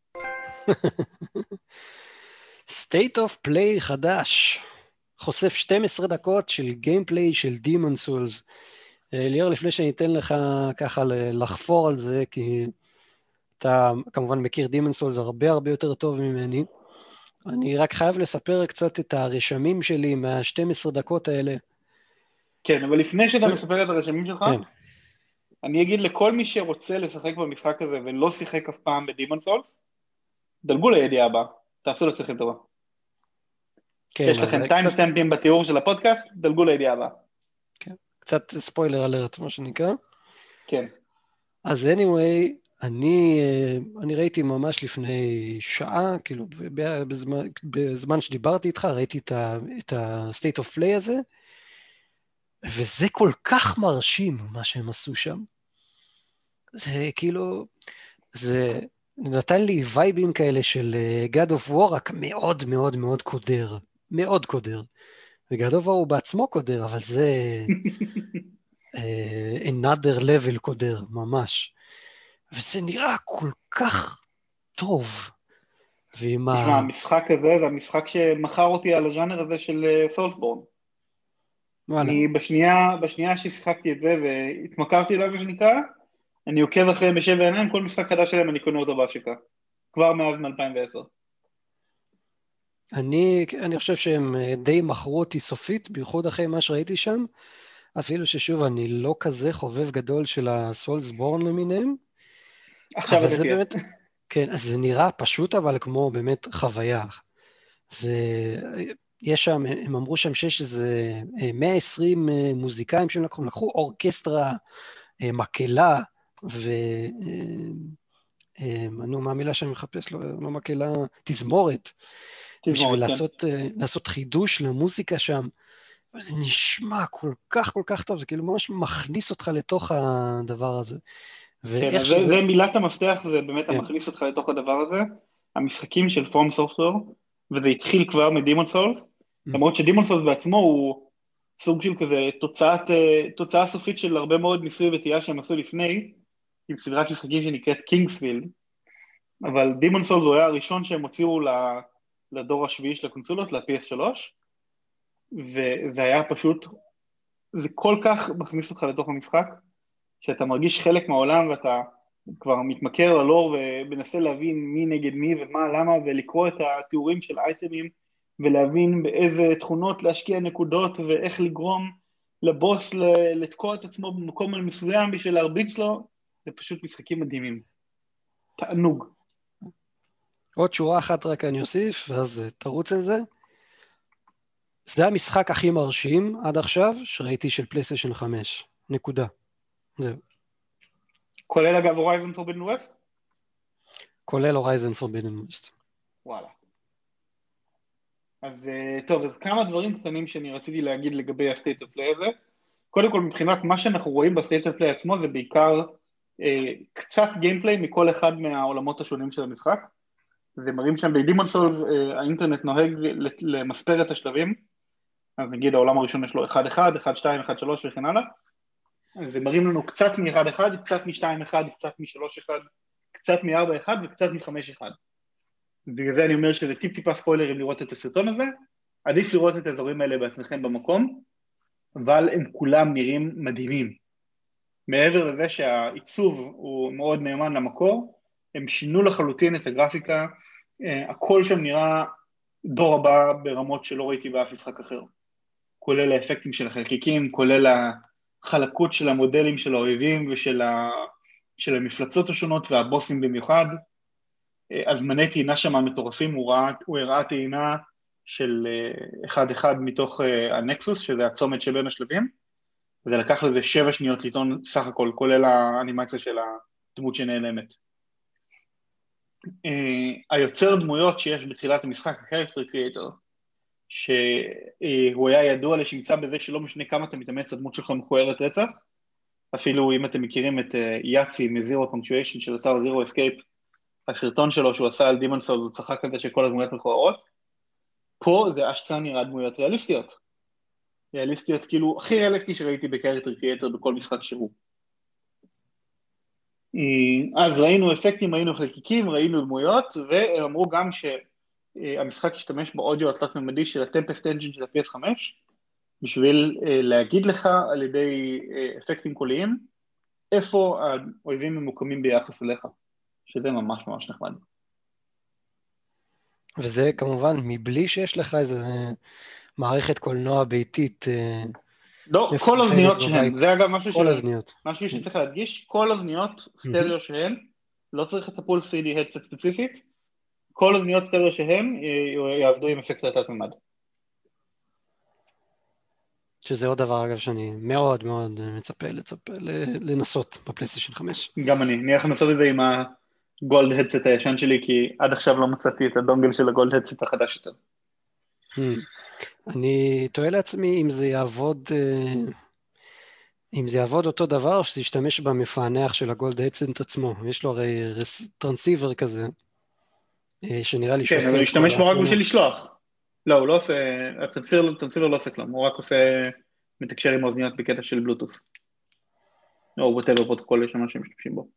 State of Play חדש. חושף 12 דקות של גיימפליי של Demon Souls. ליאור, לפני שאני אתן לך ככה לחפור על זה, כי אתה כמובן מכיר Demon Souls הרבה יותר טוב ממני, אני רק חייב לספר קצת את הרשמים שלי מה-12 דקות האלה. כן, אבל לפני שאתה מספר את הרשמים שלך, כן. אני אגיד לכל מי שרוצה לשחק במשחק הזה ולא שיחק אף פעם בדימון סולס, דלגו לידיעה הבאה, תעשו לצלכם טובה. כן, יש לכם טיימסטמפים בתיאור של הפודקאסט, דלגו לידיעה הבאה. כן, קצת ספוילר אלרט, מה שנקרא. כן. אז anyway, אני ראיתי ממש לפני שעה, כאילו בזמן שדיברתי איתך, ראיתי את ה-State of Play הזה, וזה כל כך מרשים מה שהם עשו שם. זה כאילו, נתן לי וייבים כאלה של God of War, רק מאוד מאוד מאוד קודר. מאוד קודר. ו-God of War הוא בעצמו קודר, אבל זה another level קודר, ממש. וזה נראה כל כך טוב. ועם תשמע, המשחק הזה זה המשחק שמכר אותי על הז'אנר הזה של סולסבורן. וואלה. אני בשנייה ששיחקתי את זה והתמכרתי אליו, מה שנקרא, אני עוקב אחריהם בשבע עיניים, כל משחק חדש שלהם אני קונה אותו בהשקה. כבר מאז מ-2010. אני חושב שהם די מכרו אותי סופית, בייחוד אחרי מה שראיתי שם, אפילו ששוב, אני לא כזה חובב גדול של הסולסבורן למיניהם, עכשיו אבל אתה זה תהיה. באמת, כן, אז זה נראה פשוט, אבל כמו באמת חוויה. זה, יש שם, הם אמרו שם שיש איזה 120 מוזיקאים שהם לקחו אורקסטרה, מקהלה, נו, מה המילה שאני מחפש? לא מקהלה, תזמורת, בשביל תזמורת, כן. לעשות חידוש למוזיקה שם. זה נשמע כל כך כל כך טוב, זה כאילו ממש מכניס אותך לתוך הדבר הזה. כן, ואיך אז שזה... זה מילת המפתח, זה באמת כן. המכניס אותך לתוך הדבר הזה. המשחקים של פורם סופטוור, וזה התחיל כבר מדימון סולס, למרות שדימון סולס בעצמו הוא סוג של כזה תוצאה סופית של הרבה מאוד ניסוי וטעייה שהם עשו לפני, עם סדרת משחקים שנקראת קינגספילד, אבל דימון סולס הוא היה הראשון שהם הוציאו לדור השביעי של הקונסולות, ל-PS3, וזה היה פשוט, זה כל כך מכניס אותך לתוך המשחק, שאתה מרגיש חלק מהעולם ואתה כבר מתמכר ללור ומנסה להבין מי נגד מי ומה, למה, ולקרוא את התיאורים של אייטמים, ולהבין באיזה תכונות להשקיע נקודות ואיך לגרום לבוס לתקוע את עצמו במקום מסוים בשביל להרביץ לו, זה פשוט משחקים מדהימים. תענוג. עוד שורה אחת רק אני אוסיף, ואז תרוץ על זה. זה המשחק הכי מרשים עד עכשיו שראיתי של פלייסטיישן 5. נקודה. זהו. כולל אגב הורייזן פורבידן ווסט? כולל הורייזן פורבידן ווסט. וואלה. אז טוב, אז כמה דברים קטנים שאני רציתי להגיד לגבי ה-State of Play הזה. קודם כל, מבחינת מה שאנחנו רואים ב-State of Play עצמו, זה בעיקר קצת גיימפליי מכל אחד מהעולמות השונים של המשחק. זה מראים שם בדימון סולס, האינטרנט נוהג למספר את השלבים, אז נגיד העולם הראשון יש לו 1-1, 1-2, 1-3 וכן הלאה, אז זה מראים לנו קצת מ-1-1, קצת מ-2-1, קצת מ-3-1, קצת מ-4-1 וקצת מ-5-1. בגלל זה אני אומר שזה טיפ-טיפה ספוילרים לראות את הסרטון הזה, עדיף לראות את האזורים האלה בעצמכם במקום, אבל הם כולם נראים מדהימים. מעבר לזה שהעיצוב הוא מאוד נאמן למקור, הם שינו לחלוטין את הגרפיקה, הכל שם נראה דור הבא ברמות שלא ראיתי באף משחק אחר. כולל האפקטים של החלקיקים, כולל החלקות של המודלים של האויבים של המפלצות השונות והבוסים במיוחד. הזמני טעינה שם המטורפים, הוא הראה טעינה של 1-1 מתוך הנקסוס, שזה הצומת שבין השלבים, וזה לקח לזה 7 שניות לטעון סך הכל, כולל האנימציה של הדמות שנעלמת. היוצר דמויות שיש בתחילת המשחק, ה-Character Creator, שהוא היה ידוע לשמצה בזה שלא משנה כמה אתה מתאמץ, הדמות שלך מכוערת רצח, אפילו אם אתם מכירים את יאצי מ-Zero Punctuation של אתר Zero Escape, הסרטון שלו שהוא עשה על דימון סולס, הוא צחק על זה שכל הדמויות מכוערות, פה זה אשכרה נראה דמויות ריאליסטיות. ריאליסטיות כאילו הכי ריאליסטי שראיתי ב-Character Creator בכל משחק שהוא. אז ראינו אפקטים, ראינו חלקיקים, ראינו דמויות, והם אמרו גם שהמשחק ישתמש באודיו התלת-ממדי של הטמפסט אנג'ין של ה-PS5, בשביל להגיד לך על ידי אפקטים קוליים, איפה האויבים ממוקמים ביחס אליך, שזה ממש ממש נחמד. וזה כמובן מבלי שיש לך איזה מערכת קולנוע ביתית לא, כל הזניות שהן, זה אגב משהו שצריך להדגיש, כל הזניות סטריאו שהן, לא צריך את הפול 3D headset ספציפית, כל הזניות סטריאו שהן יעבדו עם אפקט התת-ממד. שזה עוד דבר אגב שאני מאוד מאוד מצפה לנסות בפלייסטיישן 5. גם אני הולך לנסות את זה עם הגולד הדסט הישן שלי, כי עד עכשיו לא מצאתי את הדונגל של הגולד הדסט החדש יותר. אני תוהה לעצמי אם זה יעבוד אם זה יעבוד אותו דבר, או שזה ישתמש במפענח של הגולד אדסנס עצמו. יש לו הרי טרנסיבר כזה, שנראה לי כן, אבל שעושה הוא את כל ישתמש בו רק בשביל ההפעלה. לשלוח. לא, הוא לא עושה, הטרנסיר לא עושה כלום, הוא רק עושה, מתקשר עם האוזניות בקטע של בלוטוס. או whatever פרוטוקול יש אנשים שמשתמשים בו.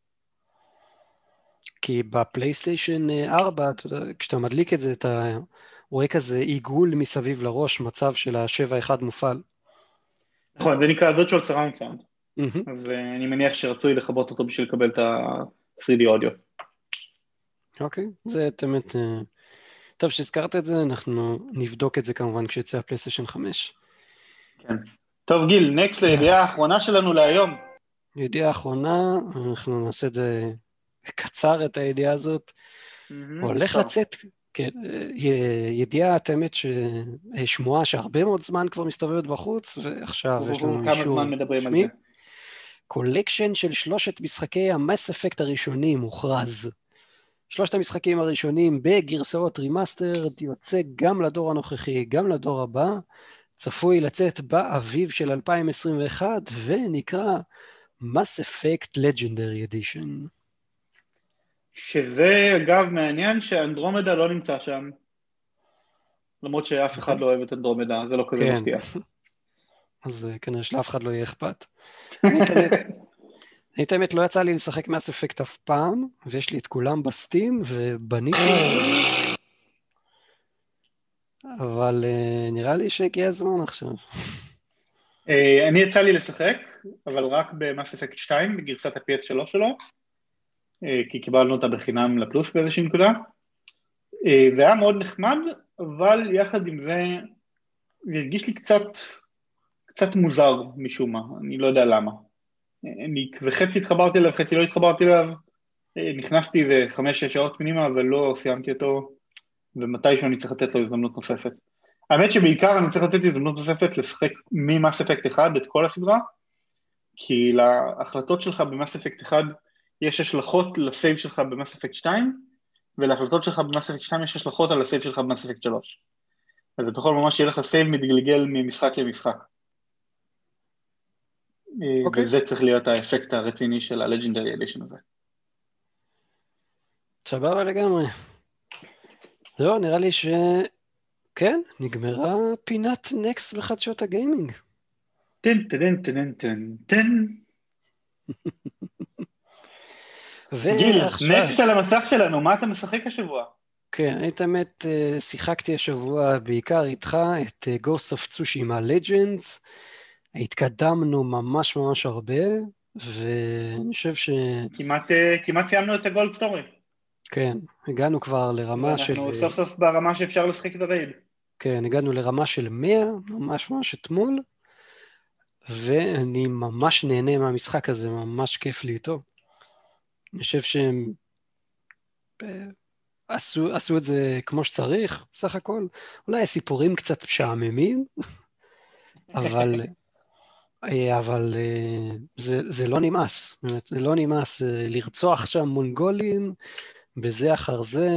כי בפלייסטיישן 4, אתה יודע, כשאתה מדליק את זה, אתה רואה כזה עיגול מסביב לראש, מצב של ה-7-1 מופעל. נכון, זה נקרא virtual surround sound. מהמם. אז אני מניח שרצוי לכבות אותו בשביל לקבל את ה-3D אודיו. אוקיי, זה באמת... טוב שהזכרת את זה, אנחנו נבדוק את זה כמובן כשיצא הפלייסטיישן 5. כן. טוב גיל, נקסט לידיעה האחרונה שלנו להיום. ידיעה האחרונה, אנחנו נעשה את זה קצר, את הידיעה הזאת. הולך אפשר. לצאת, כן, ידיעה, האמת, שמועה שהרבה מאוד זמן כבר מסתובבת בחוץ, ועכשיו יש לנו כמה אישור זמן מדברים על רשמי. זה? קולקשן של 3 משחקי המס אפקט הראשונים מוכרז. 3 המשחקים הראשונים בגרסאות רימאסטרד, יוצא גם לדור הנוכחי, גם לדור הבא, צפוי לצאת באביב של 2021, ונקרא מס אפקט לג'נדרי אדישן. שזה אגב מעניין שאנדרומדה לא נמצא שם. למרות שאף אחד לא אוהב את אנדרומדה, זה לא כזה כן, מפתיע. אז כנראה שלאף אחד לא יהיה אכפת. האמת לא יצא לי לשחק מס אפקט אף פעם, ויש לי את כולם בסטים, ובניתי את זה, אבל נראה לי שהגיע הזמן עכשיו. אני יצא לי לשחק, אבל רק במס אפקט 2, בגרסת ה-PS3 שלו, כי קיבלנו אותה בחינם לפלוס באיזושהי נקודה. זה היה מאוד נחמד, אבל יחד עם זה, זה הרגיש לי קצת מוזר משום מה, אני לא יודע למה. זה חצי התחברתי אליו, חצי לא התחברתי אליו, נכנסתי איזה 5-6 שעות מינימה, אבל לא סיימתי אותו, ומתישהו אני צריך לתת לו הזדמנות נוספת. האמת שבעיקר אני צריך לתת הזדמנות נוספת לשחק ממס אפקט 1 את כל הסדרה, כי להחלטות שלך במס אפקט 1 יש השלכות לסייב שלך במס אפקט 2, ולהחלטות שלך במס אפקט 2 יש השלכות על הסייב שלך במס אפקט 3. אז אתה יכול ממש שיהיה לך סייב מתגלגל ממשחק למשחק. אוקיי. וזה צריך להיות האפקט הרציני של ה-Legendary Edition הזה. סבבה לגמרי. זהו, נראה לי כן, נגמרה פינת נקסט בחדשות הגיימינג. טן טן טן טן טן. גיל, נקסט על המסך שלנו, מה אתה משחק השבוע? כן, האמת, שיחקתי השבוע בעיקר איתך את Ghost of Tsushima Legends, התקדמנו ממש ממש הרבה, ואני חושב כמעט סיימנו את הגולד סטורי. כן, הגענו כבר לרמה של... ואנחנו סוף סוף ברמה שאפשר לשחק ברייד. כן, הגענו לרמה של 100, ממש ממש אתמול, ואני ממש נהנה מהמשחק הזה, ממש כיף לי איתו. אני חושב שהם עשו את זה כמו שצריך, בסך הכל. אולי הסיפורים קצת משעממים, אבל זה לא נמאס. באמת, זה לא נמאס לרצוח שם מונגולים, בזה אחר זה,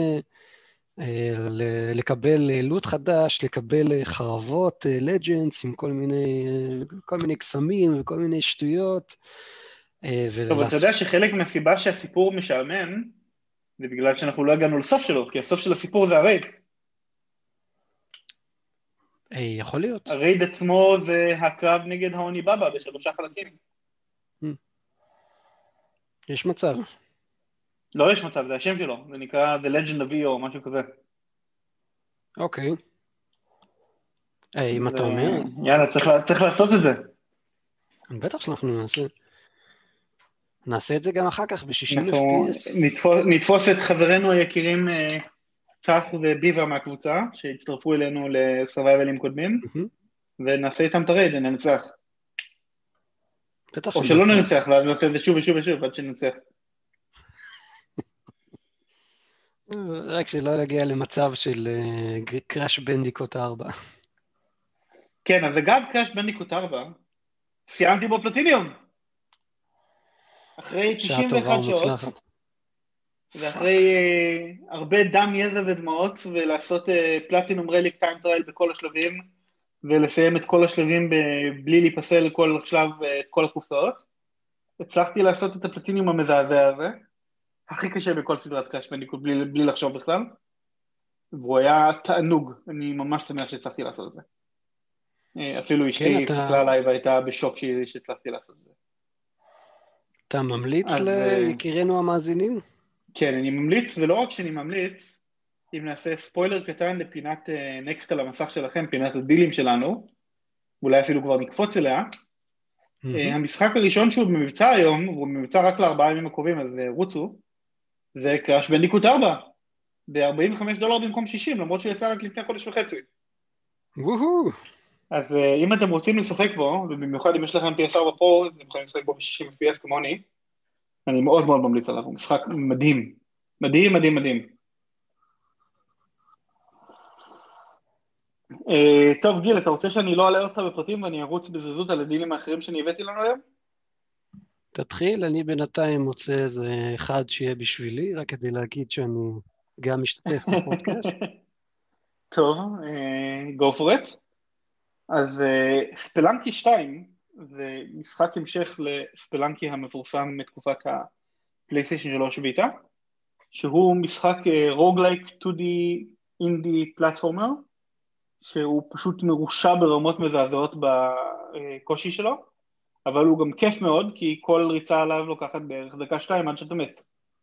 לקבל לוט חדש, לקבל חרבות, לג'נדס, עם כל מיני קסמים וכל מיני שטויות. טוב, אתה יודע שחלק מהסיבה שהסיפור משעמם, זה בגלל שאנחנו לא הגענו לסוף שלו, כי הסוף של הסיפור זה הרייד. יכול להיות. הרייד עצמו זה הקרב נגד האוני בבא ב3 חלקים. יש מצב. לא יש מצב, זה השם שלו, זה נקרא The Legend of Eo או משהו כזה. אוקיי. אם אתה אומר... יאללה, צריך לעשות את זה. בטח שאנחנו נעשה את זה גם אחר כך ב-60 אנחנו נתפוס את חברינו היקירים צח וביבה מהקבוצה, שהצטרפו אלינו לסרווייבלים קודמים, ונעשה איתם את הרייד, ננצח. או שלא ננצח, ואז נעשה את זה שוב ושוב ושוב, עד שננצח. רק שלא נגיע למצב של קראש בנדיקוט 4. כן, אז אגב קראש בנדיקוט 4, סיימתי בו פלטיניום. אחרי 91 שעות, ואחרי הרבה דם, יזע ודמעות, ולעשות פלטינום רליק טיים טרייל בכל השלבים, ולסיים את כל השלבים בלי להיפסל כל שלב את כל הקופסאות. הצלחתי לעשות את הפלטיניום המזעזע הזה, הכי קשה בכל סדרת קראש בנדיקוט בלי לחשוב בכלל, והוא היה תענוג, אני ממש שמח שהצלחתי לעשות את זה. אפילו כן, אשתי הסתכלה עליי והייתה בשוק שהצלחתי לעשות את זה. אתה ממליץ אז ליקירינו המאזינים? כן, אני ממליץ, ולא רק שאני ממליץ, אם נעשה ספוילר קטן לפינת נקסט על המסך שלכם, פינת הדילים שלנו, אולי אפילו כבר נקפוץ אליה, המשחק הראשון שהוא במבצע היום, הוא במבצע רק ל4 ימים הקרובים, אז רוצו, זה קראש בנדיקוט 4, ב$45 במקום 60, למרות שהוא יצא רק לפני חודש וחצי. וואו. אז אם אתם רוצים לשחק בו, ובמיוחד אם יש לכם PS4 פרו, אז אתם יכולים לשחק בו ב-60 FPS כמוני, אני מאוד מאוד ממליץ עליו, הוא משחק מדהים, מדהים, מדהים, מדהים. טוב גיל, אתה רוצה שאני לא אעלה אותך בפרטים ואני ארוץ בזריזות על הדילים האחרים שאני הבאתי לנו היום? תתחיל, אני בינתיים מוצא איזה אחד שיהיה בשבילי, רק כדי להגיד שאני גם משתתף בפודקאסט. טוב, go for it. אז ספלנקי 2 זה משחק המשך לספלנקי המפורסם מתקופת הפלייסטיישן 3 ויטה, שהוא משחק רוגלייק 2D אינדי פלטפורמר, שהוא פשוט מרושע ברמות מזעזעות בקושי שלו, אבל הוא גם כיף מאוד, כי כל ריצה עליו לוקחת בערך דקה 2 עד שאתה מת.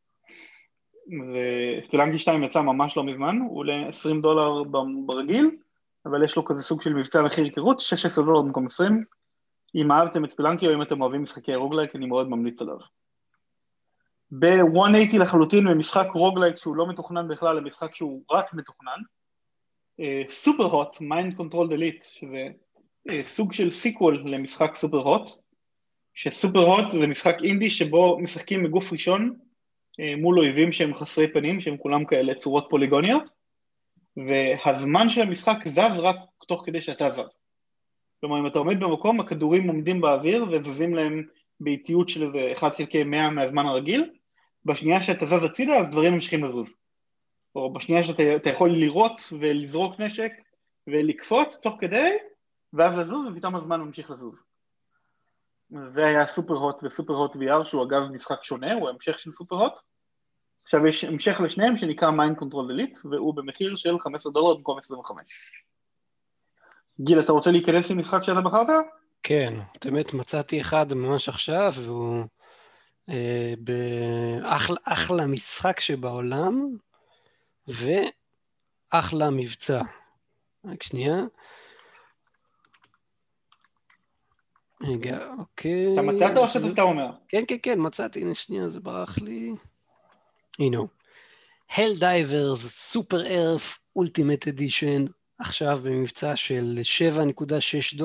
וספלנקי 2 יצא ממש לא מזמן, הוא עולה $20 ברגיל, אבל יש לו כזה סוג של מבצע מחיר היכרות, $16 במקום 20. אם אהבתם את ספלנקי או אם אתם אוהבים משחקי רוגלייק, אני מאוד ממליץ עליו. ב-180 לחלוטין במשחק רוגלייק שהוא לא מתוכנן בכלל, למשחק שהוא רק מתוכנן, סופר הוט, מיינד קונטרול דליט, שזה סוג של סיקוול למשחק סופר הוט, שסופר הוט זה משחק אינדי שבו משחקים מגוף ראשון, מול אויבים שהם חסרי פנים, שהם כולם כאלה צורות פוליגוניות, והזמן של המשחק זז רק תוך כדי שאתה זז. כלומר, אם אתה עומד במקום, הכדורים עומדים באוויר וזזים להם באיטיות של איזה 1/100 מהזמן הרגיל, בשנייה שאתה זז הצידה, אז דברים ממשיכים לזוז. או בשנייה שאתה יכול לירות ולזרוק נשק ולקפוץ תוך כדי, ואז לזוז ופתאום הזמן ממשיך לזוז. זה היה סופר הוט וסופר הוט VR, שהוא אגב משחק שונה, הוא המשך של סופר הוט. עכשיו יש המשך לשניהם שנקרא מיינד קונטרול דליט, והוא במחיר של $15 במקום 25. גיל, אתה רוצה להיכנס למשחק שאתה בחרת? כן, באמת מצאתי אחד ממש עכשיו, והוא אחלה משחק שבעולם, ואחלה מבצע. רק שנייה. רגע, אוקיי. אתה מצאת או שאתה סתם אומר? כן, כן, כן, מצאתי, הנה שנייה, זה ברח לי. הנה הוא. Helldivers Super Earth Ultimate Edition, עכשיו במבצע של $7.6.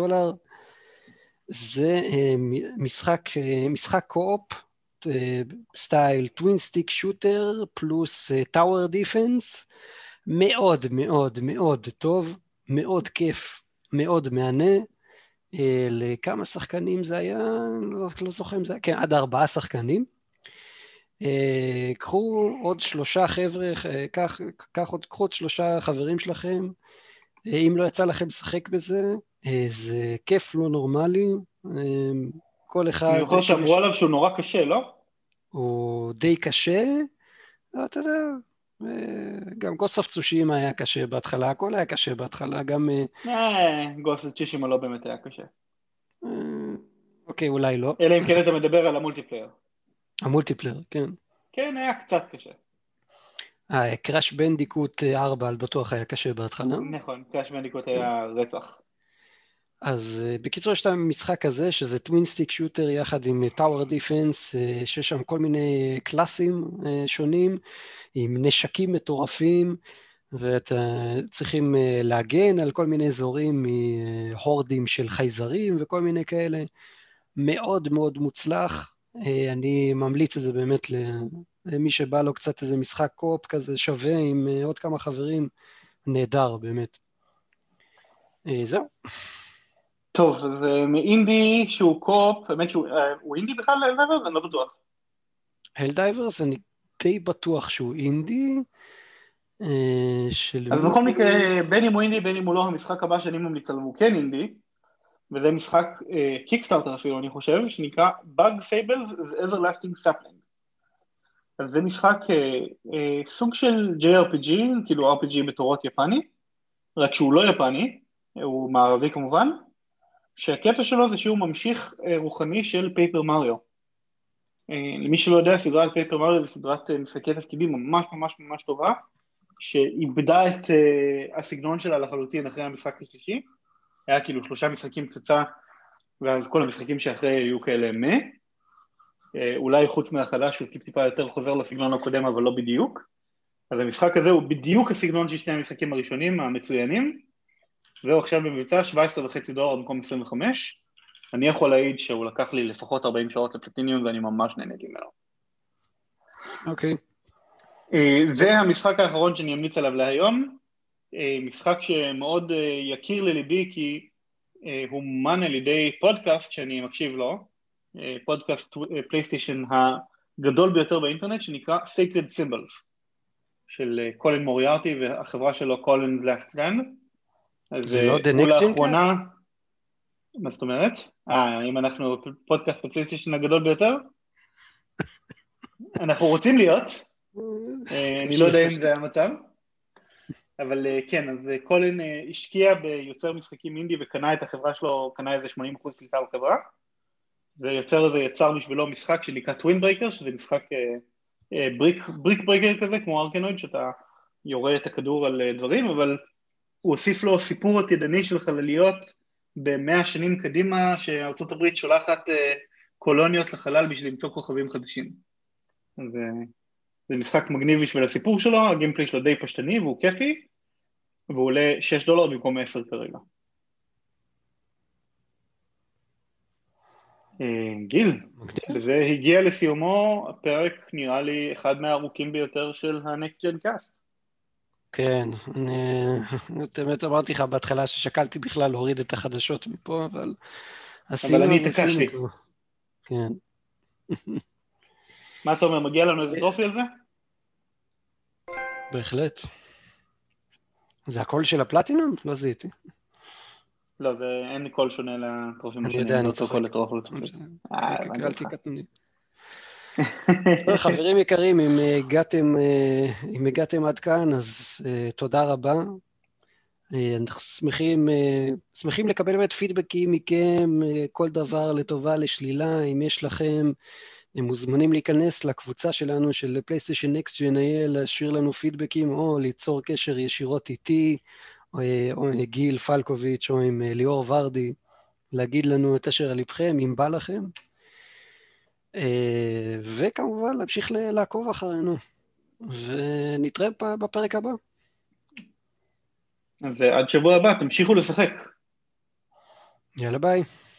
זה משחק קו-אופ, סטייל טווין סטיק שוטר פלוס טאוור דיפנס, מאוד מאוד מאוד טוב, מאוד כיף, מאוד מענה. לכמה שחקנים זה היה? לא זוכר אם זה היה, כן, עד 4 שחקנים. קחו עוד 3 חבר'ה, קחו עוד 3 חברים שלכם, אם לא יצא לכם לשחק בזה, זה כיף לא נורמלי, כל אחד... אני זוכר שאמרו עליו שהוא נורא קשה, לא? הוא די קשה, אתה יודע, גם גוסט אוף צושימה היה קשה בהתחלה, הכל היה קשה בהתחלה, גם... גוסט אוף צושימה לא באמת היה קשה. אוקיי, אולי לא. אלא אם כן אתה מדבר על המולטיפלייר. המולטיפלייר, כן. כן, היה קצת קשה. קראש בנדיקוט 4 על בטוח היה קשה בהתחלה. נכון, קראש בנדיקוט היה רצח. אז בקיצור יש את המשחק הזה, שזה טווין סטיק שוטר יחד עם טאוור דיפנס, שיש שם כל מיני קלאסים שונים, עם נשקים מטורפים, ואתם צריכים להגן על כל מיני אזורים מהורדים של חייזרים וכל מיני כאלה. מאוד מאוד מוצלח, אני ממליץ את זה באמת למי שבא לו קצת איזה משחק קופ כזה שווה עם עוד כמה חברים, נהדר באמת. זהו. טוב, אז מאינדי שהוא קופ, באמת שהוא אינדי בכלל להלדייברס? אני לא בטוח. הלדייברס אני די בטוח שהוא אינדי, אז בכל מקרה, בין אם הוא אינדי, בין אם הוא לא, המשחק הבא שאני ממליץ עליו הוא כן אינדי, וזה משחק קיקסטארטר אפילו, אני חושב, שנקרא Bug Fables The Everlasting Sapling. אז זה משחק סוג של JRPG, כאילו RPG בתורות יפני, רק שהוא לא יפני, הוא מערבי כמובן, שהקטע שלו זה שהוא ממשיך רוחני של פייפר מריו. למי שלא יודע, סדרת פייפר מריו זה סדרת משחקי תפקידים ממש ממש ממש טובה, שאיבדה את הסגנון שלה לחלוטין אחרי המשחק השלישי, היה כאילו 3 משחקים פצצה, ואז כל המשחקים שאחרי היו כאלה אולי חוץ מהחדש הוא טיפה יותר חוזר לסגנון הקודם, אבל לא בדיוק. אז המשחק הזה הוא בדיוק הסגנון של שני המשחקים הראשונים המצוינים, והוא עכשיו במבצע $17.50 במקום 25. אני יכול להעיד שהוא לקח לי לפחות 40 שעות לפלטיניום, ואני ממש נהניתי ממנו. אוקיי. והמשחק האחרון שאני אמליץ עליו להיום, משחק שמאוד יכיר לליבי, כי הוא מומן על ידי פודקאסט שאני מקשיב לו, פודקאסט פלייסטיישן הגדול ביותר באינטרנט, שנקרא Sacred Symbols, של קולין מוריארטי והחברה שלו קולין לסטרן. זה לא The Next Gen Cast? מה זאת אומרת? אם אנחנו פודקאסט הפלייסטיישן הגדול ביותר? אנחנו רוצים להיות, אני לא יודע אם זה המצב, אבל כן, אז קולין השקיע ביוצר משחקים אינדי וקנה את החברה שלו, קנה איזה 80% שליטה בחברה, ויוצר הזה יצר בשבילו משחק שנקרא טווין ברייקר, שזה משחק בריק ברייקר כזה, כמו ארקנויד, שאתה יורה את הכדור על דברים, אבל הוא הוסיף לו סיפור עתידני של חלליות ב100 שנים קדימה, שארצות הברית שולחת קולוניות לחלל בשביל למצוא כוכבים חדשים. זה משחק מגניב בשביל הסיפור שלו, הגיימפליי שלו די פשטני והוא כיפי, והוא עולה $6 במקום 10 כרגע. גיל, וזה הגיע לסיומו, הפרק נראה לי אחד מהארוכים ביותר של ה-Next Gen Cast. כן, באמת אמרתי לך בהתחלה ששקלתי בכלל להוריד את החדשות מפה, אבל אני התעקשתי. כן. מה אתה אומר, מגיע לנו איזה טרופי על זה? בהחלט. זה הקול של הפלטינום? לא זיהיתי. לא, אין קול שונה לטרופים השונים. אני יודע, אני צוחק. קלתי קטנוני. טוב, חברים יקרים, אם הגעתם עד כאן, אז תודה רבה. אנחנו שמחים לקבל באמת פידבקים מכם, כל דבר לטובה, לשלילה. אם יש לכם, הם מוזמנים להיכנס לקבוצה שלנו של פלייסטיישן נקסט ג'ן, להשאיר לנו פידבקים או ליצור קשר ישירות איתי, או עם גיל פלקוביץ' או עם ליאור ורדי, להגיד לנו את אשר על לבכם, אם בא לכם. וכמובן להמשיך לעקוב אחרינו, ונתראה בפרק הבא. אז עד שבוע הבא, תמשיכו לשחק. יאללה ביי.